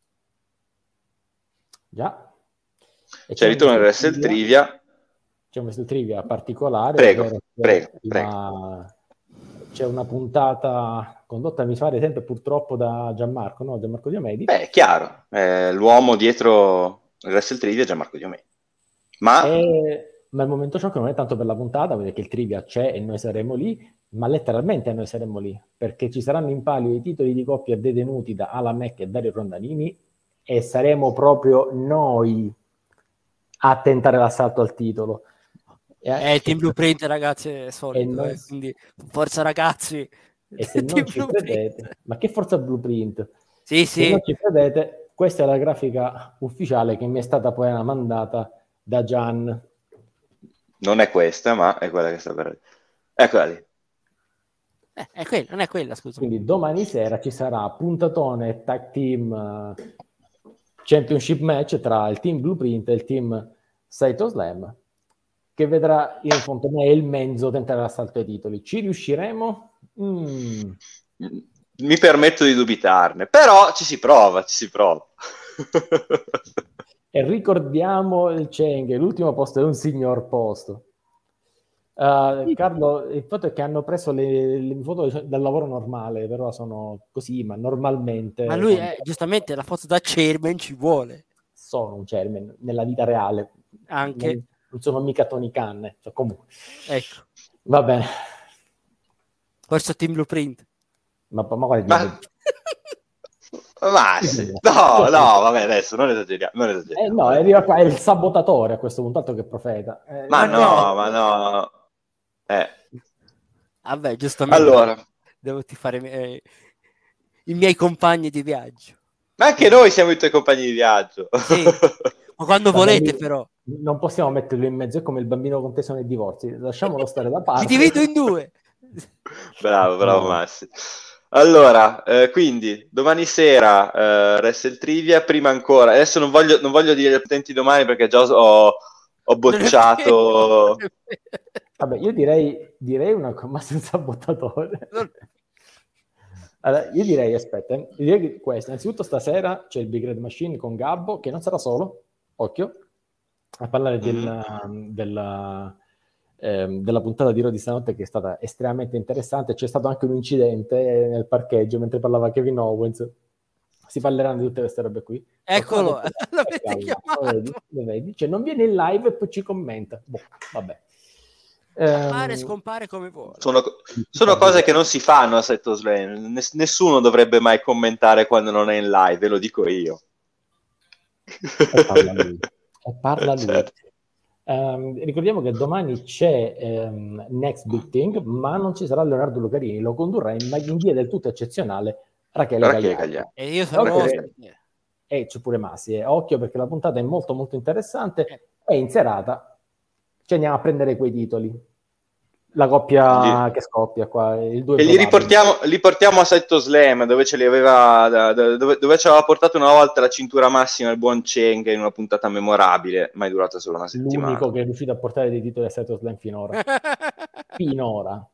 Già. E c'è il ritorno del Wrestle Trivia. C'è un Wrestle Trivia particolare. Prego, prego, prego. C'è una puntata condotta, mi pare, sempre purtroppo da Gianmarco, no? Gianmarco Diomedi. Beh, è chiaro, eh, l'uomo dietro il Wrestle Trivia è Gianmarco Diomedi. Ma... E... ma il momento shock non è tanto per la puntata, perché il trivia c'è e noi saremo lì, ma letteralmente noi saremo lì, perché ci saranno in palio i titoli di coppia detenuti da Alan Mac e Dario Rondanini, e saremo proprio noi a tentare l'assalto al titolo. È il Team Blueprint, ragazzi, è solito, non... eh, quindi forza ragazzi. E se non ci credete, ma che forza Blueprint? Sì, se sì. non ci credete, questa è la grafica ufficiale che mi è stata poi mandata da Gian. Non è questa, ma è quella che sta per... Eccola lì. Eh, è quella, non è quella, scusa. Quindi domani sera ci sarà puntatone tag team uh, championship match tra il team Blueprint e il team Saito Slam, che vedrà in fondo me e il Menzo tentare l'assalto ai titoli. Ci riusciremo? Mm. Mi permetto di dubitarne, però ci si prova, ci si prova. E ricordiamo il Cheng, l'ultimo posto è un signor posto. Uh, Carlo, il fatto è che hanno preso le, le foto del lavoro normale, però sono così, ma normalmente... Ma lui, è, giustamente, la foto da chairman ci vuole. Sono un chairman, nella vita reale. Anche. Non, non sono mica Tony Khan, cioè, comunque. Ecco. Va bene. Forse Team Blueprint. Ma, ma quale ma... Ma sì. No, no, vabbè, adesso non esageriamo. Non esageriamo. Eh, no, arriva qua, è il sabotatore a questo punto, altro che profeta. Eh, ma no, no, ma no. Eh. Vabbè, giustamente. Allora. Devo ti fare eh, i miei compagni di viaggio. Ma anche noi siamo i tuoi compagni di viaggio. Sì. Ma quando volete, però. Non possiamo metterlo in mezzo, è come il bambino conteso nei divorzi. Lasciamolo stare da parte. Ti divido in due. Bravo, bravo No. Massi. Allora, eh, quindi domani sera eh, Wrestle Trivia, prima ancora, adesso non voglio, non voglio dire gli appuntamenti domani perché già ho, ho bocciato. Vabbè, io direi, direi una cosa, ma senza bottatore. Allora, io direi, aspetta, eh, direi che questo, innanzitutto stasera c'è il Big Red Machine con Gabbo, che non sarà solo, occhio, a parlare del, Mm-hmm. della, ehm, della puntata di Raw di stanotte, che è stata estremamente interessante. C'è stato anche un incidente nel parcheggio mentre parlava Kevin Owens. Si parleranno di tutte queste robe qui. Eccolo, Qualcuno- l'avete Lo chiamato. vedi? Lo vedi? Cioè, non viene in live e poi ci commenta. Boh, vabbè. Appare e Ehm, scompare come vuole. Sono, sono cose che non si fanno a Setto Slam. Ness- nessuno dovrebbe mai commentare quando non è in live, ve lo dico io. E parla lui. E parla lui. Certo. Ehm, ricordiamo che domani c'è ehm, Next Big Thing, ma non ci sarà Leonardo Lucarini, lo condurrà in, in via del tutto eccezionale Rachele Rachele Gagliardi. Gagliardi. E io sarò Occhio, ospite. e c'è pure Masi, eh. Occhio perché la puntata è molto molto interessante Eh. e in serata ci andiamo a prendere quei titoli. La coppia Gli- che scoppia qua, il due E li probabile. riportiamo, li portiamo a Setto Slam, dove ce li aveva, da- da- dove, dove ci aveva portato una volta la cintura massima il buon Cheng in una puntata memorabile, mai durata solo una settimana. L'unico che è riuscito a portare dei titoli a Setto Slam finora. finora.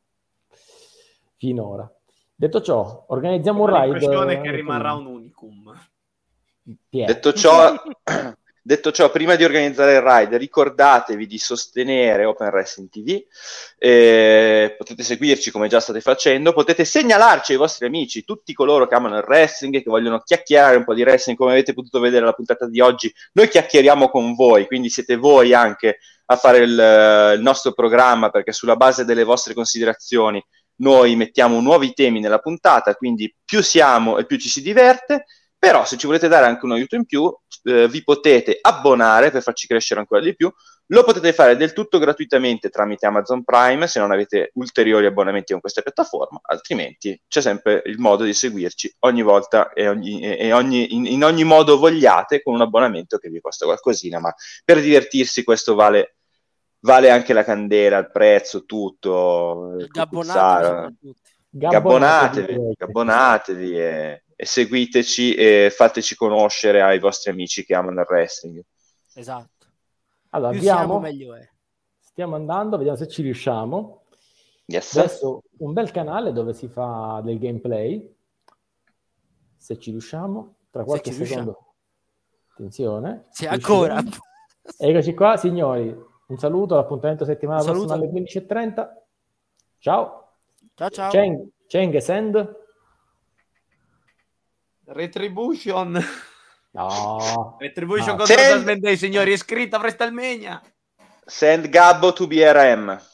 Finora. Detto ciò, organizziamo un Ho ride. l'impressione che eh, rimarrà con- un unicum. Chi è? Detto ciò, detto ciò, prima di organizzare il ride, ricordatevi di sostenere Open Wrestling T V. Eh, potete seguirci come già state facendo, potete segnalarci ai vostri amici, tutti coloro che amano il wrestling e che vogliono chiacchierare un po' di wrestling, come avete potuto vedere nella puntata di oggi. Noi chiacchieriamo con voi, quindi siete voi anche a fare il, il nostro programma, perché sulla base delle vostre considerazioni noi mettiamo nuovi temi nella puntata, quindi più siamo e più ci si diverte. Però se ci volete dare anche un aiuto in più, eh, vi potete abbonare per farci crescere ancora di più. Lo potete fare del tutto gratuitamente tramite Amazon Prime se non avete ulteriori abbonamenti con questa piattaforma, altrimenti c'è sempre il modo di seguirci ogni volta e, ogni, e ogni, in, in ogni modo vogliate, con un abbonamento che vi costa qualcosina, ma per divertirsi questo vale, vale anche la candela, il prezzo, tutto. il Gabbonatevi cucuzzaro. soprattutto. Gabbonatevi, gabbonatevi e, e seguiteci e fateci conoscere ai vostri amici che amano il wrestling. Esatto. Allora, Più siamo, andiamo, meglio è. stiamo andando, vediamo se ci riusciamo. Yes. Adesso un bel canale dove si fa del gameplay, se ci riusciamo, tra qualche ci secondo. Attenzione. Sì, ancora. Riusciremo. Eccoci qua, signori. Un saluto, l'appuntamento settimana Un prossima saluto. alle quindici e trenta. Ciao. Ciao ciao. Cheng, Cheng e Send. Retribution. No. Retribution Ah. contro Send- Judgment Day, signori. È iscritto a WrestleMania. Send Gabbo to B R M.